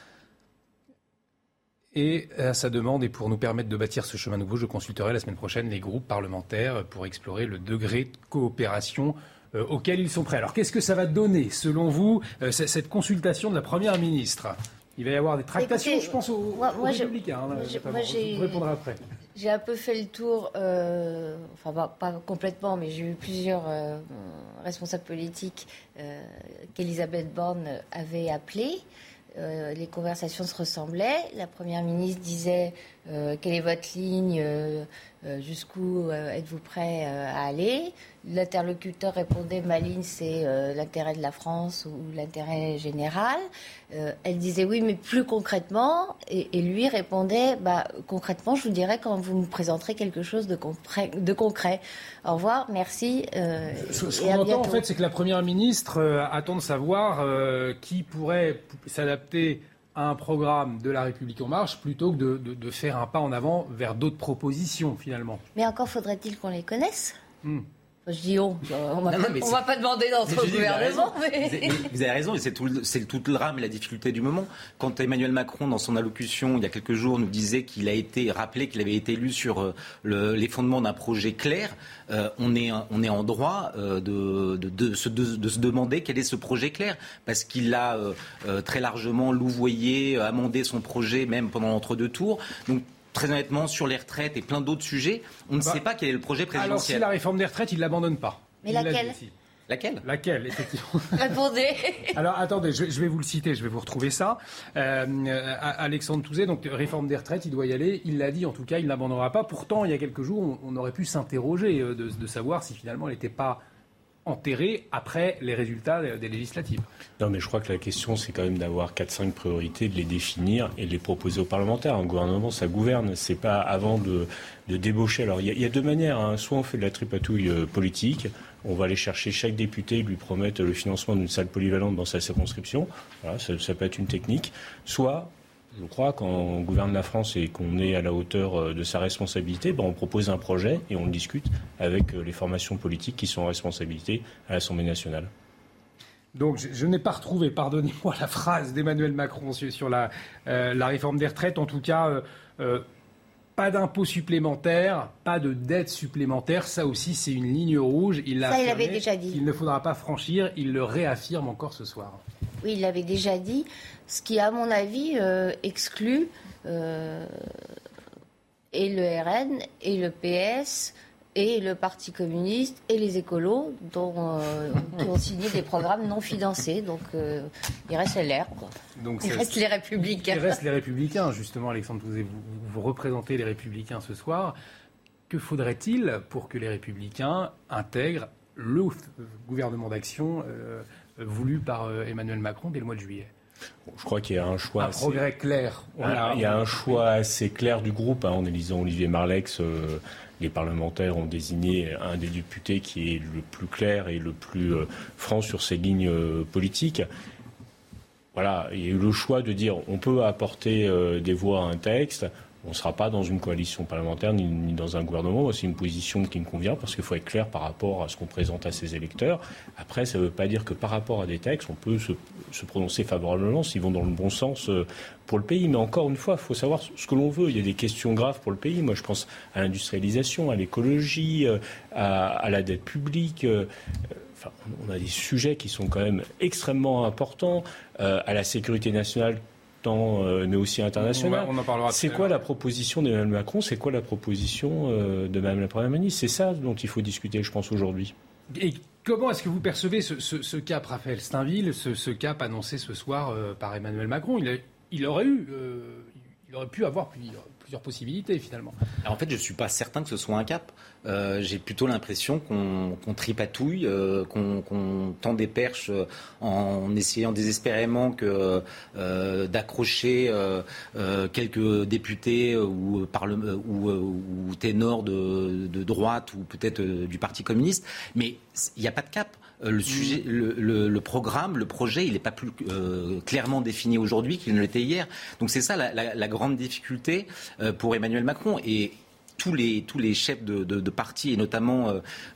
Et à sa demande, et pour nous permettre de bâtir ce chemin nouveau, je consulterai la semaine prochaine les groupes parlementaires pour explorer le degré de coopération auquel ils sont prêts. Alors qu'est-ce que ça va donner, selon vous, cette consultation de la Première ministre ? Il va y avoir des tractations, écoutez, je pense, aux Républicains. Je répondrai après. J'ai un peu fait le tour, pas complètement, mais j'ai eu plusieurs responsables politiques qu'Elisabeth Borne avait appelés. Les conversations se ressemblaient. La Première ministre disait quelle est votre ligne, jusqu'où êtes-vous prêt à aller. L'interlocuteur répondait ma ligne c'est l'intérêt de la France ou l'intérêt général. Elle disait oui mais plus concrètement et lui répondait concrètement je vous dirai quand vous me présenterez quelque chose de concret. Au revoir, merci. Ce qu'on entend en fait c'est que la Première ministre attend de savoir qui pourrait s'adapter à un programme de La République En Marche plutôt que de faire un pas en avant vers d'autres propositions finalement. Mais encore faudrait-il qu'on les connaisse. Je dis on va pas demander d'entrer au gouvernement. Vous avez raison, et c'est tout le drame et la difficulté du moment. Quand Emmanuel Macron, dans son allocution il y a quelques jours, nous disait qu'il avait été élu sur les fondements d'un projet clair, on est en droit de se demander quel est ce projet clair, parce qu'il a très largement louvoyé, amendé son projet même pendant l'entre-deux tours. Donc, très honnêtement, sur les retraites et plein d'autres sujets, on ne sait pas quel est le projet présidentiel. Alors, si la réforme des retraites, il ne l'abandonne pas. Mais laquelle ? Laquelle, effectivement. Répondez. Alors, attendez, je vais vous le citer, je vais vous retrouver ça. Alexandre Touzet, donc réforme des retraites, il doit y aller. Il l'a dit, en tout cas, il ne l'abandonnera pas. Pourtant, il y a quelques jours, on aurait pu s'interroger de savoir si finalement elle n'était pas enterré après les résultats des législatives. Non, mais je crois que la question, c'est quand même d'avoir 4-5 priorités, de les définir et de les proposer aux parlementaires. Un gouvernement, ça gouverne. C'est pas avant de débaucher. Alors, il y a deux manières. Soit on fait de la tripatouille politique. On va aller chercher chaque député, lui promettre le financement d'une salle polyvalente dans sa circonscription. Voilà, ça peut être une technique. Soit, je crois, quand on gouverne la France et qu'on est à la hauteur de sa responsabilité, on propose un projet et on le discute avec les formations politiques qui sont en responsabilité à l'Assemblée nationale. Donc je n'ai pas retrouvé, pardonnez-moi, la phrase d'Emmanuel Macron sur la réforme des retraites. En tout cas, Pas d'impôts supplémentaires, pas de dettes supplémentaires. Ça aussi, c'est une ligne rouge. Il l'avait déjà dit. Il ne faudra pas franchir. Il le réaffirme encore ce soir. Oui, il l'avait déjà dit. Ce qui, à mon avis, exclut et le RN, et le PS, et le Parti communiste, et les écolos, qui ont signé des programmes non financés. Donc, il reste LR, quoi. Donc, il reste les Républicains. Il reste les Républicains, justement, Alexandre Touzé. Vous représentez les Républicains ce soir. Que faudrait-il pour que les Républicains intègrent le gouvernement d'action voulu par Emmanuel Macron dès le mois de juillet? Je crois qu'il y a un choix progrès clair. Il y a un choix assez clair du groupe. En élisant Olivier Marleix, les parlementaires ont désigné un des députés qui est le plus clair et le plus franc sur ses lignes politiques. Voilà, il y a eu le choix de dire on peut apporter des voix à un texte. On ne sera pas dans une coalition parlementaire ni dans un gouvernement. Moi, c'est une position qui me convient parce qu'il faut être clair par rapport à ce qu'on présente à ses électeurs. Après, ça ne veut pas dire que par rapport à des textes, on peut se prononcer favorablement s'ils vont dans le bon sens pour le pays. Mais encore une fois, il faut savoir ce que l'on veut. Il y a des questions graves pour le pays. Moi, je pense à l'industrialisation, à l'écologie, à la dette publique. Enfin, on a des sujets qui sont quand même extrêmement importants, à la sécurité nationale, mais aussi international. On en parlera. C'est quoi la proposition d'Emmanuel Macron? C'est quoi la proposition de Mme la Première ministre? C'est ça dont il faut discuter, je pense, aujourd'hui. Et comment est-ce que vous percevez ce cap, Raphaël Steinville, ce cap annoncé ce soir par Emmanuel Macron? Il aurait pu avoir plusieurs possibilités, finalement. Alors, en fait, je ne suis pas certain que ce soit un cap. J'ai plutôt l'impression qu'on tripatouille, qu'on tend des perches en essayant désespérément d'accrocher quelques députés ou ténors de droite ou peut-être du Parti communiste. Mais il n'y a pas de cap. Le sujet, le programme, le projet, il n'est pas plus clairement défini aujourd'hui qu'il ne l'était hier. Donc c'est ça la grande difficulté pour Emmanuel Macron. Et tous les chefs de partis, et notamment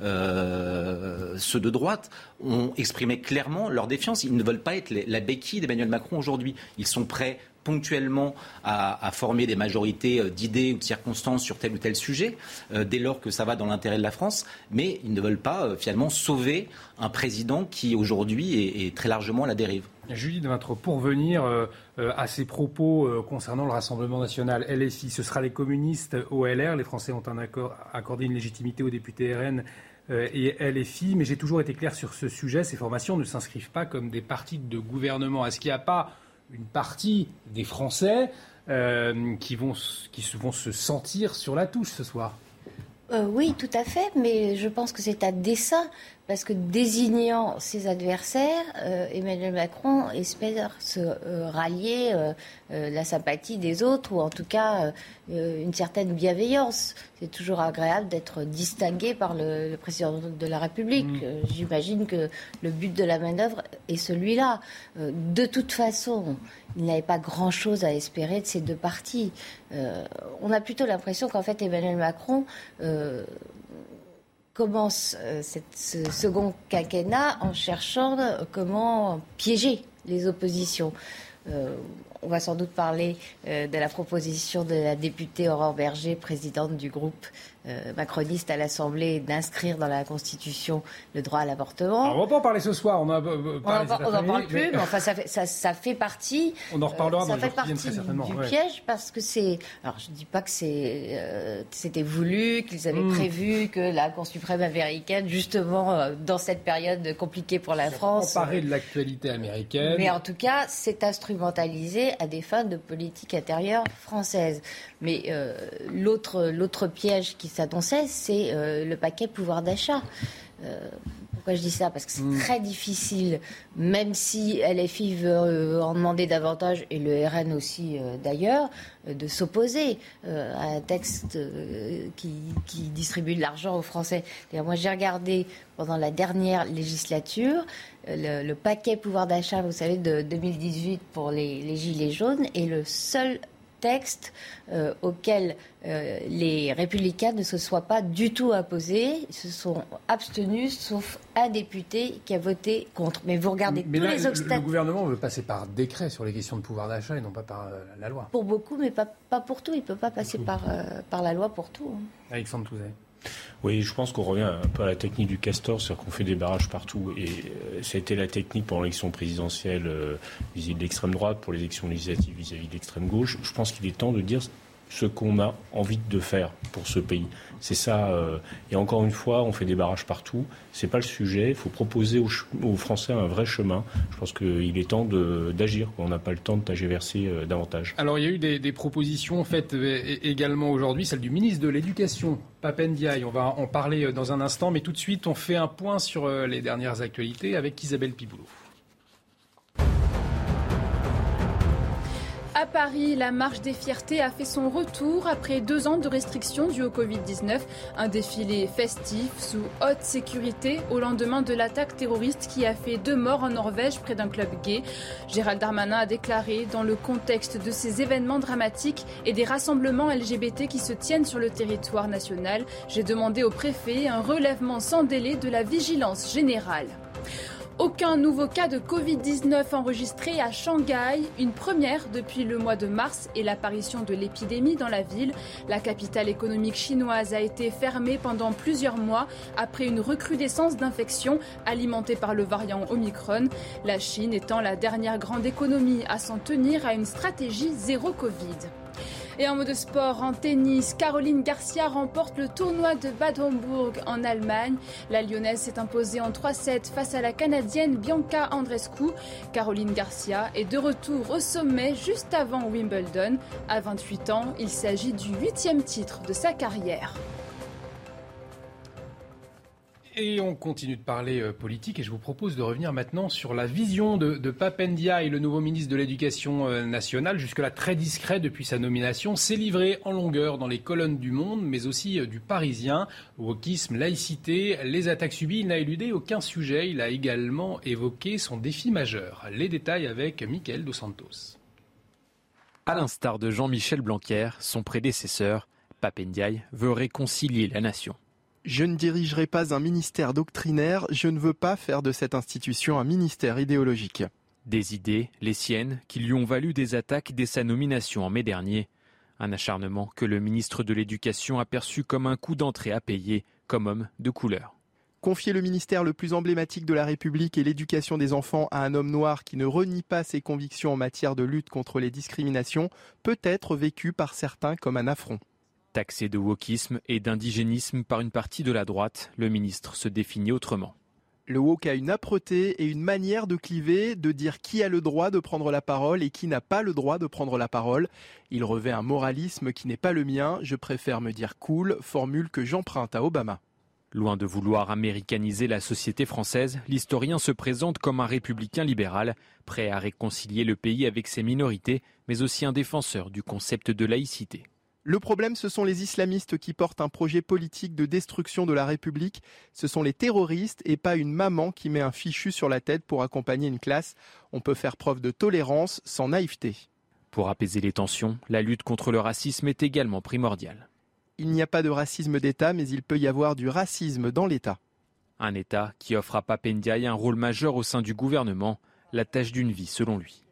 ceux de droite, ont exprimé clairement leur défiance. Ils ne veulent pas être la béquille d'Emmanuel Macron aujourd'hui. Ils sont prêts ponctuellement à former des majorités d'idées ou de circonstances sur tel ou tel sujet, dès lors que ça va dans l'intérêt de la France, mais ils ne veulent pas finalement sauver un président qui aujourd'hui est très largement à la dérive. Judith Vintraud, pour venir à ces propos concernant le Rassemblement national, LFI, ce sera les communistes au LR, les Français ont accordé une légitimité aux députés RN et LFI, mais j'ai toujours été clair sur ce sujet, ces formations ne s'inscrivent pas comme des partis de gouvernement. Est-ce qu'il n'y a pas une partie des Français qui vont se sentir sur la touche ce soir? Oui, tout à fait, mais je pense que c'est à dessein, parce que désignant ses adversaires, Emmanuel Macron espère se rallier la sympathie des autres, ou en tout cas une certaine bienveillance. C'est toujours agréable d'être distingué par le président de la République. J'imagine que le but de la manœuvre est celui-là. De toute façon, il n'avait pas grand-chose à espérer de ces deux partis. On a plutôt l'impression qu'en fait Emmanuel Macron commence ce second quinquennat en cherchant comment piéger les oppositions. On va sans doute parler de la proposition de la députée Aurore Bergé, présidente du groupe macroniste à l'Assemblée, d'inscrire dans la Constitution le droit à l'avortement. Alors, on ne va pas en parler ce soir, on n'en parle plus, mais enfin ça fait partie. On en reparlera dans les jours qui viennent, très certainement. Du piège, parce que c'est. Alors je ne dis pas que c'était voulu, qu'ils avaient prévu que la Cour suprême américaine, justement dans cette période compliquée pour la France, emparer de l'actualité américaine. Mais en tout cas, c'est instrumentalisé à des fins de politique intérieure française. Mais l'autre piège qui s'annonçait, c'est le paquet pouvoir d'achat. Pourquoi je dis ça? Parce que c'est très difficile, même si LFI veut en demander davantage, et le RN aussi d'ailleurs, de s'opposer à un texte qui distribue de l'argent aux Français. D'ailleurs, moi, j'ai regardé pendant la dernière législature le paquet pouvoir d'achat, vous savez, de 2018 pour les Gilets jaunes, et le seul texte auquel les Républicains ne se soient pas du tout opposés. Ils se sont abstenus, sauf un député qui a voté contre. Mais vous regardez tous les obstacles. Le gouvernement veut passer par décret sur les questions de pouvoir d'achat et non pas par la loi. Pour beaucoup, mais pas pour tout. Il ne peut pas passer par la loi pour tout. Alexandre Touzet. Oui, je pense qu'on revient un peu à la technique du castor, c'est-à-dire qu'on fait des barrages partout. Et ça a été la technique pendant l'élection présidentielle vis-à-vis de l'extrême droite, pour les élections législatives vis-à-vis de l'extrême gauche. Je pense qu'il est temps de dire ce qu'on a envie de faire pour ce pays. C'est ça. Et encore une fois, on fait des barrages partout. C'est pas le sujet. Il faut proposer aux Français un vrai chemin. Je pense qu'il est temps d'agir. On n'a pas le temps de tergiverser davantage. Alors, il y a eu des propositions faites également aujourd'hui, celle du ministre de l'Éducation, Pape Ndiaye. On va en parler dans un instant, mais tout de suite, on fait un point sur les dernières actualités avec Isabelle Piboulot. À Paris, la marche des fiertés a fait son retour après 2 ans de restrictions dues au Covid-19. Un défilé festif sous haute sécurité au lendemain de l'attaque terroriste qui a fait 2 morts en Norvège près d'un club gay. Gérald Darmanin a déclaré, dans le contexte de ces événements dramatiques et des rassemblements LGBT qui se tiennent sur le territoire national, j'ai demandé au préfet un relèvement sans délai de la vigilance générale. Aucun nouveau cas de Covid-19 enregistré à Shanghai, une première depuis le mois de mars et l'apparition de l'épidémie dans la ville. La capitale économique chinoise a été fermée pendant plusieurs mois après une recrudescence d'infections alimentée par le variant Omicron. La Chine étant la dernière grande économie à s'en tenir à une stratégie zéro Covid. Et en mode sport, en tennis, Caroline Garcia remporte le tournoi de Bad Homburg en Allemagne. La Lyonnaise s'est imposée en 3-7 face à la Canadienne Bianca Andreescu. Caroline Garcia est de retour au sommet juste avant Wimbledon. À 28 ans, il s'agit du 8e titre de sa carrière. Et on continue de parler politique et je vous propose de revenir maintenant sur la vision de Pape Ndiaye, le nouveau ministre de l'Éducation nationale, jusque-là très discret depuis sa nomination, s'est livré en longueur dans les colonnes du Monde, mais aussi du Parisien. Wokisme, laïcité, les attaques subies, il n'a éludé aucun sujet. Il a également évoqué son défi majeur. Les détails avec Mickaël Dos Santos. À l'instar de Jean-Michel Blanquer, son prédécesseur, Pape Ndiaye veut réconcilier la nation. Je ne dirigerai pas un ministère doctrinaire, je ne veux pas faire de cette institution un ministère idéologique. Des idées, les siennes, qui lui ont valu des attaques dès sa nomination en mai dernier. Un acharnement que le ministre de l'Éducation a perçu comme un coup d'entrée à payer, comme homme de couleur. Confier le ministère le plus emblématique de la République et l'éducation des enfants à un homme noir qui ne renie pas ses convictions en matière de lutte contre les discriminations peut être vécu par certains comme un affront. Taxé de wokisme et d'indigénisme par une partie de la droite, le ministre se définit autrement. Le wok a une âpreté et une manière de cliver, de dire qui a le droit de prendre la parole et qui n'a pas le droit de prendre la parole. Il revêt un moralisme qui n'est pas le mien, je préfère me dire cool, formule que j'emprunte à Obama. Loin de vouloir américaniser la société française, l'historien se présente comme un républicain libéral, prêt à réconcilier le pays avec ses minorités, mais aussi un défenseur du concept de laïcité. Le problème, ce sont les islamistes qui portent un projet politique de destruction de la République. Ce sont les terroristes et pas une maman qui met un fichu sur la tête pour accompagner une classe. On peut faire preuve de tolérance sans naïveté. Pour apaiser les tensions, la lutte contre le racisme est également primordiale. Il n'y a pas de racisme d'État, mais il peut y avoir du racisme dans l'État. Un État qui offre à Pape Ndiaye un rôle majeur au sein du gouvernement, la tâche d'une vie selon lui.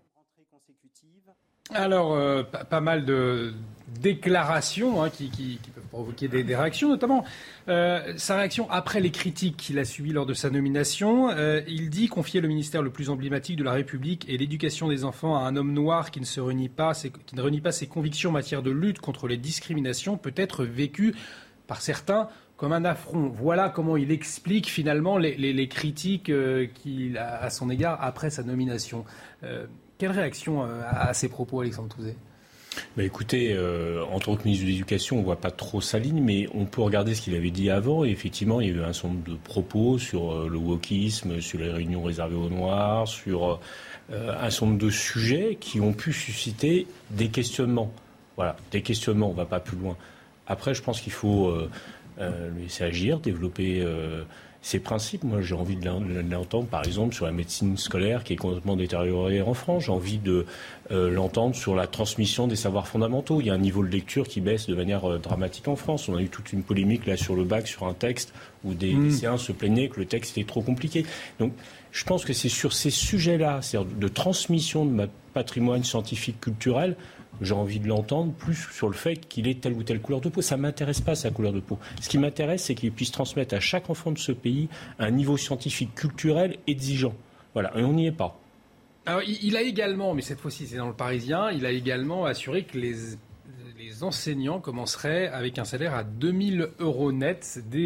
Alors, pas mal de déclarations qui peuvent provoquer des réactions, notamment sa réaction après les critiques qu'il a subies lors de sa nomination. Il dit confier le ministère le plus emblématique de la République et l'éducation des enfants à un homme noir qui ne renie pas ses convictions en matière de lutte contre les discriminations peut être vécu par certains comme un affront. Voilà comment il explique finalement les critiques qu'il a à son égard après sa nomination. Quelle réaction à ces propos, Alexandre Touzet ? Écoutez, en tant que ministre de l'Éducation, on ne voit pas trop sa ligne, mais on peut regarder ce qu'il avait dit avant. Et effectivement, il y a eu un certain nombre de propos sur le wokisme, sur les réunions réservées aux Noirs, sur un certain nombre de sujets qui ont pu susciter des questionnements. Voilà, des questionnements, on ne va pas plus loin. Après, je pense qu'il faut le laisser agir, développer ces principes, moi, j'ai envie de l'entendre, par exemple, sur la médecine scolaire qui est complètement détériorée en France. J'ai envie de l'entendre sur la transmission des savoirs fondamentaux. Il y a un niveau de lecture qui baisse de manière dramatique en France. On a eu toute une polémique là sur le bac, sur un texte où des lycéens se plaignaient que le texte était trop compliqué. Donc, je pense que c'est sur ces sujets-là, c'est-à-dire de transmission de notre patrimoine scientifique culturel, j'ai envie de l'entendre plus sur le fait qu'il ait telle ou telle couleur de peau. Ça ne m'intéresse pas, sa couleur de peau. Ce qui m'intéresse, c'est qu'il puisse transmettre à chaque enfant de ce pays un niveau scientifique culturel exigeant. Voilà, et on n'y est pas. Alors, il a également, mais cette fois-ci c'est dans le Parisien, il a également assuré que les enseignants commenceraient avec un salaire à 2 000 € net dès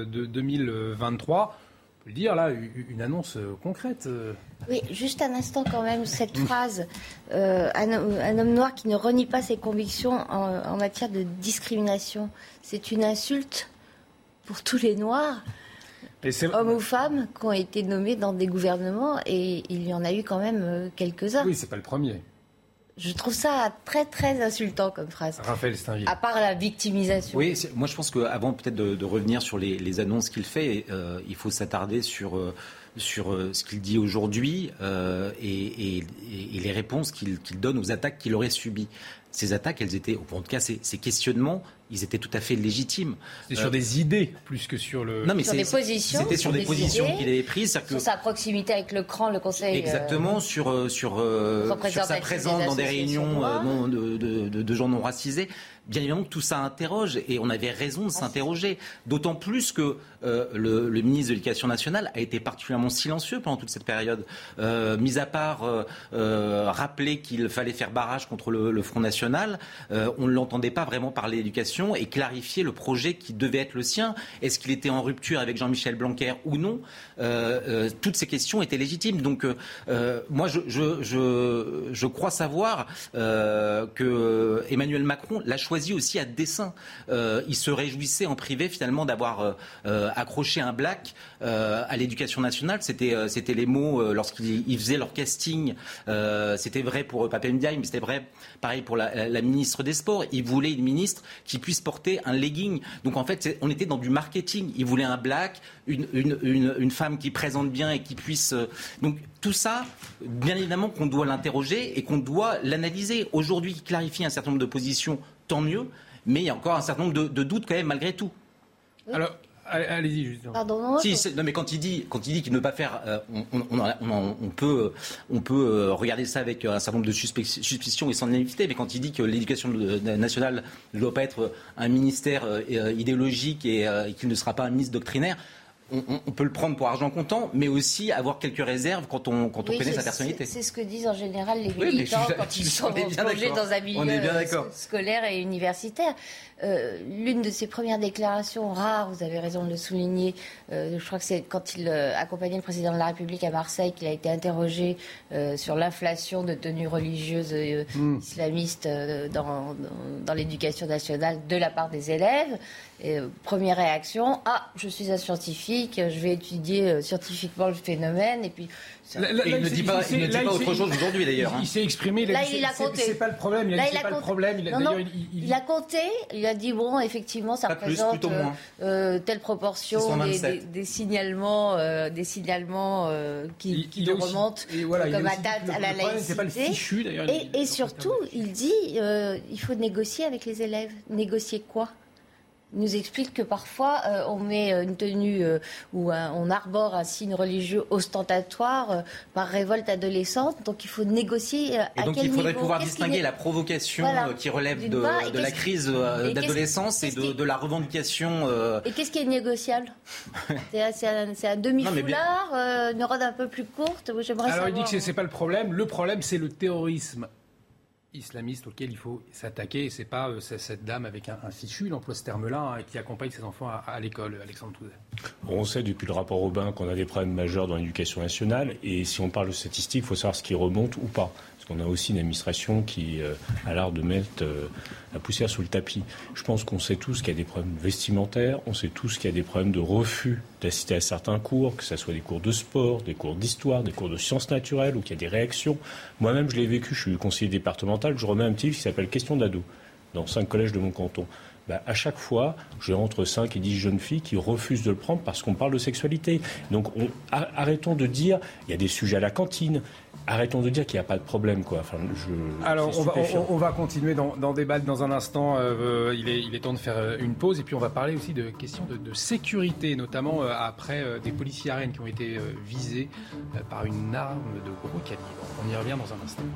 2023. On peut le dire, là, une annonce concrète. Oui, juste un instant quand même, cette phrase, un homme noir qui ne renie pas ses convictions en matière de discrimination, c'est une insulte pour tous les Noirs, hommes ou femmes, qui ont été nommés dans des gouvernements, et il y en a eu quand même quelques-uns. Oui, c'est pas le premier. Je trouve ça très très insultant comme phrase. Raphaël Steinville. À part la victimisation. Oui, moi je pense qu'avant peut-être de revenir sur les annonces qu'il fait, il faut s'attarder sur ce qu'il dit aujourd'hui et les réponses qu'il donne aux attaques qu'il aurait subies. Ces attaques, elles étaient, en tout cas ces questionnements, ils étaient tout à fait légitimes. C'était sur des idées plus que sur le... Non, mais sur des positions. C'était sur des positions qu'il avait prises. Sur sa proximité avec le CRAN, le Conseil... Exactement, sur sa présence dans des réunions de gens non racisés. Bien évidemment que tout ça interroge, et on avait raison de s'interroger. D'autant plus que le ministre de l'Éducation nationale a été particulièrement silencieux pendant toute cette période. Mis à part rappeler qu'il fallait faire barrage contre le Front National, on ne l'entendait pas vraiment parler d'éducation et clarifier le projet qui devait être le sien. Est-ce qu'il était en rupture avec Jean-Michel Blanquer ou non? Toutes ces questions étaient légitimes. Donc moi, je crois savoir que Emmanuel Macron l'a choisi aussi à dessein. Il se réjouissait en privé finalement d'avoir accroché un black à l'Éducation nationale. C'était les mots lorsqu'ils faisaient leur casting. C'était vrai pour Pape Ndiaye, mais c'était vrai pareil pour la ministre des Sports. Il voulait une ministre qui puisse porter un legging. Donc en fait, on était dans du marketing. Il voulait un black, une femme qui présente bien et qui puisse... Donc tout ça, bien évidemment qu'on doit l'interroger et qu'on doit l'analyser. Aujourd'hui, il clarifie un certain nombre de positions, tant mieux, mais il y a encore un certain nombre de doutes quand même malgré tout. Oui. Alors, allez-y, justement. Pardon, non, non, mais quand il dit qu'il ne veut pas faire, on peut regarder ça avec un certain nombre de suspicions et sans naïveté, mais quand il dit que l'éducation nationale ne doit pas être un ministère idéologique et qu'il ne sera pas un ministre doctrinaire, on peut le prendre pour argent comptant, mais aussi avoir quelques réserves quand on connaît sa personnalité. C'est ce que disent en général les militants quand ils sont plongés dans un milieu scolaire et universitaire. L'une de ses premières déclarations rares, vous avez raison de le souligner, je crois que c'est quand il accompagnait le président de la République à Marseille qu'il a été interrogé sur l'inflation de tenues religieuses islamistes dans l'éducation nationale de la part des élèves. Première réaction, je suis un scientifique, je vais étudier scientifiquement le phénomène, et puis... il ne dit pas autre chose aujourd'hui d'ailleurs. Il s'est exprimé, là il a compté. C'est pas le problème, il a compté, il a dit bon, effectivement ça représente telle proportion des signalements qui nous remontent comme atteinte à la laïcité. Et surtout, il dit il faut négocier avec les élèves. Négocier quoi ? Il nous explique que parfois on met une tenue ou on arbore un signe religieux ostentatoire par révolte adolescente, donc il faut négocier à quel niveau. Et donc il faudrait pouvoir distinguer la provocation qui relève de la crise d'adolescence et de la revendication. Et qu'est-ce qui est négociable? C'est un demi-foulard, une robe un peu plus courte. J'aimerais savoir. Il dit que c'est pas le problème. Le problème, c'est le terrorisme islamiste auquel il faut s'attaquer, et c'est pas cette dame avec un fichu, il emploie ce terme-là, qui accompagne ses enfants à l'école, Alexandre Touzet. On sait depuis le rapport Aubin qu'on a des problèmes majeurs dans l'éducation nationale, et si on parle de statistiques, il faut savoir ce qui remonte ou pas. Parce qu'on a aussi une administration qui a l'art de mettre la poussière sous le tapis. Je pense qu'on sait tous qu'il y a des problèmes vestimentaires, on sait tous qu'il y a des problèmes de refus d'assister à certains cours, que ce soit des cours de sport, des cours d'histoire, des cours de sciences naturelles, ou qu'il y a des réactions. Moi-même, je l'ai vécu, je suis conseiller départemental, je remets un petit livre qui s'appelle « Questions d'ado » dans 5 collèges de mon canton. à chaque fois, j'ai entre 5 et 10 jeunes filles qui refusent de le prendre parce qu'on parle de sexualité. Donc arrêtons de dire, il y a des sujets à la cantine, arrêtons de dire qu'il n'y a pas de problème, quoi. Alors, on va continuer d'en débattre dans un instant. Il est temps de faire une pause. Et puis, on va parler aussi de questions de sécurité, notamment après des policiers à Rennes qui ont été visés par une arme de gros calibre. On y revient dans un instant.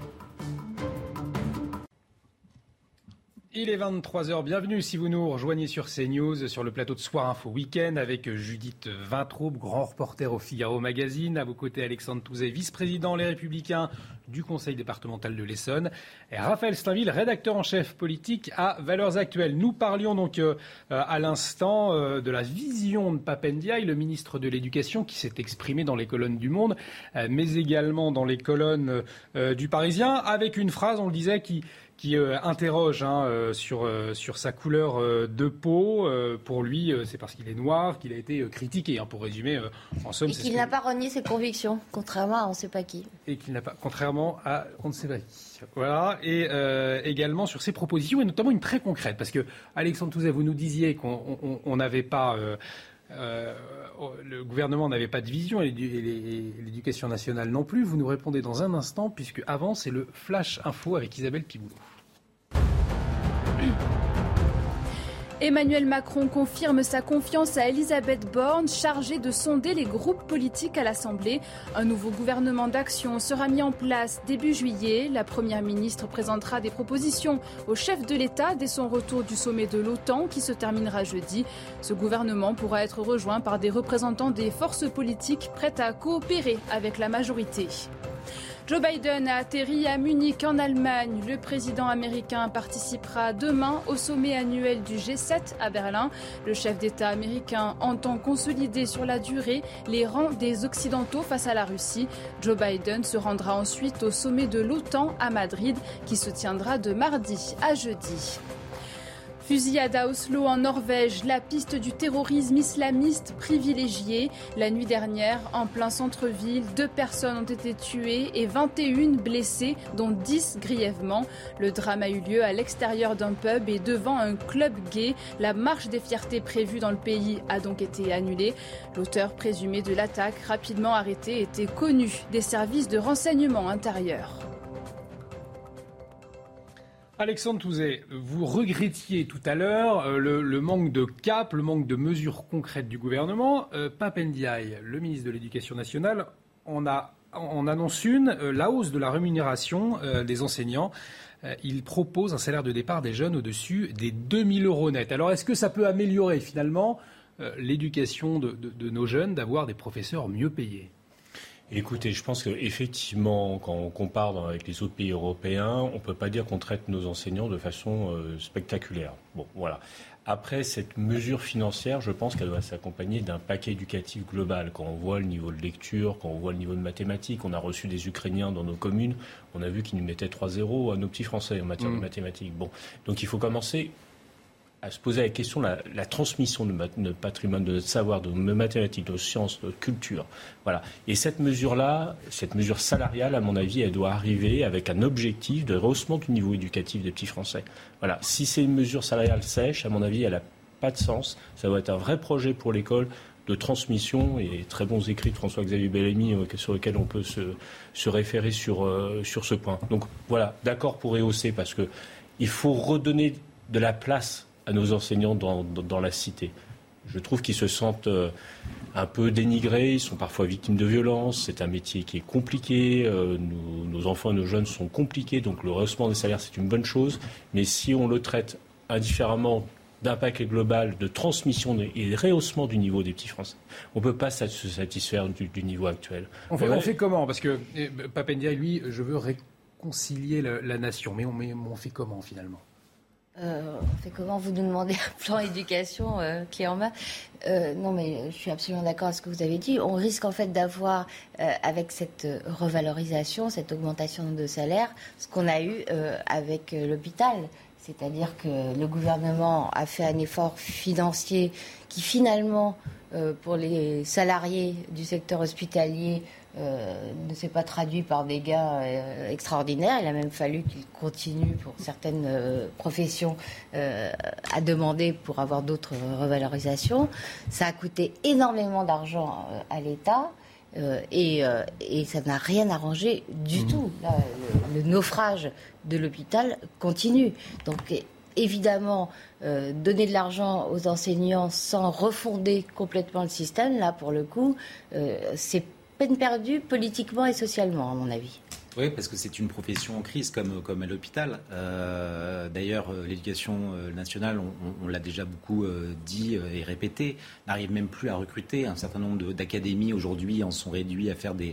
Il est 23h, bienvenue si vous nous rejoignez sur CNews, sur le plateau de Soir Info Week-end avec Judith Vintraube, grand reporter au Figaro Magazine, à vos côtés Alexandre Touzet, vice-président Les Républicains du Conseil départemental de l'Essonne, et Raphaël Steinville, rédacteur en chef politique à Valeurs Actuelles. Nous parlions donc à l'instant de la vision de Pape Ndiaye, le ministre de l'Éducation, qui s'est exprimé dans les colonnes du Monde, mais également dans les colonnes du Parisien, avec une phrase, on le disait, qui interroge sur sa couleur de peau. Pour lui, c'est parce qu'il est noir qu'il a été critiqué, pour résumer. En somme, et qu'il n'a pas renié ses convictions, contrairement à on ne sait pas qui. Et qu'il n'a pas, contrairement à on ne sait pas qui. Voilà. Et également sur ses propositions, et notamment une très concrète. Parce que, Alexandre Touzet, vous nous disiez qu'on n'avait pas... le gouvernement n'avait pas de vision et l'éducation nationale non plus. Vous nous répondez dans un instant, puisque avant, c'est le Flash Info avec Isabelle Piboulot. Emmanuel Macron confirme sa confiance à Elisabeth Borne, chargée de sonder les groupes politiques à l'Assemblée. Un nouveau gouvernement d'action sera mis en place début juillet. La Première ministre présentera des propositions au chef de l'État dès son retour du sommet de l'OTAN qui se terminera jeudi. Ce gouvernement pourra être rejoint par des représentants des forces politiques prêtes à coopérer avec la majorité. Joe Biden a atterri à Munich en Allemagne. Le président américain participera demain au sommet annuel du G7 à Berlin. Le chef d'État américain entend consolider sur la durée les rangs des Occidentaux face à la Russie. Joe Biden se rendra ensuite au sommet de l'OTAN à Madrid qui se tiendra de mardi à jeudi. Fusillade à Oslo en Norvège, la piste du terrorisme islamiste privilégiée. La nuit dernière, en plein centre-ville, 2 personnes ont été tuées et 21 blessées, dont 10 grièvement. Le drame a eu lieu à l'extérieur d'un pub et devant un club gay. La marche des fiertés prévue dans le pays a donc été annulée. L'auteur présumé de l'attaque, rapidement arrêté, était connu des services de renseignement intérieur. Alexandre Touzet, vous regrettiez tout à l'heure le manque de cap, le manque de mesures concrètes du gouvernement. Pape Ndiaye, le ministre de l'Éducation nationale, en annonce la hausse de la rémunération des enseignants. Il propose un salaire de départ des jeunes au-dessus des 2 000 € net. Alors est-ce que ça peut améliorer finalement l'éducation de nos jeunes, d'avoir des professeurs mieux payés ? Écoutez, je pense qu'effectivement, quand on compare avec les autres pays européens, on ne peut pas dire qu'on traite nos enseignants de façon spectaculaire. Bon, voilà. Après, cette mesure financière, je pense qu'elle doit s'accompagner d'un paquet éducatif global. Quand on voit le niveau de lecture, quand on voit le niveau de mathématiques, on a reçu des Ukrainiens dans nos communes, on a vu qu'ils nous mettaient 3-0 à nos petits Français en matière de mathématiques. Bon, donc il faut commencer à se poser la question de la transmission de notre patrimoine, de notre savoir, de nos mathématiques, de nos sciences, de notre culture. Voilà. Et cette mesure-là, cette mesure salariale, à mon avis, elle doit arriver avec un objectif de rehaussement du niveau éducatif des petits Français. Voilà. Si c'est une mesure salariale sèche, à mon avis, elle n'a pas de sens. Ça doit être un vrai projet pour l'école de transmission et très bons écrits de François-Xavier Bellamy sur lesquels on peut se référer sur ce point. Donc voilà, d'accord pour rehausser parce qu'il faut redonner de la place à nos enseignants dans la cité. Je trouve qu'ils se sentent un peu dénigrés, ils sont parfois victimes de violences, c'est un métier qui est compliqué, nos enfants et nos jeunes sont compliqués, donc le rehaussement des salaires c'est une bonne chose, mais si on le traite indifféremment d'un paquet global de transmission et de rehaussement du niveau des petits Français, on ne peut pas se satisfaire du niveau actuel. On fait comment ? Parce que Pape Ndiaye, lui, je veux réconcilier la nation, mais on fait comment finalement ? On fait comment ? Vous nous demandez un plan éducation clé en main. Non, mais je suis absolument d'accord avec ce que vous avez dit. On risque en fait d'avoir, avec cette revalorisation, cette augmentation de salaire, ce qu'on a eu avec l'hôpital. C'est-à-dire que le gouvernement a fait un effort financier qui finalement pour les salariés du secteur hospitalier ne s'est pas traduit par des gains extraordinaires. Il a même fallu qu'ils continuent pour certaines professions à demander pour avoir d'autres revalorisations. Ça a coûté énormément d'argent à l'État. Et ça n'a rien arrangé du tout. Là, le naufrage de l'hôpital continue. Donc évidemment, donner de l'argent aux enseignants sans refonder complètement le système, là pour le coup, c'est peine perdue politiquement et socialement à mon avis. Oui, parce que c'est une profession en crise comme à l'hôpital. D'ailleurs, l'éducation nationale, on l'a déjà beaucoup dit et répété, n'arrive même plus à recruter. Un certain nombre d'académies aujourd'hui en sont réduits à faire des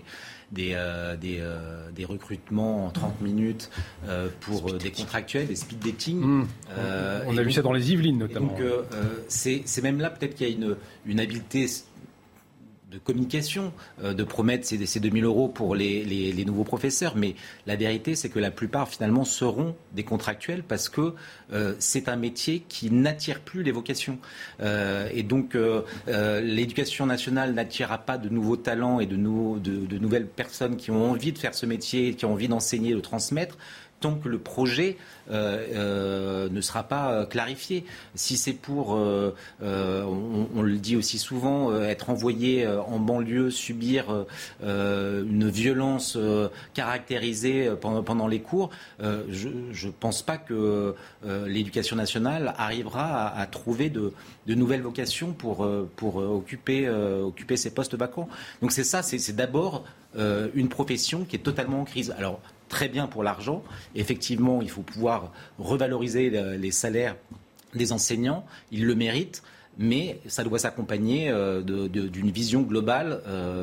recrutements en 30 minutes pour des contractuels, des speed dating. On a vu ça dans les Yvelines notamment. Donc c'est même là peut-être qu'il y a une habileté de communication, de promettre ces 2 000 € pour les nouveaux professeurs. Mais la vérité, c'est que la plupart, finalement, seront des contractuels parce que c'est un métier qui n'attire plus les vocations. Et donc, l'éducation nationale n'attirera pas de nouveaux talents et de nouvelles personnes qui ont envie de faire ce métier, qui ont envie d'enseigner, de transmettre, tant que le projet ne sera pas clarifié. Si c'est pour, on le dit aussi souvent, être envoyé en banlieue, subir une violence caractérisée pendant les cours, je ne pense pas que l'éducation nationale arrivera à trouver de nouvelles vocations pour occuper ces postes vacants. Donc c'est ça, c'est d'abord une profession qui est totalement en crise. Alors, très bien pour l'argent. Effectivement, il faut pouvoir revaloriser les salaires des enseignants. Ils le méritent, mais ça doit s'accompagner d'une vision globale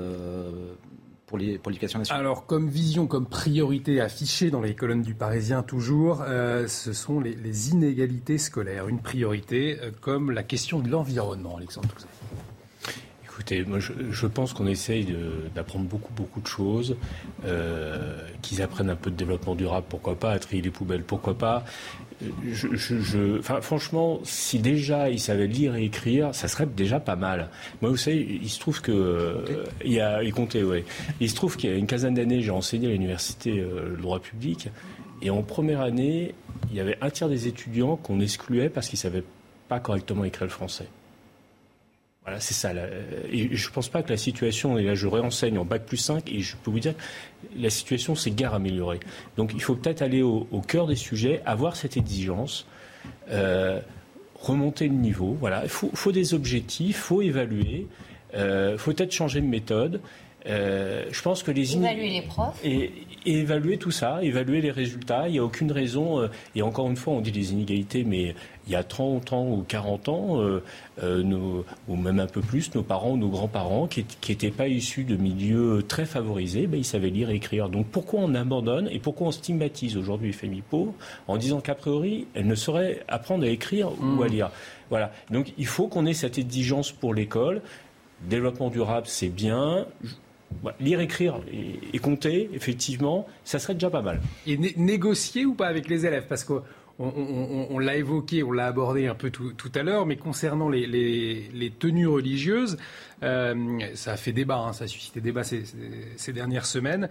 pour l'éducation nationale. Alors, comme vision, comme priorité affichée dans les colonnes du Parisien toujours, ce sont les inégalités scolaires. Une priorité comme la question de l'environnement, Alexandre Touzet. Écoutez, moi je pense qu'on essaye d'apprendre beaucoup de choses, qu'ils apprennent un peu de développement durable, pourquoi pas, à trier les poubelles, pourquoi pas. Franchement, si déjà ils savaient lire et écrire, ça serait déjà pas mal. Moi, vous savez, il se trouve que il se trouve qu'il y a une quinzaine d'années, j'ai enseigné à l'université le droit public, et en première année, il y avait un tiers des étudiants qu'on excluait parce qu'ils savaient pas correctement écrire le français. Voilà, c'est ça. Et je ne pense pas que la situation, et là je réenseigne en Bac+5, et je peux vous dire, la situation s'est guère améliorée. Donc il faut peut-être aller au cœur des sujets, avoir cette exigence, remonter le niveau. Voilà, il faut des objectifs, il faut évaluer, il faut peut-être changer de méthode. Je pense que évaluer les profs et évaluer tout ça, évaluer les résultats. Il n'y a aucune raison, et encore une fois on dit les inégalités, mais il y a 30 ans ou 40 ans, ou même un peu plus, nos parents, nos grands-parents qui n'étaient pas issus de milieux très favorisés, ils savaient lire et écrire. Donc pourquoi on abandonne et pourquoi on stigmatise aujourd'hui les familles pauvres en disant qu'a priori elles ne sauraient apprendre à écrire ou à lire. Voilà. Donc il faut qu'on ait cette exigence pour l'école. Développement durable, c'est bien. Lire, écrire et compter, effectivement, ça serait déjà pas mal. Et négocier ou pas avec les élèves ? Parce qu'on l'a évoqué, on l'a abordé un peu tout à l'heure, mais concernant les tenues religieuses, ça a fait débat, ça a suscité débat ces dernières semaines.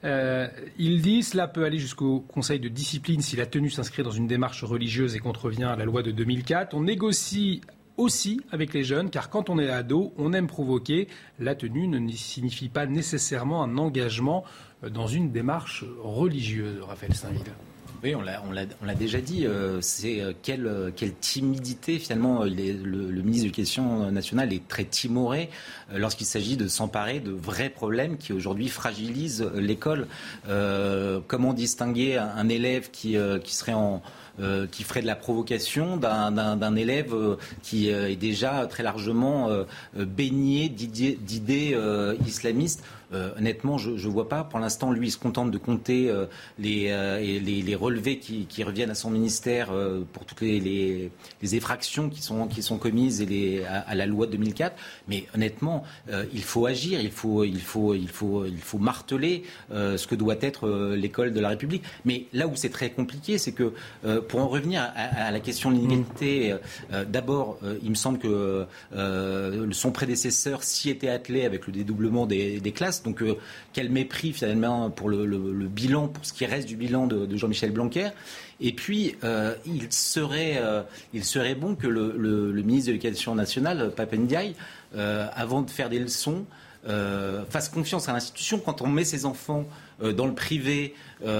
Il dit cela peut aller jusqu'au conseil de discipline si la tenue s'inscrit dans une démarche religieuse et contrevient à la loi de 2004. On négocie aussi avec les jeunes, car quand on est ado, on aime provoquer. La tenue ne signifie pas nécessairement un engagement dans une démarche religieuse, Raphaël Steinville. Oui, on l'a déjà dit. C'est quelle timidité, finalement, le ministre de l'Éducation nationale est très timoré lorsqu'il s'agit de s'emparer de vrais problèmes qui aujourd'hui fragilisent l'école. Comment distinguer un élève qui serait qui ferait de la provocation d'un élève qui est déjà très largement baigné d'idées islamistes. honnêtement, je ne vois pas. Pour l'instant, lui, il se contente de compter les relevés qui reviennent à son ministère pour toutes les effractions qui sont commises à la loi de 2004. Mais honnêtement, il faut agir, il faut marteler ce que doit être l'école de la République. Mais là où c'est très compliqué, c'est que pour en revenir à la question de l'inégalité, d'abord, il me semble que son prédécesseur s'y était attelé avec le dédoublement des classes. Donc, quel mépris finalement pour le bilan, pour ce qui reste du bilan de Jean-Michel Blanquer. Et puis, il serait bon que le ministre de l'Éducation nationale, Pape Ndiaye, avant de faire des leçons, fasse confiance à l'institution. Quand on met ses enfants dans le privé,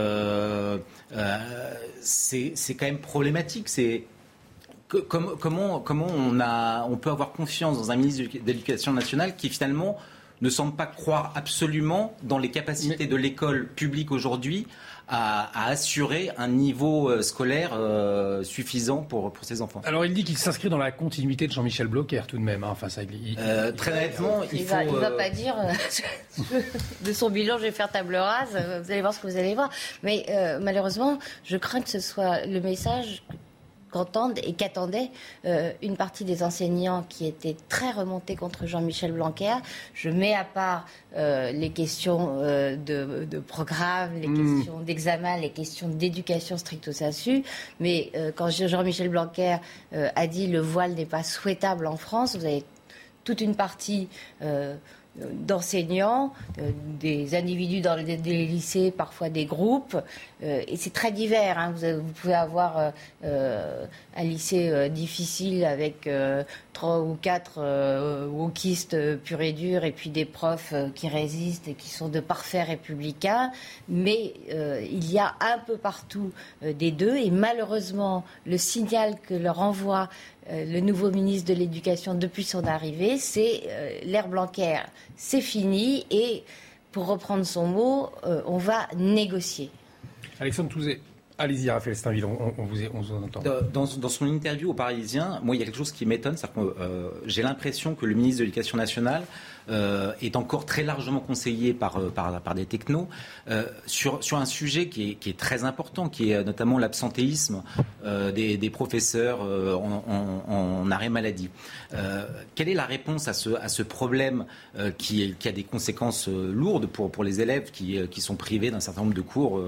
c'est quand même problématique. Comment on peut avoir confiance dans un ministre de l'Éducation nationale qui finalement ne semble pas croire absolument dans les capacités de l'école publique aujourd'hui à assurer un niveau scolaire suffisant pour ses enfants. Alors il dit qu'il s'inscrit dans la continuité de Jean-Michel Blanquer tout de même. Enfin, ça, très honnêtement, il va pas dire de son bilan je vais faire table rase. Vous allez voir ce que vous allez voir. Mais malheureusement, je crains que ce soit le message qu'attendait une partie des enseignants qui étaient très remontés contre Jean-Michel Blanquer. Je mets à part les questions de programme, les questions d'examen, les questions d'éducation stricto sensu. Mais quand Jean-Michel Blanquer a dit le voile n'est pas souhaitable en France, vous avez toute une partie d'enseignants, des individus dans des lycées, parfois des groupes, et c'est très divers. Hein. Vous pouvez avoir un lycée difficile avec 3 ou 4 wokistes purs et durs, et puis des profs qui résistent et qui sont de parfaits républicains, mais il y a un peu partout des deux, et malheureusement, le signal que leur envoie le nouveau ministre de l'Éducation depuis son arrivée, c'est l'ère Blanquer, c'est fini et, pour reprendre son mot, on va négocier. Alexandre Touzé, allez-y, Raphaël Steinville, on vous entend. Dans son interview au Parisien, moi, il y a quelque chose qui m'étonne, c'est que j'ai l'impression que le ministre de l'Éducation nationale est encore très largement conseillé par des technos sur un sujet qui est très important, qui est notamment l'absentéisme des professeurs en arrêt maladie. Quelle est la réponse à ce problème qui a des conséquences lourdes pour les élèves qui sont privés d'un certain nombre de cours?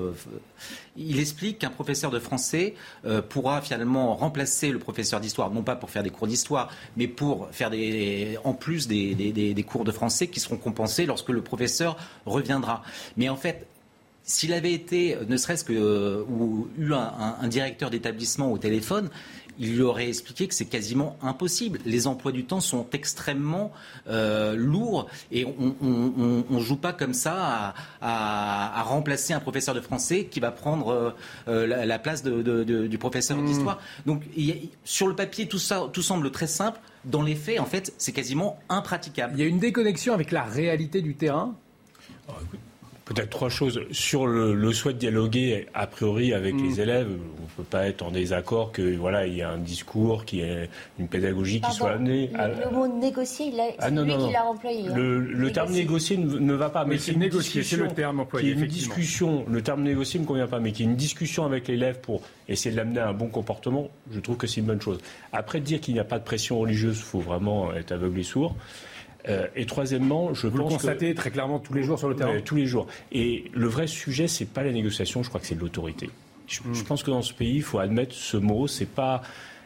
Il explique qu'un professeur de français pourra finalement remplacer le professeur d'histoire, non pas pour faire des cours d'histoire, mais pour faire en plus des cours de français qui seront compensés lorsque le professeur reviendra. Mais en fait, s'il avait été, ne serait-ce que, ou eu un directeur d'établissement au téléphone, il lui aurait expliqué que c'est quasiment impossible. Les emplois du temps sont extrêmement lourds et on ne joue pas comme ça à remplacer un professeur de français qui va prendre la place du professeur d'histoire. Donc sur le papier, tout semble très simple. Dans les faits, en fait, c'est quasiment impraticable. Il y a une déconnexion avec la réalité du terrain. Peut-être 3 choses. Sur le souhait de dialoguer, a priori, avec les élèves, on ne peut pas être en désaccord qu'il y a un discours, qu'il y ait une pédagogie qui soit amenée. Le mot négocier, c'est lui qui l'a employé. Le terme négocier ne va pas. Mais c'est négocier, c'est le terme employé. Une discussion, le terme négocier ne me convient pas, mais qu'il y ait une discussion avec l'élève pour essayer de l'amener à un bon comportement, je trouve que c'est une bonne chose. Après, dire qu'il n'y a pas de pression religieuse, il faut vraiment être aveugle et sourd. Et troisièmement, je pense que... Vous le constatez très clairement tous les jours sur le terrain. Tous les jours. Et le vrai sujet, c'est pas la négociation, je crois que c'est l'autorité. Je pense que dans ce pays, il faut admettre ce mot, c'est pas,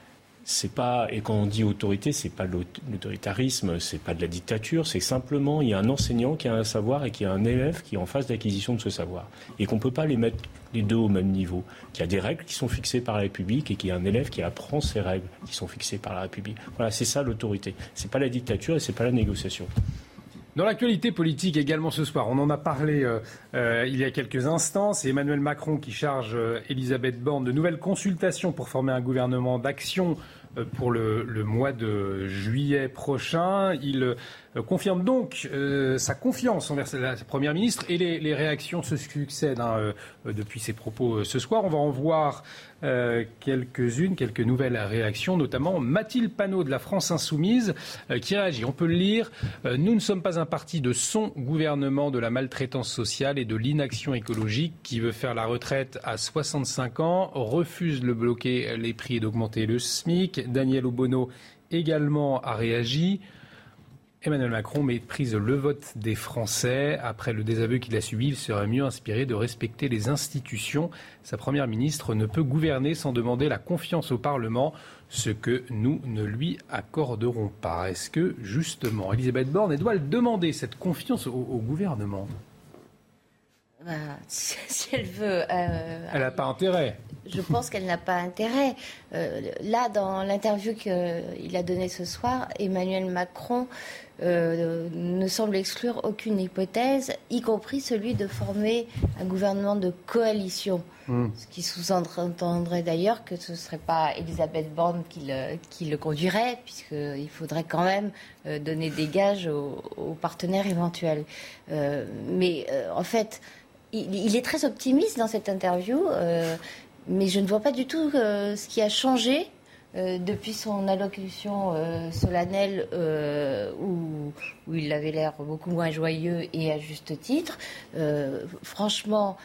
et quand on dit autorité, c'est pas l'autoritarisme, c'est pas de la dictature, c'est simplement, il y a un enseignant qui a un savoir et qui a un élève qui est en phase d'acquisition de ce savoir. Et qu'on peut pas les mettre les deux au même niveau. Qu'il y a des règles qui sont fixées par la République et qu'il y a un élève qui apprend ces règles qui sont fixées par la République. Voilà, c'est ça l'autorité. C'est pas la dictature et c'est pas la négociation. Dans l'actualité politique également ce soir, on en a parlé il y a quelques instants, c'est Emmanuel Macron qui charge Elisabeth Borne de nouvelles consultations pour former un gouvernement d'action pour le mois de juillet prochain. Il confirme donc sa confiance envers la Première ministre et les réactions se succèdent depuis ses propos ce soir. On va en voir quelques nouvelles réactions, notamment Mathilde Panot de la France Insoumise qui réagit. On peut le lire. Nous ne sommes pas un parti de son gouvernement de la maltraitance sociale et de l'inaction écologique qui veut faire la retraite à 65 ans, refuse de bloquer les prix et d'augmenter le SMIC. Daniel Obono également a réagi. Emmanuel Macron méprise le vote des Français. Après le désaveu qu'il a subi, il serait mieux inspiré de respecter les institutions. Sa première ministre ne peut gouverner sans demander la confiance au Parlement, ce que nous ne lui accorderons pas. Est-ce que, justement, Elisabeth Borne doit demander cette confiance au gouvernement ? Si elle veut... elle n'a pas intérêt. Je pense qu'elle n'a pas intérêt. Là, dans l'interview qu'il a donnée ce soir, Emmanuel Macron ne semble exclure aucune hypothèse, y compris celui de former un gouvernement de coalition. Ce qui sous-entendrait d'ailleurs que ce ne serait pas Elisabeth Borne qui le conduirait, puisqu'il faudrait quand même donner des gages aux partenaires éventuels. En fait, il est très optimiste dans cette interview, mais je ne vois pas du tout ce qui a changé depuis son allocution solennelle où il avait l'air beaucoup moins joyeux et à juste titre. Franchement,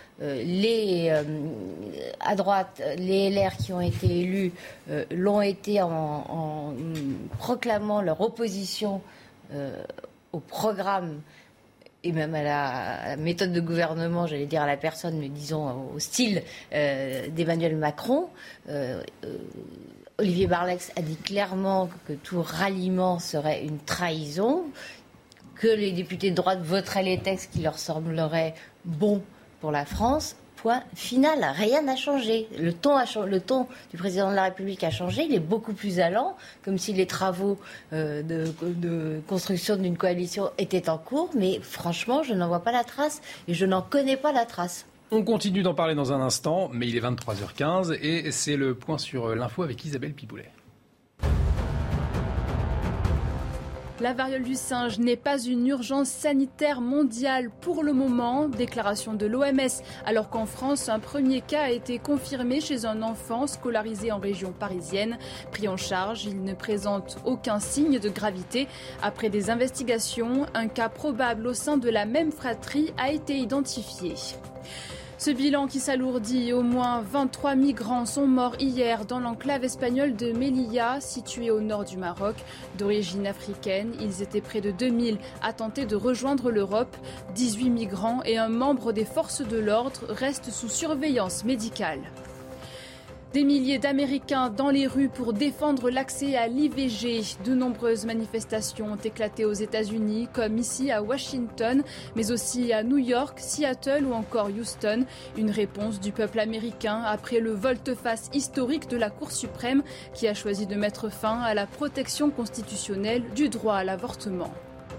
à droite, les LR qui ont été élus l'ont été en proclamant leur opposition au programme et même à la méthode de gouvernement, j'allais dire à la personne, mais disons au style d'Emmanuel Macron. Olivier Barlex a dit clairement que tout ralliement serait une trahison, que les députés de droite voteraient les textes qui leur sembleraient bons pour la France. Point final, rien n'a changé. Le ton du président de la République a changé, il est beaucoup plus allant, comme si les travaux de construction d'une coalition étaient en cours, mais franchement, je n'en vois pas la trace et je n'en connais pas la trace. On continue d'en parler dans un instant, mais il est 23h15 et c'est le point sur l'info avec Isabelle Piboulet. La variole du singe n'est pas une urgence sanitaire mondiale pour le moment, déclaration de l'OMS, alors qu'en France, un premier cas a été confirmé chez un enfant scolarisé en région parisienne. Pris en charge, il ne présente aucun signe de gravité. Après des investigations, un cas probable au sein de la même fratrie a été identifié. Ce bilan qui s'alourdit, au moins 23 migrants sont morts hier dans l'enclave espagnole de Melilla, située au nord du Maroc. D'origine africaine, ils étaient près de 2000 à tenter de rejoindre l'Europe. 18 migrants et un membre des forces de l'ordre restent sous surveillance médicale. Des milliers d'Américains dans les rues pour défendre l'accès à l'IVG. De nombreuses manifestations ont éclaté aux États-Unis, comme ici à Washington, mais aussi à New York, Seattle ou encore Houston. Une réponse du peuple américain après le volte-face historique de la Cour suprême qui a choisi de mettre fin à la protection constitutionnelle du droit à l'avortement.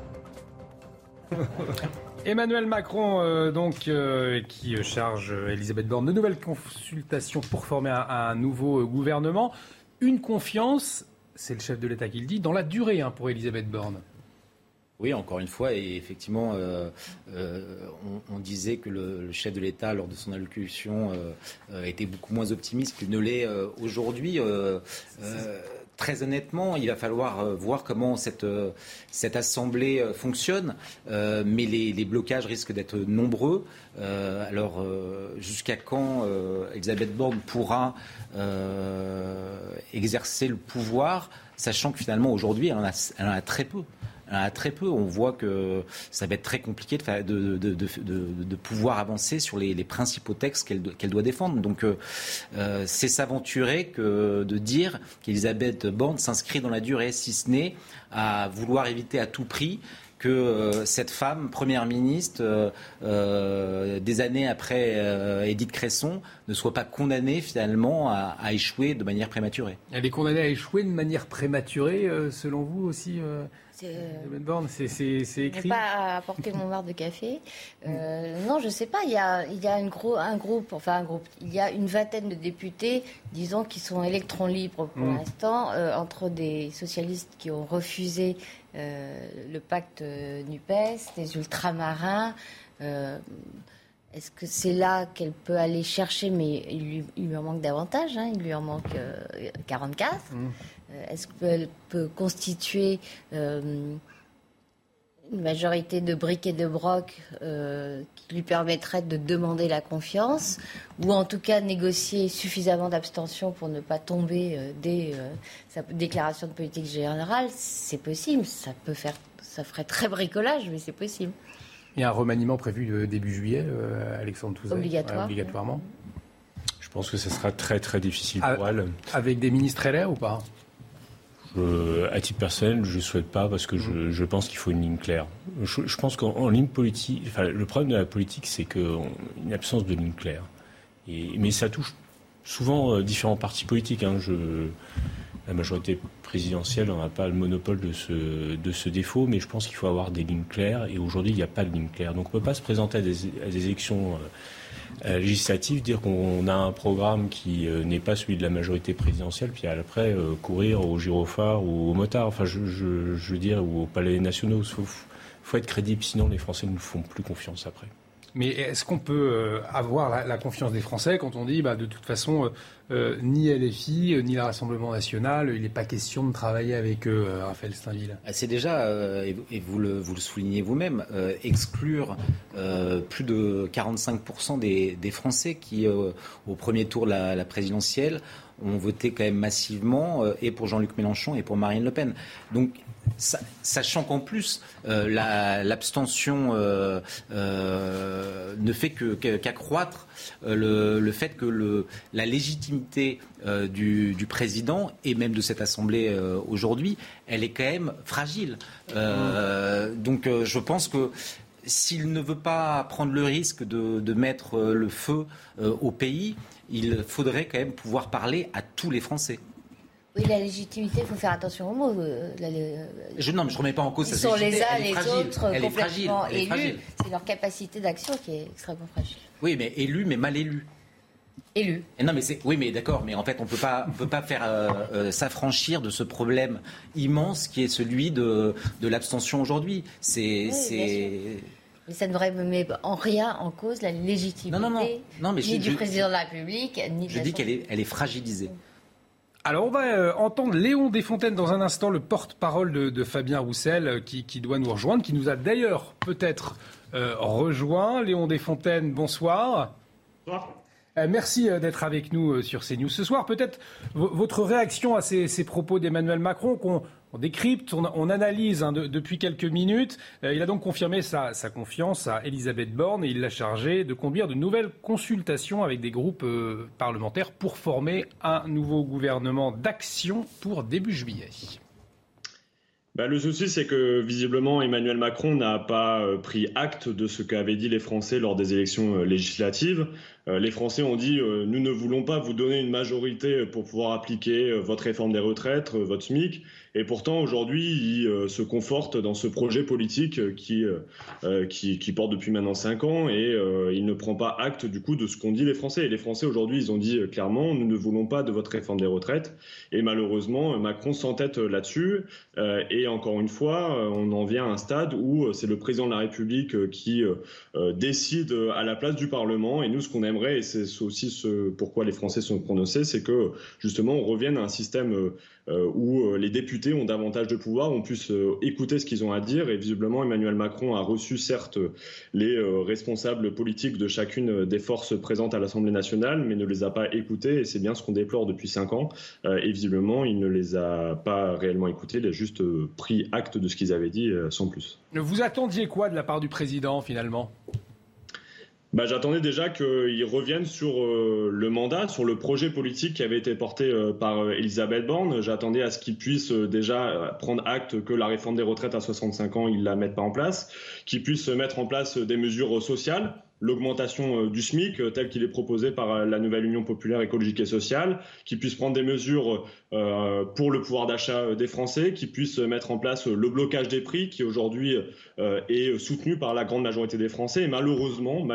Emmanuel Macron, qui charge Elisabeth Borne de nouvelles consultations pour former un nouveau gouvernement. Une confiance, c'est le chef de l'État qui le dit, dans la durée pour Elisabeth Borne. Oui, encore une fois, et effectivement, on disait que le chef de l'État, lors de son allocution, était beaucoup moins optimiste qu'il ne l'est aujourd'hui. Très honnêtement, il va falloir voir comment cette Assemblée fonctionne, mais les blocages risquent d'être nombreux. Jusqu'à quand Elisabeth Borne pourra exercer le pouvoir, sachant que finalement, aujourd'hui, elle en a très peu. Très peu. On voit que ça va être très compliqué de pouvoir avancer sur les principaux textes qu'elle doit défendre. Donc c'est s'aventurer que de dire qu'Elisabeth Borne s'inscrit dans la durée, si ce n'est à vouloir éviter à tout prix que cette femme, première ministre, des années après Édith Cresson, ne soit pas condamnée finalement à échouer de manière prématurée. Elle est condamnée à échouer de manière prématurée, selon vous aussi Elisabeth Borne, c'est écrit. Je n'ai pas apporté mon verre de café. Non, je ne sais pas. Il y a un groupe. Il y a une vingtaine de députés, disons, qui sont électrons libres pour l'instant, entre des socialistes qui ont refusé le pacte NUPES, des ultramarins. Est-ce que c'est là qu'elle peut aller chercher? Mais il lui en manque davantage, il lui en manque 44. Est-ce qu'elle peut constituer une majorité de briques et de brocs qui lui permettrait de demander la confiance, ou en tout cas négocier suffisamment d'abstention pour ne pas tomber dès sa déclaration de politique générale? C'est possible. Ça ferait très bricolage, mais c'est possible. Il y a un remaniement prévu début juillet, Alexandre Touzet. Obligatoirement. Je pense que ce sera très très difficile pour elle. Avec des ministres LR ou pas? À titre personnel, je ne souhaite pas parce que je pense qu'il faut une ligne claire. Je pense qu'en ligne politique, le problème de la politique, c'est une absence de ligne claire. Mais ça touche souvent différents partis politiques. La majorité présidentielle n'en a pas le monopole de ce défaut, mais je pense qu'il faut avoir des lignes claires. Et aujourd'hui, il n'y a pas de ligne claire. Donc on ne peut pas se présenter à des élections législatives, dire qu'on a un programme qui n'est pas celui de la majorité présidentielle, puis après courir au gyrophare ou au motard, je veux dire, ou au palais nationaux. Il faut être crédible, sinon les Français ne nous font plus confiance après. Mais est-ce qu'on peut avoir la confiance des Français quand on dit, de toute façon, ni LFI, ni le Rassemblement national, il n'est pas question de travailler avec eux, Raphaël Steinville? C'est déjà, et vous le soulignez vous-même, exclure plus de 45% des Français qui, au premier tour de la présidentielle, ont voté quand même massivement, et pour Jean-Luc Mélenchon et pour Marine Le Pen. Donc, sachant qu'en plus, l'abstention ne fait qu'accroître le fait que la légitimité du président et même de cette Assemblée aujourd'hui, elle est quand même fragile. Donc je pense que s'il ne veut pas prendre le risque de mettre le feu au pays, il faudrait quand même pouvoir parler à tous les Français. Oui, la légitimité, il faut faire attention aux mots. Je ne remets pas en cause sa légitimité. Ils sont les uns, les autres, elle complètement est fragile. élus. C'est leur capacité d'action qui est extrêmement fragile. Oui, mais élus, mais mal élus. Élus. Oui, mais d'accord, mais en fait, on peut pas faire s'affranchir de ce problème immense qui est celui de l'abstention aujourd'hui. Mais ça ne met en rien en cause la légitimité ni du président de la République, ni de Je dis qu'elle est fragilisée. Alors on va entendre Léon Desfontaines dans un instant, le porte-parole de Fabien Roussel, qui doit nous rejoindre, qui nous a d'ailleurs peut-être rejoint. Léon Desfontaines, bonsoir. Bonsoir. Merci d'être avec nous sur CNews ce soir. Peut-être votre réaction à ces propos d'Emmanuel Macron qu'on décrypte, on analyse depuis quelques minutes. Il a donc confirmé sa confiance à Elisabeth Borne et il l'a chargée de conduire de nouvelles consultations avec des groupes parlementaires pour former un nouveau gouvernement d'action pour début juillet. Le souci, c'est que visiblement Emmanuel Macron n'a pas pris acte de ce qu'avaient dit les Français lors des élections législatives. Les Français ont dit nous ne voulons pas vous donner une majorité pour pouvoir appliquer votre réforme des retraites, votre SMIC. Et pourtant, aujourd'hui, il se conforte dans ce projet politique qui porte depuis maintenant 5 ans et il ne prend pas acte du coup de ce qu'ont dit les Français. Et les Français, aujourd'hui, ils ont dit clairement nous ne voulons pas de votre réforme des retraites. Et malheureusement, Macron s'entête là-dessus. Et encore une fois, on en vient à un stade où c'est le président de la République qui décide à la place du Parlement. Et nous, ce qu'on aimerait, et c'est aussi ce pourquoi les Français sont prononcés, c'est que justement on revienne à un système où les députés ont davantage de pouvoir, on puisse écouter ce qu'ils ont à dire. Et visiblement, Emmanuel Macron a reçu certes les responsables politiques de chacune des forces présentes à l'Assemblée nationale, mais ne les a pas écoutés. Et c'est bien ce qu'on déplore depuis 5 ans. Et visiblement, il ne les a pas réellement écoutés. Il a juste pris acte de ce qu'ils avaient dit, sans plus. Vous attendiez quoi de la part du président, finalement ? J'attendais déjà qu'ils reviennent sur le mandat, sur le projet politique qui avait été porté par Elisabeth Borne. J'attendais à ce qu'ils puissent déjà prendre acte que la réforme des retraites à 65 ans, ils ne la mettent pas en place, qu'ils puissent mettre en place des mesures sociales. l'augmentation du SMIC tel qu'il est proposé par la nouvelle Union populaire écologique et sociale, qui puisse prendre des mesures pour le pouvoir d'achat des Français, qui puisse mettre en place le blocage des prix qui aujourd'hui est soutenu par la grande majorité des Français. Et malheureusement,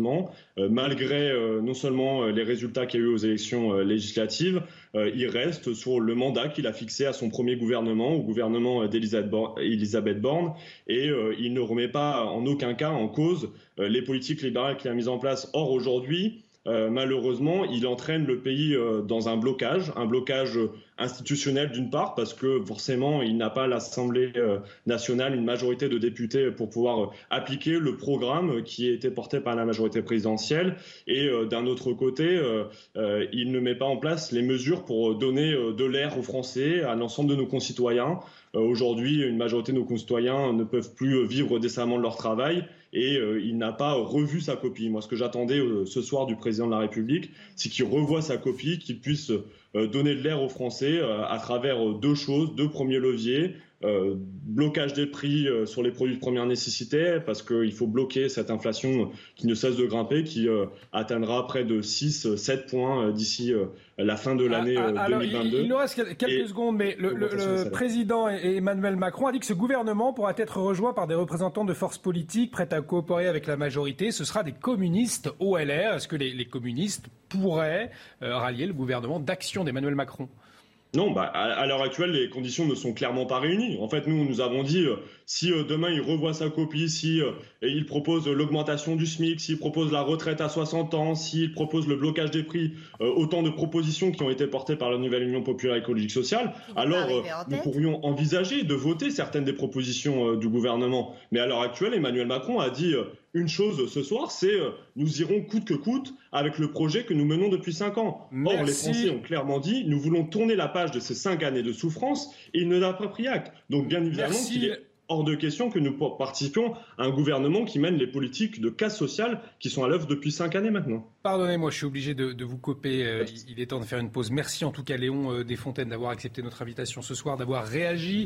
malgré non seulement les résultats qu'il y a eu aux élections législatives, il reste sur le mandat qu'il a fixé à son premier gouvernement, au gouvernement d'Elisabeth Borne, et il ne remet pas en aucun cas en cause les politiques libérales qu'il a mises en place. Or, aujourd'hui, malheureusement, il entraîne le pays dans un blocage institutionnel d'une part, parce que forcément, il n'a pas l'Assemblée nationale, une majorité de députés pour pouvoir appliquer le programme qui a été porté par la majorité présidentielle. Et d'un autre côté, il ne met pas en place les mesures pour donner de l'air aux Français, à l'ensemble de nos concitoyens. Aujourd'hui, une majorité de nos concitoyens ne peuvent plus vivre décemment de leur travail et il n'a pas revu sa copie. Moi, ce que j'attendais ce soir du président de la République, c'est qu'il revoie sa copie, qu'il puisse donner de l'air aux Français à travers deux premiers leviers. Blocage des prix sur les produits de première nécessité, parce qu'il faut bloquer cette inflation qui ne cesse de grimper, qui atteindra près de 6-7 points d'ici la fin de l'année 2022. Il nous reste quelques secondes, mais le président Emmanuel Macron a dit que ce gouvernement pourra être rejoint par des représentants de forces politiques prêtes à coopérer avec la majorité. Ce sera des communistes au LR. Est-ce que les communistes pourraient rallier le gouvernement d'action d'Emmanuel Macron ? Non, à l'heure actuelle, les conditions ne sont clairement pas réunies. En fait, nous avons dit, si demain il revoit sa copie, si il propose l'augmentation du SMIC, s'il propose la retraite à 60 ans, s'il propose le blocage des prix, autant de propositions qui ont été portées par la nouvelle Union populaire écologique sociale, alors nous pourrions envisager de voter certaines des propositions du gouvernement. Mais à l'heure actuelle, Emmanuel Macron a dit une chose ce soir, c'est nous irons coûte que coûte avec le projet que nous menons depuis 5 ans. Merci. Or, les Français ont clairement dit, nous voulons tourner la page de ces 5 années de souffrance, et il ne l'a pas pris acte. Donc bien évidemment qu'il est hors de question que nous participions à un gouvernement qui mène les politiques de casse sociale qui sont à l'œuvre depuis 5 années maintenant. Pardonnez-moi, je suis obligé de vous couper. Il est temps de faire une pause. Merci en tout cas Léon Desfontaines d'avoir accepté notre invitation ce soir, d'avoir réagi.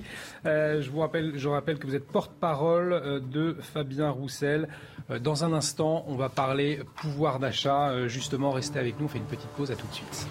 Je rappelle que vous êtes porte-parole de Fabien Roussel. Dans un instant, on va parler pouvoir d'achat. Justement, restez avec nous, on fait une petite pause, à tout de suite.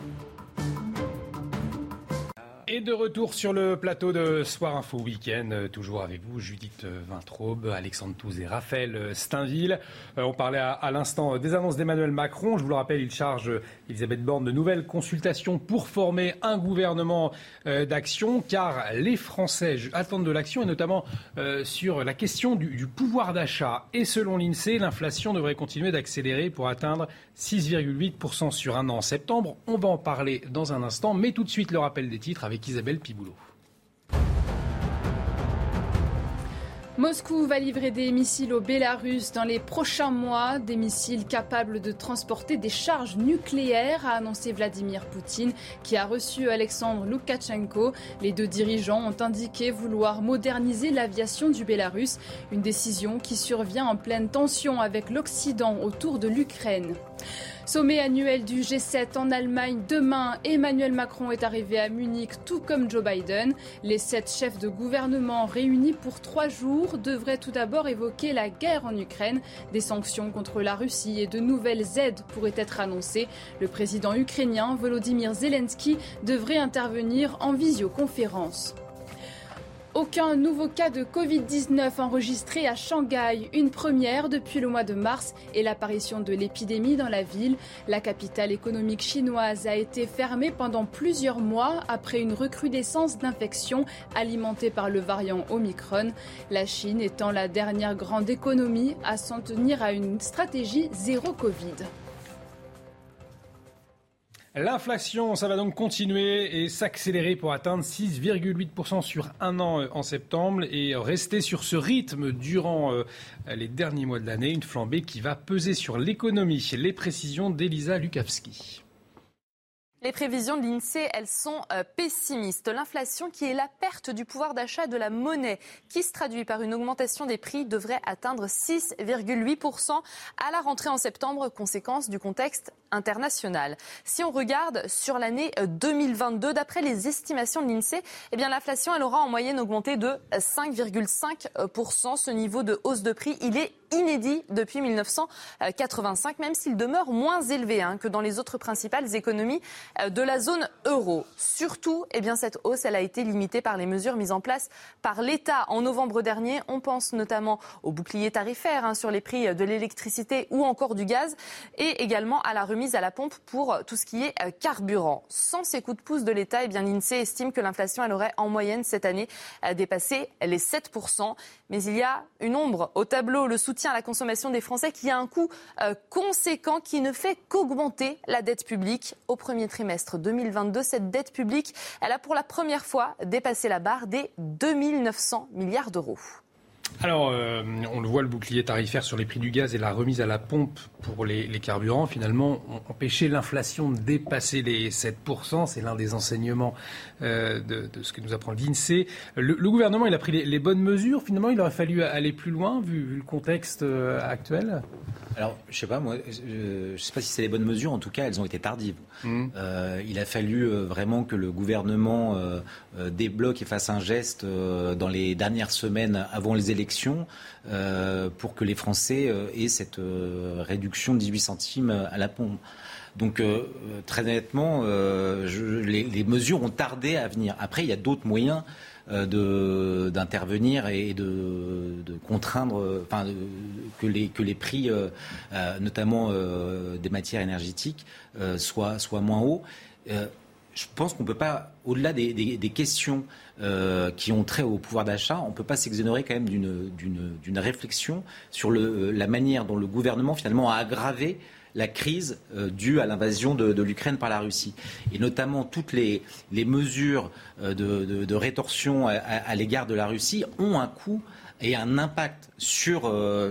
Et de retour sur le plateau de Soir Info Week-end, toujours avec vous, Judith Vintraube, Alexandre Touze et Raphaël Steinville. On parlait à l'instant des annonces d'Emmanuel Macron. Je vous le rappelle, il charge Elisabeth Borne de nouvelles consultations pour former un gouvernement d'action, car les Français attendent de l'action, et notamment sur la question du pouvoir d'achat. Et selon l'INSEE, l'inflation devrait continuer d'accélérer pour atteindre 6,8% sur un an en septembre. On va en parler dans un instant, mais tout de suite le rappel des titres avec Isabelle Piboulot. Moscou va livrer des missiles au Bélarus dans les prochains mois, des missiles capables de transporter des charges nucléaires, a annoncé Vladimir Poutine, qui a reçu Alexandre Loukachenko. Les deux dirigeants ont indiqué vouloir moderniser l'aviation du Bélarus, une décision qui survient en pleine tension avec l'Occident autour de l'Ukraine. Sommet annuel du G7 en Allemagne demain. Emmanuel Macron est arrivé à Munich, tout comme Joe Biden. Les 7 chefs de gouvernement réunis pour 3 jours devraient tout d'abord évoquer la guerre en Ukraine. Des sanctions contre la Russie et de nouvelles aides pourraient être annoncées. Le président ukrainien Volodymyr Zelensky devrait intervenir en visioconférence. Aucun nouveau cas de Covid-19 enregistré à Shanghai, une première depuis le mois de mars et l'apparition de l'épidémie dans la ville. La capitale économique chinoise a été fermée pendant plusieurs mois après une recrudescence d'infections alimentée par le variant Omicron. La Chine étant la dernière grande économie à s'en tenir à une stratégie zéro Covid. L'inflation, ça va donc continuer et s'accélérer pour atteindre 6,8% sur un an en septembre et rester sur ce rythme durant les derniers mois de l'année. Une flambée qui va peser sur l'économie. Les précisions d'Elisa Lukavski. Les prévisions de l'INSEE, elles sont pessimistes. L'inflation, qui est la perte du pouvoir d'achat de la monnaie, qui se traduit par une augmentation des prix, devrait atteindre 6,8% à la rentrée en septembre, conséquence du contexte international. Si on regarde sur l'année 2022, d'après les estimations de l'INSEE, eh bien l'inflation, elle aura en moyenne augmenté de 5,5%. Ce niveau de hausse de prix, il est inédit depuis 1985, même s'il demeure moins élevé que dans les autres principales économies de la zone euro. Surtout, cette hausse, elle a été limitée par les mesures mises en place par l'État en novembre dernier. On pense notamment au bouclier tarifaire sur les prix de l'électricité ou encore du gaz, et également à la remise à la pompe pour tout ce qui est carburant. Sans ces coups de pouce de l'État, l'INSEE estime que l'inflation elle aurait en moyenne cette année dépassé les 7%. Mais il y a une ombre au tableau, le soutien à la consommation des Français qui a un coût conséquent qui ne fait qu'augmenter la dette publique. Au premier trimestre 2022, cette dette publique, elle a pour la première fois dépassé la barre des 2 900 milliards d'euros. Alors, on le voit, le bouclier tarifaire sur les prix du gaz et la remise à la pompe pour les carburants, finalement, ont empêché l'inflation de dépasser les 7%. C'est l'un des enseignements de ce que nous apprend l'INSEE. Le gouvernement, il a pris les bonnes mesures. Finalement, il aurait fallu aller plus loin, vu le contexte actuel. Alors, je sais pas, moi, je sais pas si c'est les bonnes mesures. En tout cas, elles ont été tardives. Il a fallu vraiment que le gouvernement débloque et fasse un geste dans les dernières semaines avant les élections pour que les Français aient cette réduction de 18 centimes à la pompe. Donc, très honnêtement, les mesures ont tardé à venir. Après, il y a d'autres moyens d'intervenir et de contraindre, que les prix, notamment des matières énergétiques, soient moins hauts. Je pense qu'on ne peut pas, au-delà des questions qui ont trait au pouvoir d'achat, on ne peut pas s'exonérer quand même d'une réflexion sur la manière dont le gouvernement finalement a aggravé la crise due à l'invasion de l'Ukraine par la Russie. Et notamment toutes les mesures de rétorsion à l'égard de la Russie ont un coût et un impact sur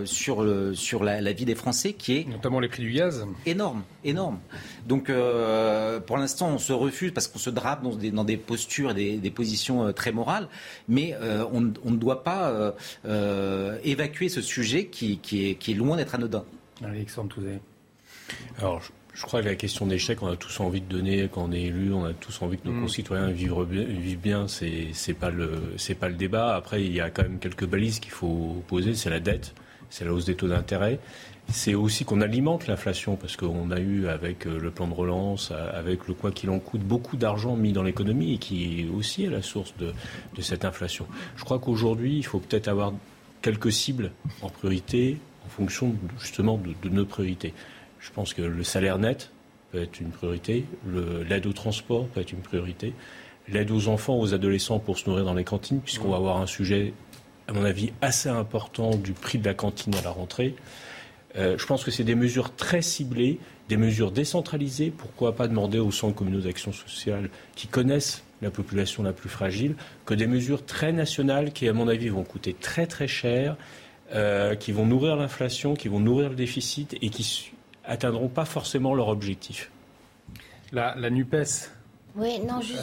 la vie des Français qui est... Notamment les prix du gaz. Énorme. Donc pour l'instant on se refuse parce qu'on se drape dans des postures et des positions très morales, mais on ne doit pas évacuer ce sujet qui est loin d'être anodin. Alexandre Touzet. Alors, je crois que la question d'échec, on a tous envie de donner quand on est élu, on a tous envie que nos concitoyens vivent bien. C'est pas le débat. Après, il y a quand même quelques balises qu'il faut poser. C'est la dette, c'est la hausse des taux d'intérêt. C'est aussi qu'on alimente l'inflation parce qu'on a eu avec le plan de relance, avec le quoi qu'il en coûte, beaucoup d'argent mis dans l'économie et qui est aussi à la source de cette inflation. Je crois qu'aujourd'hui, il faut peut-être avoir quelques cibles en priorité en fonction justement de nos priorités. Je pense que le salaire net peut être une priorité, l'aide au transport peut être une priorité, l'aide aux enfants, aux adolescents pour se nourrir dans les cantines, puisqu'on va avoir un sujet, à mon avis, assez important du prix de la cantine à la rentrée. Je pense que c'est des mesures très ciblées, des mesures décentralisées. Pourquoi pas demander aux centres communaux d'action sociale qui connaissent la population la plus fragile, que des mesures très nationales qui, à mon avis, vont coûter très très cher, qui vont nourrir l'inflation, qui vont nourrir le déficit et qui atteindront pas forcément leur objectif. La NUPES. Oui, non, juste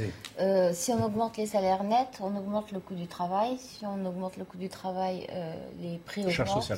si on augmente les salaires nets, on augmente le coût du travail. Si on augmente le coût du travail, les prix augmentent. Charges sociales.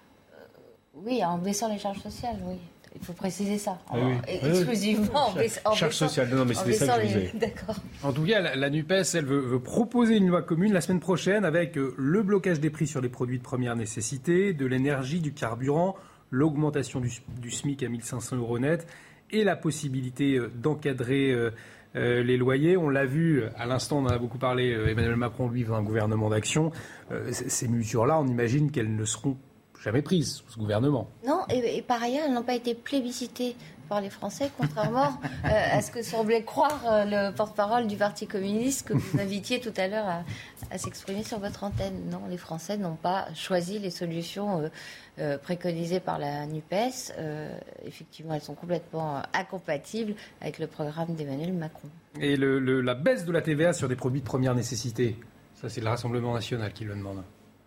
Oui, en baissant les charges sociales, oui. Il faut préciser ça. Exclusivement en charges sociales. Non, mais c'est ça que je disais. D'accord. En tout cas, la NUPES, elle veut proposer une loi commune la semaine prochaine avec le blocage des prix sur les produits de première nécessité, de l'énergie, du carburant, l'augmentation du SMIC à 1 500 € net et la possibilité d'encadrer les loyers. On l'a vu, à l'instant, on en a beaucoup parlé, Emmanuel Macron, lui, veut un gouvernement d'action. Ces mesures-là, on imagine qu'elles ne seront jamais prises sous ce gouvernement. Non, et par ailleurs, elles n'ont pas été plébiscitées par les Français, contrairement à ce que semblait croire le porte-parole du Parti communiste que vous invitiez tout à l'heure à s'exprimer sur votre antenne. Non, les Français n'ont pas choisi les solutions préconisées par la NUPES. Effectivement, elles sont complètement incompatibles avec le programme d'Emmanuel Macron. Et la baisse de la TVA sur des produits de première nécessité, ça c'est le Rassemblement national qui le demande.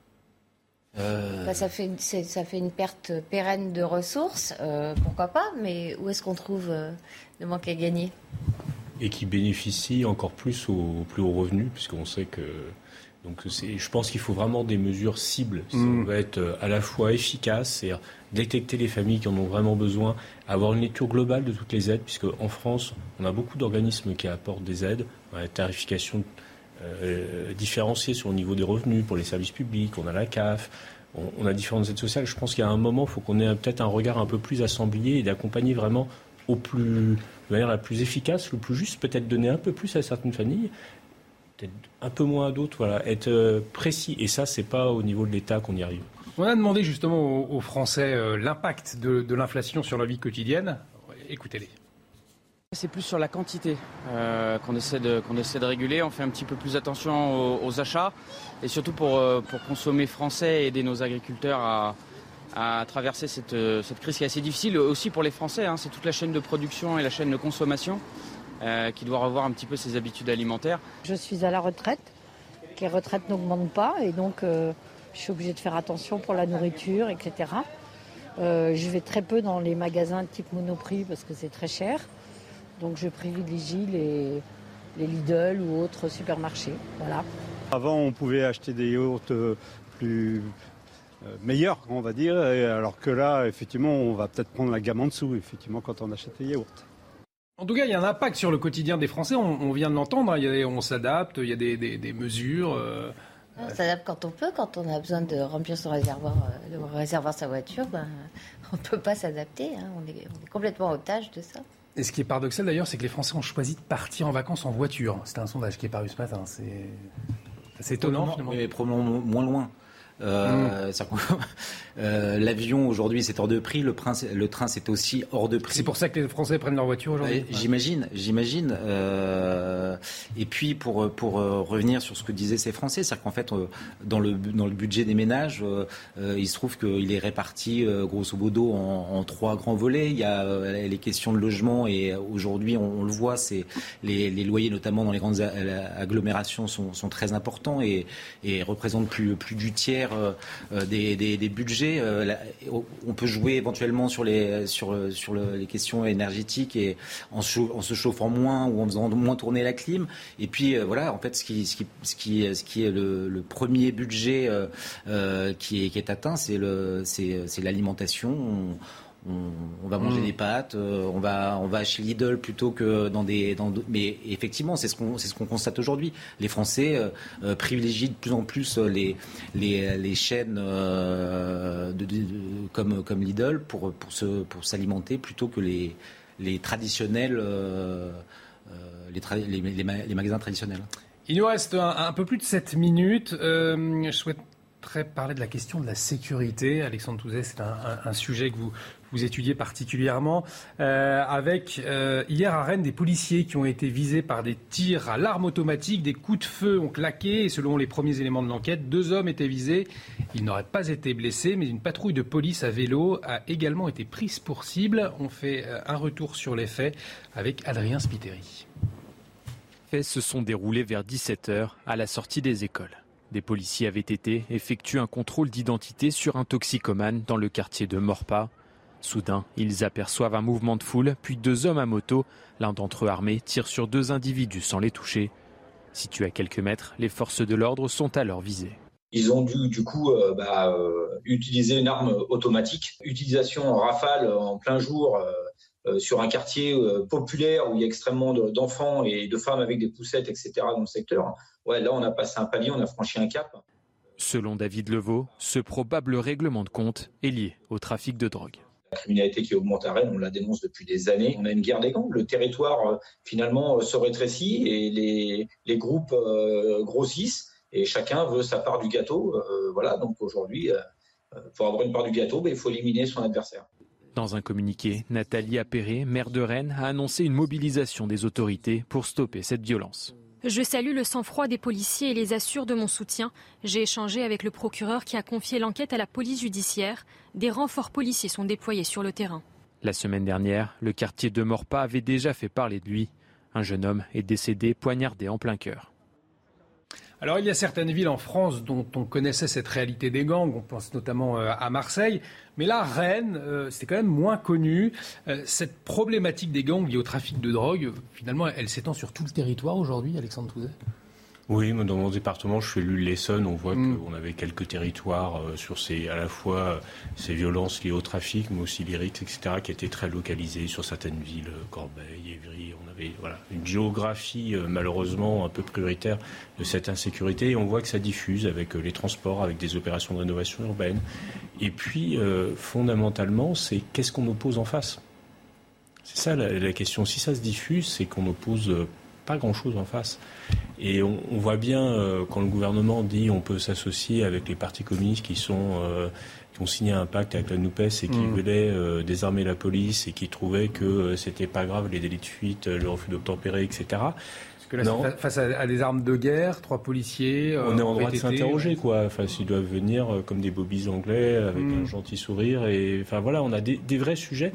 Ça fait une perte pérenne de ressources, pourquoi pas, mais où est-ce qu'on trouve le manque à gagner ? Et qui bénéficie encore plus aux plus hauts revenus, puisqu'on sait que... Donc je pense qu'il faut vraiment des mesures cibles. Ça va être à la fois efficace, c'est-à-dire détecter les familles qui en ont vraiment besoin, avoir une lecture globale de toutes les aides, puisque en France, on a beaucoup d'organismes qui apportent des aides, la tarification différenciée sur le niveau des revenus pour les services publics, on a la CAF, on a différentes aides sociales. Je pense qu'il y a un moment, il faut qu'on ait peut-être un regard un peu plus assemblé et d'accompagner vraiment de manière la plus efficace, le plus juste, peut-être donner un peu plus à certaines familles, peut-être un peu moins à d'autres, voilà, être précis. Et ça, c'est pas au niveau de l'État qu'on y arrive. On a demandé justement aux Français l'impact de l'inflation sur leur vie quotidienne. Écoutez-les. C'est plus sur la quantité qu'on essaie de réguler. On fait un petit peu plus attention aux achats et surtout pour consommer français et aider nos agriculteurs à traverser cette crise qui est assez difficile aussi pour les Français. Hein. C'est toute la chaîne de production et la chaîne de consommation qui doit revoir un petit peu ses habitudes alimentaires. Je suis à la retraite, les retraites n'augmentent pas et donc je suis obligée de faire attention pour la nourriture, etc. Je vais très peu dans les magasins de type Monoprix parce que c'est très cher. Donc je privilégie les Lidl ou autres supermarchés. Voilà. Avant, on pouvait acheter des yaourts plus meilleurs, on va dire, alors que là, effectivement, on va peut-être prendre la gamme en dessous, effectivement, quand on achète les yaourts. En tout cas, il y a un impact sur le quotidien des Français, on vient de l'entendre, on s'adapte, il y a des mesures. On s'adapte quand on peut, quand on a besoin de remplir son réservoir, de réservoir sa voiture, on ne peut pas s'adapter, hein, on est complètement otage de ça. Et ce qui est paradoxal d'ailleurs, c'est que les Français ont choisi de partir en vacances en voiture. C'était un sondage qui est paru ce matin. C'est étonnant. Mais probablement moins loin. L'avion aujourd'hui c'est hors de prix, le train c'est aussi hors de prix. C'est pour ça que les Français prennent leur voiture aujourd'hui. J'imagine. Et puis pour revenir sur ce que disaient ces Français, c'est-à-dire qu'en fait dans le budget des ménages, il se trouve qu'il est réparti grosso modo en 3 grands volets. Il y a les questions de logement et aujourd'hui on le voit, c'est les loyers notamment dans les grandes agglomérations sont très importants et représentent plus du tiers des budgets. On peut jouer éventuellement sur les questions énergétiques et en se chauffant moins ou en faisant moins tourner la clim. Et puis voilà, en fait, ce qui est le premier budget qui est atteint, c'est l'alimentation. On va manger des pâtes, on va chez Lidl plutôt que mais effectivement c'est ce qu'on constate aujourd'hui. Les Français privilégient de plus en plus les chaînes comme Lidl pour s'alimenter plutôt que les traditionnels les magasins traditionnels. Il nous reste un peu plus de 7 minutes. Je souhaiterais parler de la question de la sécurité. Alexandre Touzet, c'est un sujet que vous étudiez particulièrement, avec hier à Rennes des policiers qui ont été visés par des tirs à l'arme automatique, des coups de feu ont claqué et selon les premiers éléments de l'enquête, 2 hommes étaient visés. Ils n'auraient pas été blessés, mais une patrouille de police à vélo a également été prise pour cible. On fait un retour sur les faits avec Adrien Spiteri. Les faits se sont déroulés vers 17h à la sortie des écoles. Des policiers avaient effectué un contrôle d'identité sur un toxicomane dans le quartier de Morpas. Soudain, ils aperçoivent un mouvement de foule, puis 2 hommes à moto. L'un d'entre eux armé tire sur 2 individus sans les toucher. Situés à quelques mètres, les forces de l'ordre sont alors visées. Ils ont dû du coup utiliser une arme automatique. Utilisation en rafale en plein jour sur un quartier populaire où il y a extrêmement d'enfants et de femmes avec des poussettes, etc. dans le secteur. Ouais, là, on a passé un palier, on a franchi un cap. Selon David Levaux, ce probable règlement de compte est lié au trafic de drogue. La criminalité qui augmente à Rennes, on la dénonce depuis des années. On a une guerre des gangs. Le territoire, finalement, se rétrécit et les groupes grossissent et chacun veut sa part du gâteau. Voilà, donc aujourd'hui, pour avoir une part du gâteau, il faut éliminer son adversaire. Dans un communiqué, Nathalie Appéré, maire de Rennes, a annoncé une mobilisation des autorités pour stopper cette violence. Je salue le sang-froid des policiers et les assure de mon soutien. J'ai échangé avec le procureur qui a confié l'enquête à la police judiciaire. Des renforts policiers sont déployés sur le terrain. La semaine dernière, le quartier de Morpas avait déjà fait parler de lui. Un jeune homme est décédé poignardé en plein cœur. Alors il y a certaines villes en France dont on connaissait cette réalité des gangs, on pense notamment à Marseille, mais là Rennes, c'était quand même moins connu. Cette problématique des gangs liée au trafic de drogue, finalement elle s'étend sur tout le territoire aujourd'hui, Alexandre Touzet ? Oui, dans mon département, je suis élu de l'Essonne. On voit qu'on avait quelques territoires sur à la fois ces violences liées au trafic, mais aussi l'IRIX, etc., qui étaient très localisées sur certaines villes, Corbeil, Évry. On avait une géographie malheureusement un peu prioritaire de cette insécurité. Et on voit que ça diffuse avec les transports, avec des opérations de rénovation urbaine. Et puis, fondamentalement, c'est qu'est-ce qu'on oppose en face ? C'est ça la question. Si ça se diffuse, c'est qu'on oppose pas grand-chose en face. Et on voit bien quand le gouvernement dit on peut s'associer avec les partis communistes qui ont signé un pacte avec la NUPES et qui voulaient désarmer la police et qui trouvaient que c'était pas grave les délits de fuite, le refus d'obtempérer, etc. Parce que là, face à des armes de guerre, 3 policiers... on est en droit de s'interroger, quoi. Enfin, s'ils doivent venir comme des bobbies anglais avec un gentil sourire. Et, enfin, voilà, on a des vrais sujets.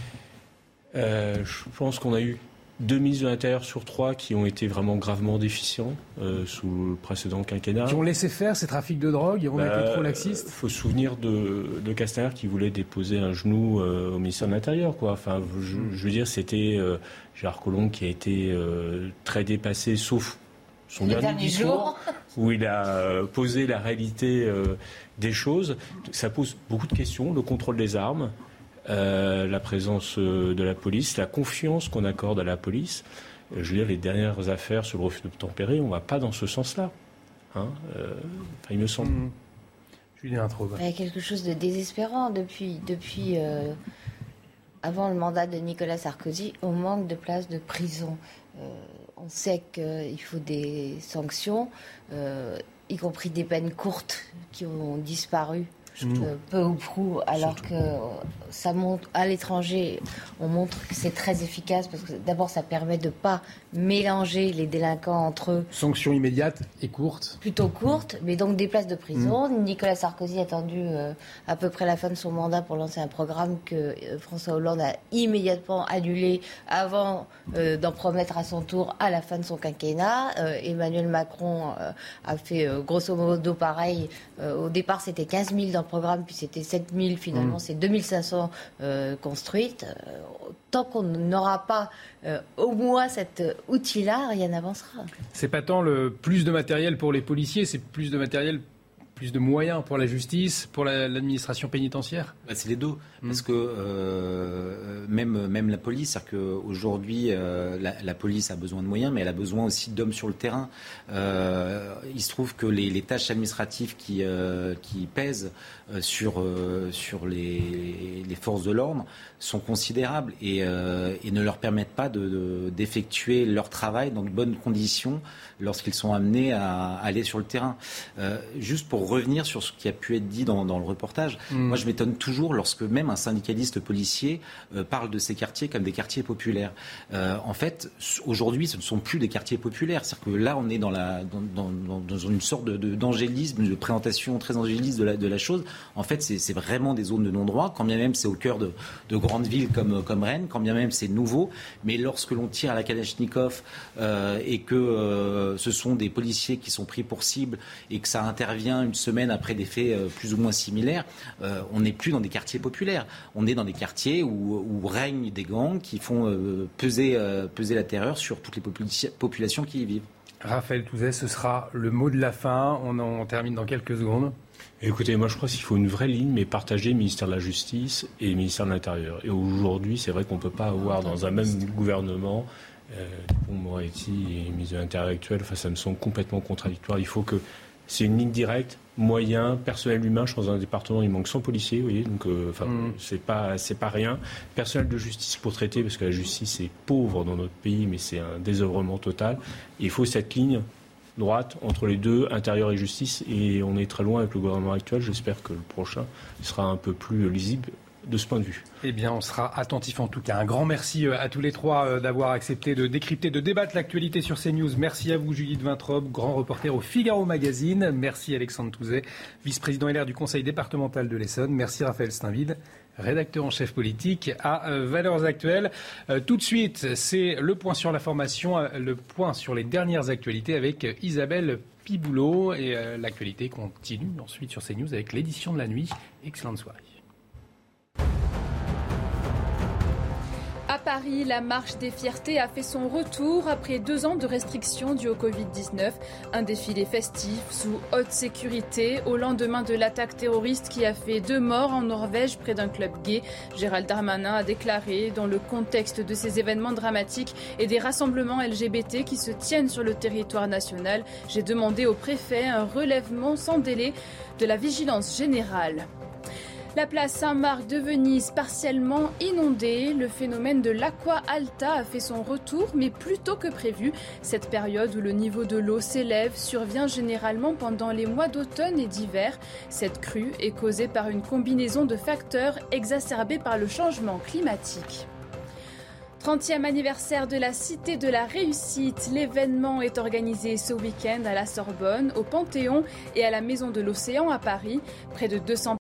Je pense qu'on a eu 2 ministres de l'Intérieur sur 3 qui ont été vraiment gravement déficients sous le précédent quinquennat. Qui ont laissé faire ces trafics de drogue, ils ont été trop laxistes. Il faut se souvenir de Castaner qui voulait déposer un genou au ministère de l'Intérieur, quoi. Enfin, je veux dire, c'était Gérard Collomb qui a été très dépassé, sauf son dernier discours, où il a posé la réalité des choses. Ça pose beaucoup de questions, le contrôle des armes. La présence de la police, la confiance qu'on accorde à la police. Je veux dire, les dernières affaires sur le refus d'obtempérer, on ne va pas dans ce sens-là. Il me semble. Julien Traube. Il y a quelque chose de désespérant depuis avant le mandat de Nicolas Sarkozy. On manque de places de prison. On sait qu'il faut des sanctions, y compris des peines courtes qui ont disparu. Peu ou prou, alors que ça montre à l'étranger, on montre que c'est très efficace parce que d'abord ça permet de ne pas mélanger les délinquants entre eux. Sanctions immédiates et courtes. Plutôt courtes, mais donc des places de prison. Nicolas Sarkozy a attendu à peu près la fin de son mandat pour lancer un programme que François Hollande a immédiatement annulé avant d'en promettre à son tour à la fin de son quinquennat. Emmanuel Macron a fait grosso modo pareil. Au départ c'était 15 000 dans le programme, puis c'était 7 000, finalement c'est 2500 construites. Tant qu'on n'aura pas au moins cet outil-là, rien n'avancera. C'est pas tant le plus de matériel pour les policiers, c'est plus de matériel, plus de moyens pour la justice, pour l'administration pénitentiaire. C'est les deux, parce que même la police, c'est-à-dire qu'aujourd'hui la police a besoin de moyens, mais elle a besoin aussi d'hommes sur le terrain. Il se trouve que les tâches administratives qui pèsent sur les forces de l'ordre sont considérables et ne leur permettent pas d'effectuer leur travail dans de bonnes conditions lorsqu'ils sont amenés à aller sur le terrain. Juste pour revenir sur ce qui a pu être dit dans le reportage, moi je m'étonne toujours lorsque même un syndicaliste policier parle de ces quartiers comme des quartiers populaires. En fait, aujourd'hui, ce ne sont plus des quartiers populaires. C'est-à-dire que là, on est dans une sorte d'angélisme, de présentation très angéliste de la chose. En fait, c'est vraiment des zones de non-droit, quand bien même c'est au cœur de grandes villes comme Rennes, quand bien même c'est nouveau. Mais lorsque l'on tire à la Kalachnikov et que ce sont des policiers qui sont pris pour cible et que ça intervient une semaine après des faits plus ou moins similaires, on n'est plus dans des quartiers populaires. On est dans des quartiers où règnent des gangs qui font peser la terreur sur toutes les populations qui y vivent. Raphaël Touzet, ce sera le mot de la fin. On termine dans quelques secondes. Écoutez, moi je crois qu'il faut une vraie ligne, mais partagée, ministère de la Justice et ministère de l'Intérieur. Et aujourd'hui, c'est vrai qu'on ne peut pas avoir dans un même gouvernement Moretti et ministre de l'Intérieur actuel. Enfin, ça me semble complètement contradictoire. Il faut que c'est une ligne directe, moyens, personnel humain. Je pense que dans un département, il manque 100 policiers, vous voyez, donc c'est pas rien. Personnel de justice pour traiter, parce que la justice est pauvre dans notre pays, mais c'est un désœuvrement total. Et il faut cette ligne droite entre les deux, intérieur et justice, et on est très loin avec le gouvernement actuel. J'espère que le prochain sera un peu plus lisible de ce point de vue. Eh bien, on sera attentif en tout cas. Un grand merci à tous les trois d'avoir accepté de décrypter, de débattre l'actualité sur CNews. Merci à vous, Judith Vintraube, grand reporter au Figaro Magazine. Merci Alexandre Touzet, vice-président LR du Conseil départemental de l'Essonne. Merci Raphaël Steinville, rédacteur en chef politique à Valeurs Actuelles. Tout de suite, c'est le point sur l'information, le point sur les dernières actualités avec Isabelle Piboulot. Et l'actualité continue ensuite sur CNews avec l'édition de la nuit. Excellente soirée. À Paris, la marche des fiertés a fait son retour après 2 ans de restrictions dues au Covid-19. Un défilé festif sous haute sécurité au lendemain de l'attaque terroriste qui a fait 2 morts en Norvège près d'un club gay. Gérald Darmanin a déclaré, dans le contexte de ces événements dramatiques et des rassemblements LGBT qui se tiennent sur le territoire national, j'ai demandé au préfet un relèvement sans délai de la vigilance générale. La place Saint-Marc de Venise partiellement inondée. Le phénomène de l'aqua alta a fait son retour, mais plus tôt que prévu. Cette période où le niveau de l'eau s'élève survient généralement pendant les mois d'automne et d'hiver. Cette crue est causée par une combinaison de facteurs exacerbés par le changement climatique. 30e anniversaire de la Cité de la Réussite. L'événement est organisé ce week-end à la Sorbonne, au Panthéon et à la Maison de l'Océan à Paris. Près de 200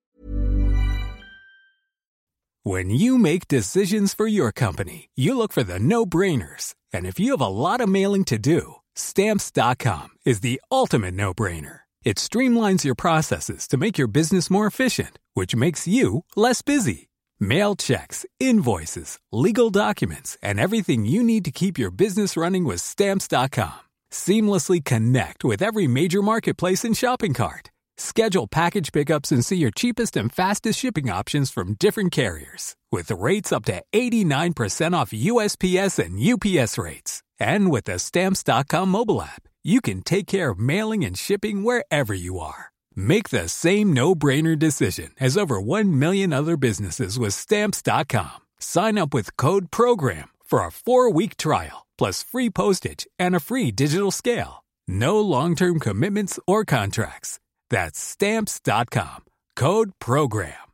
When you make decisions for your company, you look for the no-brainers. And if you have a lot of mailing to do, Stamps.com is the ultimate no-brainer. It streamlines your processes to make your business more efficient, which makes you less busy. Mail checks, invoices, legal documents, and everything you need to keep your business running with Stamps.com. Seamlessly connect with every major marketplace and shopping cart. Schedule package pickups and see your cheapest and fastest shipping options from different carriers. With rates up to 89% off USPS and UPS rates. And with the Stamps.com mobile app, you can take care of mailing and shipping wherever you are. Make the same no-brainer decision as over 1 million other businesses with Stamps.com. Sign up with code PROGRAM for a 4-week trial, plus free postage and a free digital scale. No long-term commitments or contracts. That's Stamps.com. Code PROGRAM.